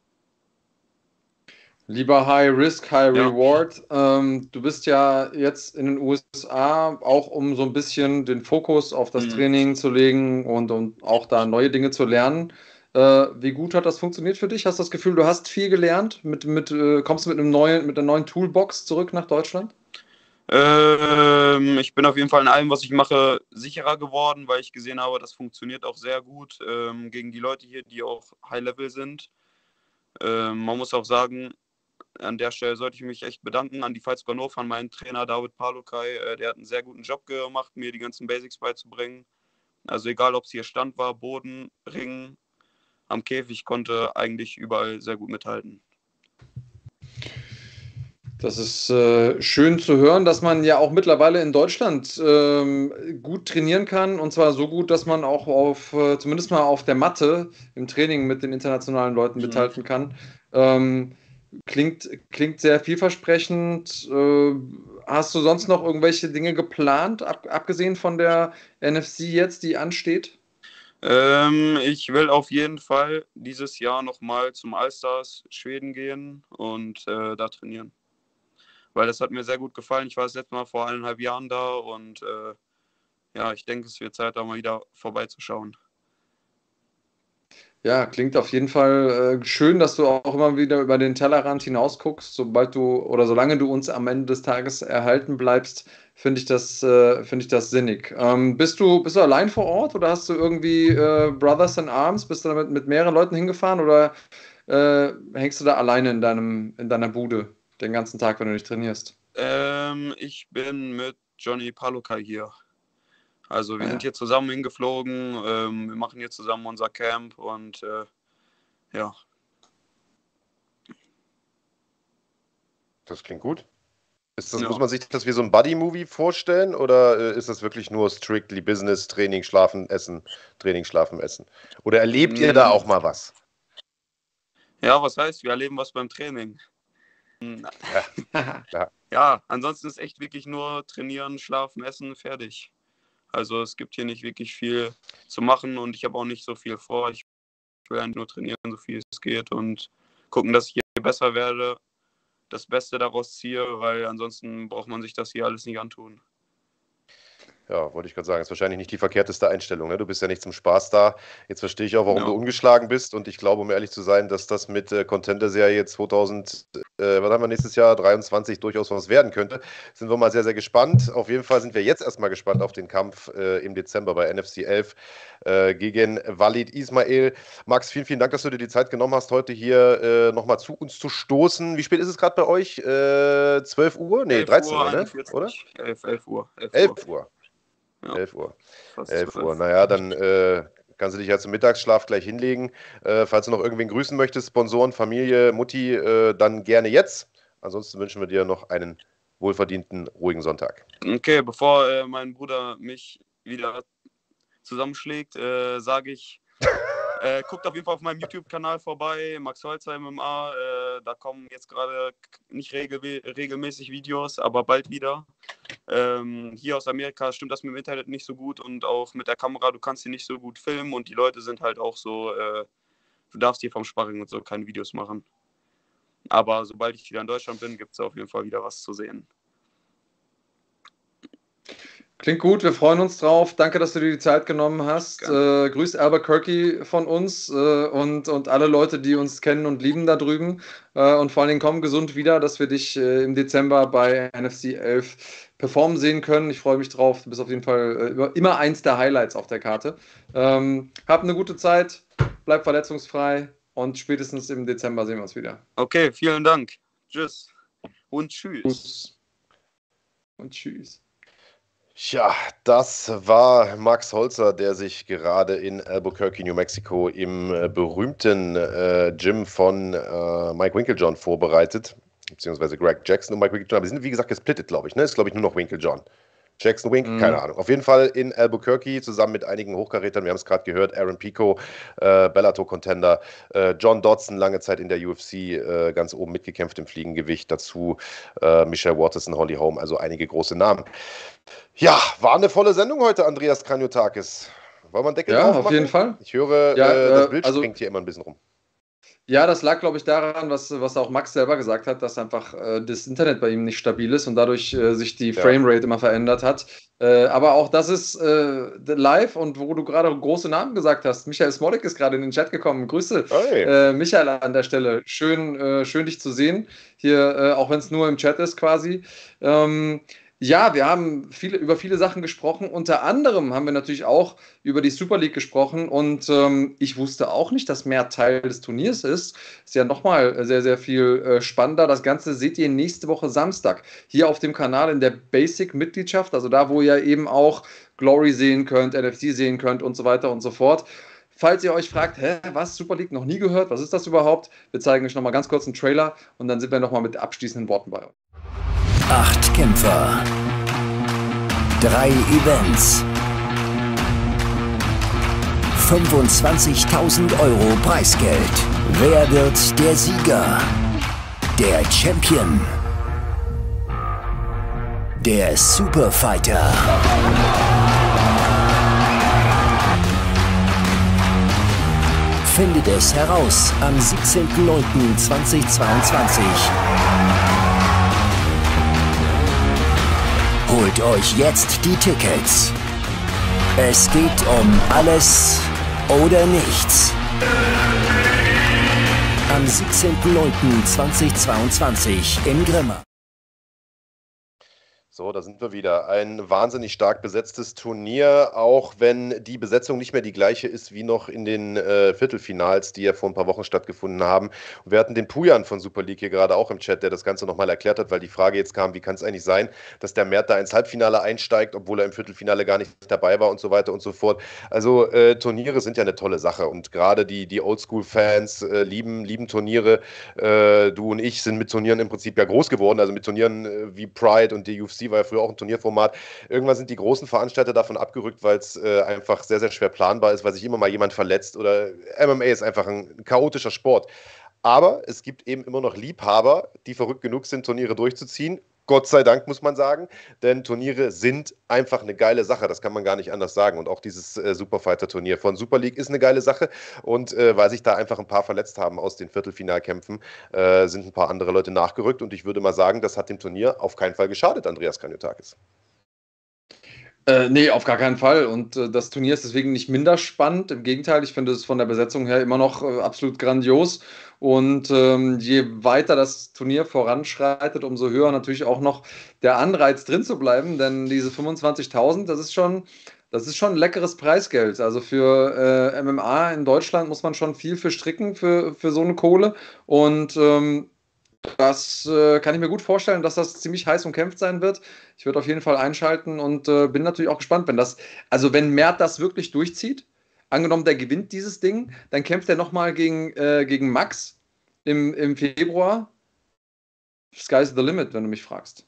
Lieber High Risk, High Ja. Reward. Ähm, du bist ja jetzt in den U S A, auch um so ein bisschen den Fokus auf das Mhm. Training zu legen und, und auch da neue Dinge zu lernen. Äh, wie gut hat das funktioniert für dich? Hast du das Gefühl, du hast viel gelernt? Mit, mit, äh, kommst du mit, einem neuen, mit einer neuen Toolbox zurück nach Deutschland? Ähm, ich bin auf jeden Fall in allem, was ich mache, sicherer geworden, weil ich gesehen habe, das funktioniert auch sehr gut ähm, gegen die Leute hier, die auch High-Level sind. Ähm, man muss auch sagen, an der Stelle sollte ich mich echt bedanken an die Fight Squad Hannover, an meinen Trainer David Palukai. Äh, der hat einen sehr guten Job gemacht, mir die ganzen Basics beizubringen. Also egal, ob es hier Stand war, Boden, Ring, am Käfig, konnte eigentlich überall sehr gut mithalten. Das ist äh, schön zu hören, dass man ja auch mittlerweile in Deutschland ähm, gut trainieren kann. Und zwar so gut, dass man auch auf, äh, zumindest mal auf der Matte im Training mit den internationalen Leuten Mhm. mithalten kann. Ähm, klingt, klingt sehr vielversprechend. Äh, hast du sonst noch irgendwelche Dinge geplant, ab, abgesehen von der N F C jetzt, die ansteht? Ähm, ich will auf jeden Fall dieses Jahr nochmal zum Allstars Schweden gehen und äh, da trainieren. Weil das hat mir sehr gut gefallen. Ich war das letzte Mal vor eineinhalb Jahren da und äh, ja, ich denke, es wird Zeit, da mal wieder vorbeizuschauen. Ja, klingt auf jeden Fall äh, schön, dass du auch immer wieder über den Tellerrand hinaus guckst. Sobald du oder solange du uns am Ende des Tages erhalten bleibst, finde ich das, äh, finde ich das sinnig. Ähm, bist du, bist du allein vor Ort oder hast du irgendwie äh, Brothers in Arms? Bist du damit mit mehreren Leuten hingefahren oder äh, hängst du da alleine in deinem, in deiner Bude den ganzen Tag, wenn du nicht trainierst? Ähm, ich bin mit Johnny Palukai hier. Also wir Ah, sind ja. hier zusammen hingeflogen, ähm, wir machen hier zusammen unser Camp und äh, ja. Das klingt gut. Ist das, Ja. muss man sich das wie so ein Buddy-Movie vorstellen oder äh, ist das wirklich nur strictly Business, Training, Schlafen, Essen, Training, Schlafen, Essen? Oder erlebt ihr da auch mal was? Ja, was heißt, wir erleben was beim Training. Ja, ja. Ja, ansonsten ist echt wirklich nur trainieren, schlafen, essen, fertig. Also es gibt hier nicht wirklich viel zu machen und ich habe auch nicht so viel vor. Ich will einfach nur trainieren, so viel es geht und gucken, dass ich hier besser werde, das Beste daraus ziehe, weil ansonsten braucht man sich das hier alles nicht antun. Ja, wollte ich gerade sagen, ist wahrscheinlich nicht die verkehrteste Einstellung. Ne? Du bist ja nicht zum Spaß da. Jetzt verstehe ich auch, warum Ja. du ungeschlagen bist. Und ich glaube, um ehrlich zu sein, dass das mit äh, Contender-Serie zweitausend, äh, was haben wir nächstes Jahr, dreiundzwanzig durchaus was werden könnte. Sind wir mal sehr, sehr gespannt. Auf jeden Fall sind wir jetzt erstmal gespannt auf den Kampf äh, im Dezember bei N F C elf äh, gegen Walid Ismail. Max, vielen, vielen Dank, dass du dir die Zeit genommen hast, heute hier äh, nochmal zu uns zu stoßen. Wie spät ist es gerade bei euch? Äh, zwölf Uhr? Nee, dreizehn Uhr, ne? Oder? elf, elf Uhr. elf Uhr. Ja. elf Uhr. Fast elf zwölf. Uhr. Naja, dann äh, kannst du dich ja zum Mittagsschlaf gleich hinlegen. Äh, falls du noch irgendwen grüßen möchtest, Sponsoren, Familie, Mutti, äh, dann gerne jetzt. Ansonsten wünschen wir dir noch einen wohlverdienten, ruhigen Sonntag. Okay, bevor äh, mein Bruder mich wieder zusammenschlägt, äh, sage ich, äh, guckt auf jeden Fall auf meinem YouTube-Kanal vorbei, Max Holzer M M A. Äh, da kommen jetzt gerade nicht regel regelmäßig Videos, aber bald wieder. Ähm, hier aus Amerika stimmt das mit dem Internet nicht so gut und auch mit der Kamera, du kannst hier nicht so gut filmen und die Leute sind halt auch so, äh, du darfst hier vom Sparring und so keine Videos machen. Aber sobald ich wieder in Deutschland bin, gibt es auf jeden Fall wieder was zu sehen. Klingt gut, wir freuen uns drauf. Danke, dass du dir die Zeit genommen hast. Äh, grüßt Albuquerque von uns äh, und, und alle Leute, die uns kennen und lieben da drüben. Äh, und vor allen Dingen komm gesund wieder, dass wir dich äh, im Dezember bei N F C elf performen sehen können. Ich freue mich drauf. Du bist auf jeden Fall äh, immer eins der Highlights auf der Karte. Ähm, hab eine gute Zeit, bleib verletzungsfrei und spätestens im Dezember sehen wir uns wieder. Okay, vielen Dank. Tschüss und tschüss. Und tschüss. Ja, das war Max Holzer, der sich gerade in Albuquerque, New Mexico im äh, berühmten äh, Gym von äh, Mike Winkeljohn vorbereitet, beziehungsweise Greg Jackson und Mike Winkeljohn. Aber die sind, wie gesagt, gesplittet, glaube ich. Ne? Ist, glaube ich, nur noch Winkeljohn. Jackson Wink, Mhm. keine Ahnung. Auf jeden Fall in Albuquerque zusammen mit einigen Hochkarätern. Wir haben es gerade gehört, Aaron Pico, äh, Bellator-Contender, äh, John Dodson, lange Zeit in der U F C, äh, ganz oben mitgekämpft im Fliegengewicht. Dazu äh, Michelle Watterson, Holly Holm, also einige große Namen. Ja, war eine volle Sendung heute, Andreas Kranjotakis. Wollen wir einen Deckel Ja, drauf auf machen? jeden Fall. Ich höre, Ja, äh, das äh, Bild also- springt hier immer ein bisschen rum. Ja, das lag, glaube ich, daran, was, was auch Max selber gesagt hat, dass einfach äh, das Internet bei ihm nicht stabil ist und dadurch äh, sich die Ja. Framerate immer verändert hat. Äh, aber auch das ist äh, live und wo du gerade große Namen gesagt hast. Michael Smolik ist gerade in den Chat gekommen. Grüße, Hey. äh, Michael, an der Stelle. Schön, äh, schön dich zu sehen. Hier, äh, auch wenn es nur im Chat ist quasi. Ähm, ja, wir haben viele, über viele Sachen gesprochen. Unter anderem haben wir natürlich auch über die Super League gesprochen. Und ähm, ich wusste auch nicht, dass mehr Teil des Turniers ist. Ist ja nochmal sehr, sehr viel äh, spannender. Das Ganze seht ihr nächste Woche Samstag hier auf dem Kanal in der Basic-Mitgliedschaft. Also da, wo ihr eben auch Glory sehen könnt, N F C sehen könnt und so weiter und so fort. Falls ihr euch fragt, hä, was, Super League, noch nie gehört, was ist das überhaupt? Wir zeigen euch nochmal ganz kurz einen Trailer und dann sind wir nochmal mit abschließenden Worten bei euch. Acht Kämpfer. Drei Events. fünfundzwanzigtausend Euro Preisgeld. Wer wird der Sieger? Der Champion. Der Superfighter. Findet es heraus am siebzehnten neunten zweitausendzweiundzwanzig. Holt euch jetzt die Tickets. Es geht um alles oder nichts. Am siebzehnten neunten zweitausendzweiundzwanzig in Grimma. So, da sind wir wieder. Ein wahnsinnig stark besetztes Turnier, auch wenn die Besetzung nicht mehr die gleiche ist wie noch in den äh, Viertelfinals, die ja vor ein paar Wochen stattgefunden haben. Und wir hatten den Pujan von Super League hier gerade auch im Chat, der das Ganze nochmal erklärt hat, weil die Frage jetzt kam, wie kann es eigentlich sein, dass der Mert da ins Halbfinale einsteigt, obwohl er im Viertelfinale gar nicht dabei war und so weiter und so fort. Also äh, Turniere sind ja eine tolle Sache und gerade die, die Oldschool-Fans äh, lieben, lieben Turniere. Äh, du und ich sind mit Turnieren im Prinzip ja groß geworden, also mit Turnieren äh, wie Pride und die U F C war ja früher auch ein Turnierformat. Irgendwann sind die großen Veranstalter davon abgerückt, weil es äh, einfach sehr, sehr schwer planbar ist, weil sich immer mal jemand verletzt oder M M A ist einfach ein, ein chaotischer Sport. Aber es gibt eben immer noch Liebhaber, die verrückt genug sind, Turniere durchzuziehen. Gott sei Dank, muss man sagen, denn Turniere sind einfach eine geile Sache, das kann man gar nicht anders sagen. Und auch dieses äh, Superfighter-Turnier von Super League ist eine geile Sache. Und äh, weil sich da einfach ein paar verletzt haben aus den Viertelfinalkämpfen, äh, sind ein paar andere Leute nachgerückt. Und ich würde mal sagen, das hat dem Turnier auf keinen Fall geschadet, Andreas Kranjotakis. Äh, nee, auf gar keinen Fall. Und äh, das Turnier ist deswegen nicht minder spannend. Im Gegenteil, ich finde es von der Besetzung her immer noch äh, absolut grandios. Und ähm, je weiter das Turnier voranschreitet, umso höher natürlich auch noch der Anreiz drin zu bleiben. Denn diese fünfundzwanzigtausend, das ist schon, das ist schon ein leckeres Preisgeld. Also für äh, M M A in Deutschland muss man schon viel für stricken, für, für so eine Kohle. Und ähm, das äh, kann ich mir gut vorstellen, dass das ziemlich heiß umkämpft sein wird. Ich würde auf jeden Fall einschalten und äh, bin natürlich auch gespannt, wenn das, also wenn Mert das wirklich durchzieht, angenommen, der gewinnt dieses Ding, dann kämpft er nochmal gegen, äh, gegen Max im, im Februar. Sky's the limit, wenn du mich fragst.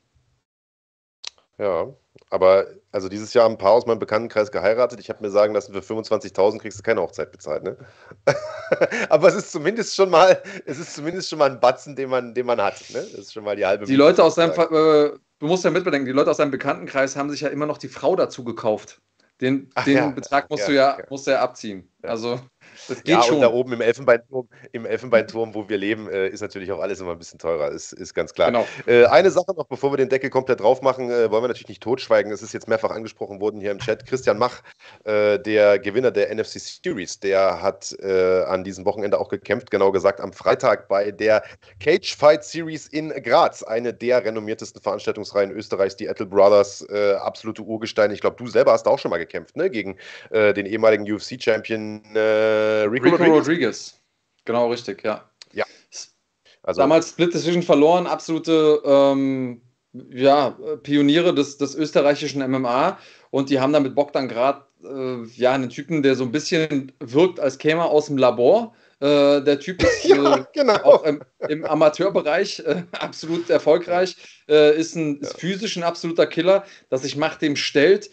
Ja, aber also dieses Jahr haben ein paar aus meinem Bekanntenkreis geheiratet. Ich habe mir sagen lassen, für fünfundzwanzigtausend kriegst du keine Hochzeit bezahlt, ne? Aber es ist zumindest schon mal, es ist zumindest schon mal ein Batzen, den man, den man hat, ne? Das ist schon mal die halbe Die Leute aus deinem, äh, du musst ja mitbedenken, die Leute aus deinem Bekanntenkreis haben sich ja immer noch die Frau dazu gekauft. Den, Ach den ja, Betrag musst ja, du ja, ja. musst du ja abziehen. Ja. Also, das geht Ja, schon. und da oben im Elfenbeinturm, im Elfenbeinturm, wo wir leben, äh, ist natürlich auch alles immer ein bisschen teurer, ist, ist ganz klar. Genau. Äh, eine Sache noch, bevor wir den Deckel komplett drauf machen, äh, wollen wir natürlich nicht totschweigen. Es ist jetzt mehrfach angesprochen worden hier im Chat. Christian Mach, äh, der Gewinner der N F C Series, der hat äh, an diesem Wochenende auch gekämpft, genau gesagt am Freitag bei der Cage Fight Series in Graz, eine der renommiertesten Veranstaltungsreihen Österreichs, die Ettel Brothers, äh, absolute Urgesteine. Ich glaube, du selber hast da auch schon mal gekämpft, ne? Gegen äh, den ehemaligen U F C-Champion äh, Rico, Rico Rodriguez. Rodriguez. Genau, richtig, ja. Ja. Also, Damals Split Decision verloren, absolute ähm, ja, Pioniere des, des österreichischen M M A. Und die haben dann mit Bogdan Grad äh, ja, einen Typen, der so ein bisschen wirkt, als käme er aus dem Labor, Äh, der Typ ist Ja, äh, genau. auch im, im Amateurbereich äh, absolut erfolgreich, äh, ist, ein, ist physisch ein absoluter Killer, dass sich Macht dem stellt.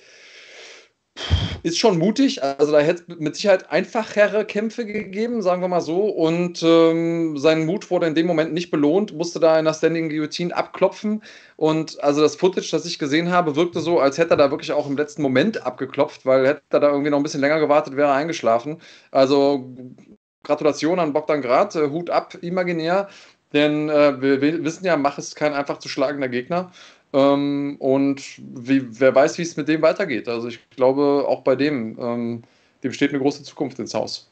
Ist schon mutig, also da hätte es mit Sicherheit einfachere Kämpfe gegeben, sagen wir mal so. Und ähm, sein Mut wurde in dem Moment nicht belohnt, musste da in der Standing Guillotine abklopfen. Und also das Footage, das ich gesehen habe, wirkte so, als hätte er da wirklich auch im letzten Moment abgeklopft, weil hätte er da irgendwie noch ein bisschen länger gewartet, wäre er eingeschlafen. Also Gratulation an Bogdan Grad, äh, Hut ab, imaginär. Denn äh, wir, wir wissen ja, Mach ist kein einfach zu schlagender Gegner. Ähm, und wie, wer weiß, wie es mit dem weitergeht. Also ich glaube, auch bei dem, ähm, dem steht eine große Zukunft ins Haus.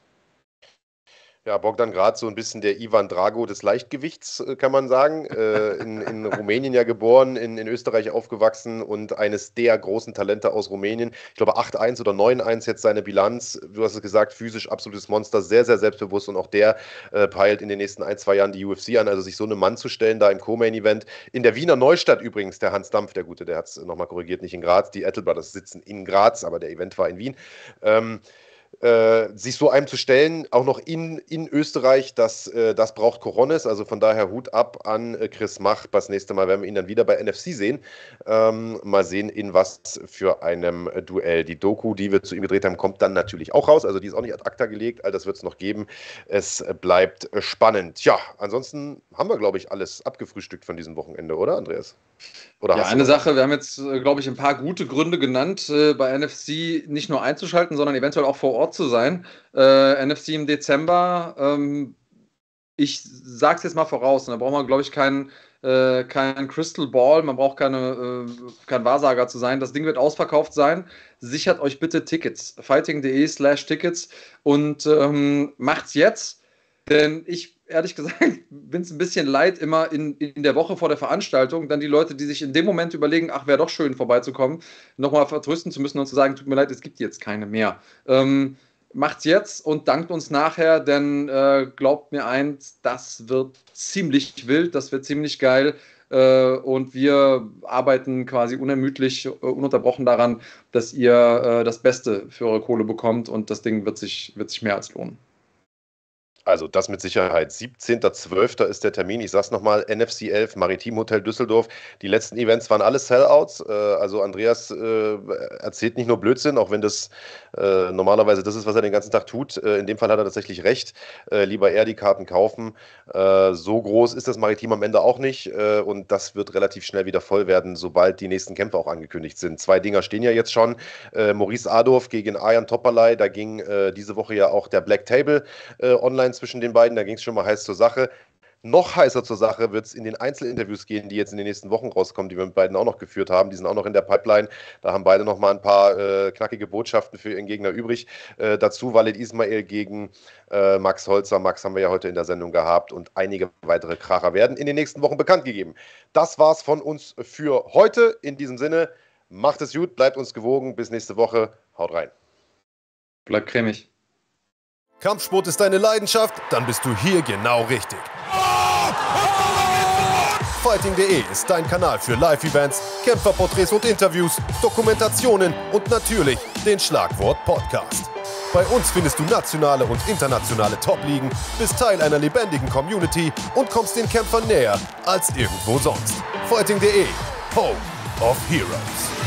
Ja, Bogdan Grad, so ein bisschen der Ivan Drago des Leichtgewichts, äh, kann man sagen. Äh, in, in Rumänien ja geboren, in, in Österreich aufgewachsen und eines der großen Talente aus Rumänien. Ich glaube acht eins oder neun eins jetzt seine Bilanz. Du hast es gesagt, physisch absolutes Monster, sehr, sehr selbstbewusst und auch der äh, peilt in den nächsten ein, zwei Jahren die U F C an. Also sich so einem Mann zu stellen, da im Co-Main-Event. In der Wiener Neustadt übrigens, der Hans Dampf, der Gute, der hat es nochmal korrigiert, nicht in Graz. Die Ettel Brothers sitzen in Graz, aber der Event war in Wien. Ähm, Äh, sich so einem zu stellen, auch noch in, in Österreich, das, äh, das braucht Coronis, also von daher Hut ab an äh, Chris Mach. Das nächste Mal werden wir ihn dann wieder bei N F C sehen. Ähm, mal sehen, in was für einem äh, Duell. Die Doku, die wir zu ihm gedreht haben, kommt dann natürlich auch raus, also die ist auch nicht ad acta gelegt, all das wird es noch geben. Es äh, bleibt äh, spannend. Ja, ansonsten haben wir, glaube ich, alles abgefrühstückt von diesem Wochenende, oder Andreas? Oder Ja, hast du eine noch Sache, wir haben jetzt, äh, glaube ich, ein paar gute Gründe genannt, äh, bei N F C nicht nur einzuschalten, sondern eventuell auch vor Ort zu sein. Äh, N F C im Dezember, ähm, ich sage es jetzt mal voraus, und da braucht man, glaube ich, keinen äh, kein Crystal Ball, man braucht keine, äh, kein Wahrsager zu sein. Das Ding wird ausverkauft sein. Sichert euch bitte Tickets. fighting.de slash Tickets und ähm, macht's jetzt, denn ich ehrlich gesagt, bin es ein bisschen leid, immer in, in der Woche vor der Veranstaltung dann die Leute, die sich in dem Moment überlegen, ach, wäre doch schön vorbeizukommen, nochmal vertrösten zu müssen und zu sagen, tut mir leid, es gibt jetzt keine mehr. Ähm, macht's jetzt und dankt uns nachher, denn äh, glaubt mir eins, das wird ziemlich wild, das wird ziemlich geil äh, und wir arbeiten quasi unermüdlich, äh, ununterbrochen daran, dass ihr äh, das Beste für eure Kohle bekommt und das Ding wird sich, wird sich mehr als lohnen. Also das mit Sicherheit. siebzehnter zwölfter ist der Termin. Ich sag's nochmal, N F C elf, Maritim Hotel Düsseldorf. Die letzten Events waren alle Sellouts. Also Andreas erzählt nicht nur Blödsinn, auch wenn das normalerweise das ist, was er den ganzen Tag tut. In dem Fall hat er tatsächlich recht. Lieber eher die Karten kaufen. So groß ist das Maritim am Ende auch nicht. Und das wird relativ schnell wieder voll werden, sobald die nächsten Kämpfe auch angekündigt sind. Zwei Dinger stehen ja jetzt schon. Maurice Adorf gegen Arjan Topalay. Da ging diese Woche ja auch der Black Table online zwischen den beiden, da ging es schon mal heiß zur Sache. Noch heißer zur Sache wird es in den Einzelinterviews gehen, die jetzt in den nächsten Wochen rauskommen, die wir mit beiden auch noch geführt haben. Die sind auch noch in der Pipeline. Da haben beide noch mal ein paar äh, knackige Botschaften für ihren Gegner übrig. Äh, dazu Walid Ismail gegen äh, Max Holzer. Max haben wir ja heute in der Sendung gehabt und einige weitere Kracher werden in den nächsten Wochen bekannt gegeben. Das war's von uns für heute. In diesem Sinne, macht es gut, bleibt uns gewogen. Bis nächste Woche. Haut rein. Bleibt cremig. Kampfsport ist deine Leidenschaft? Dann bist du hier genau richtig. fighting.de ist dein Kanal für Live-Events, Kämpferporträts und Interviews, Dokumentationen und natürlich den Schlagwort Podcast. Bei uns findest du nationale und internationale Top-Ligen, bist Teil einer lebendigen Community und kommst den Kämpfern näher als irgendwo sonst. fighting.de, Home of Heroes.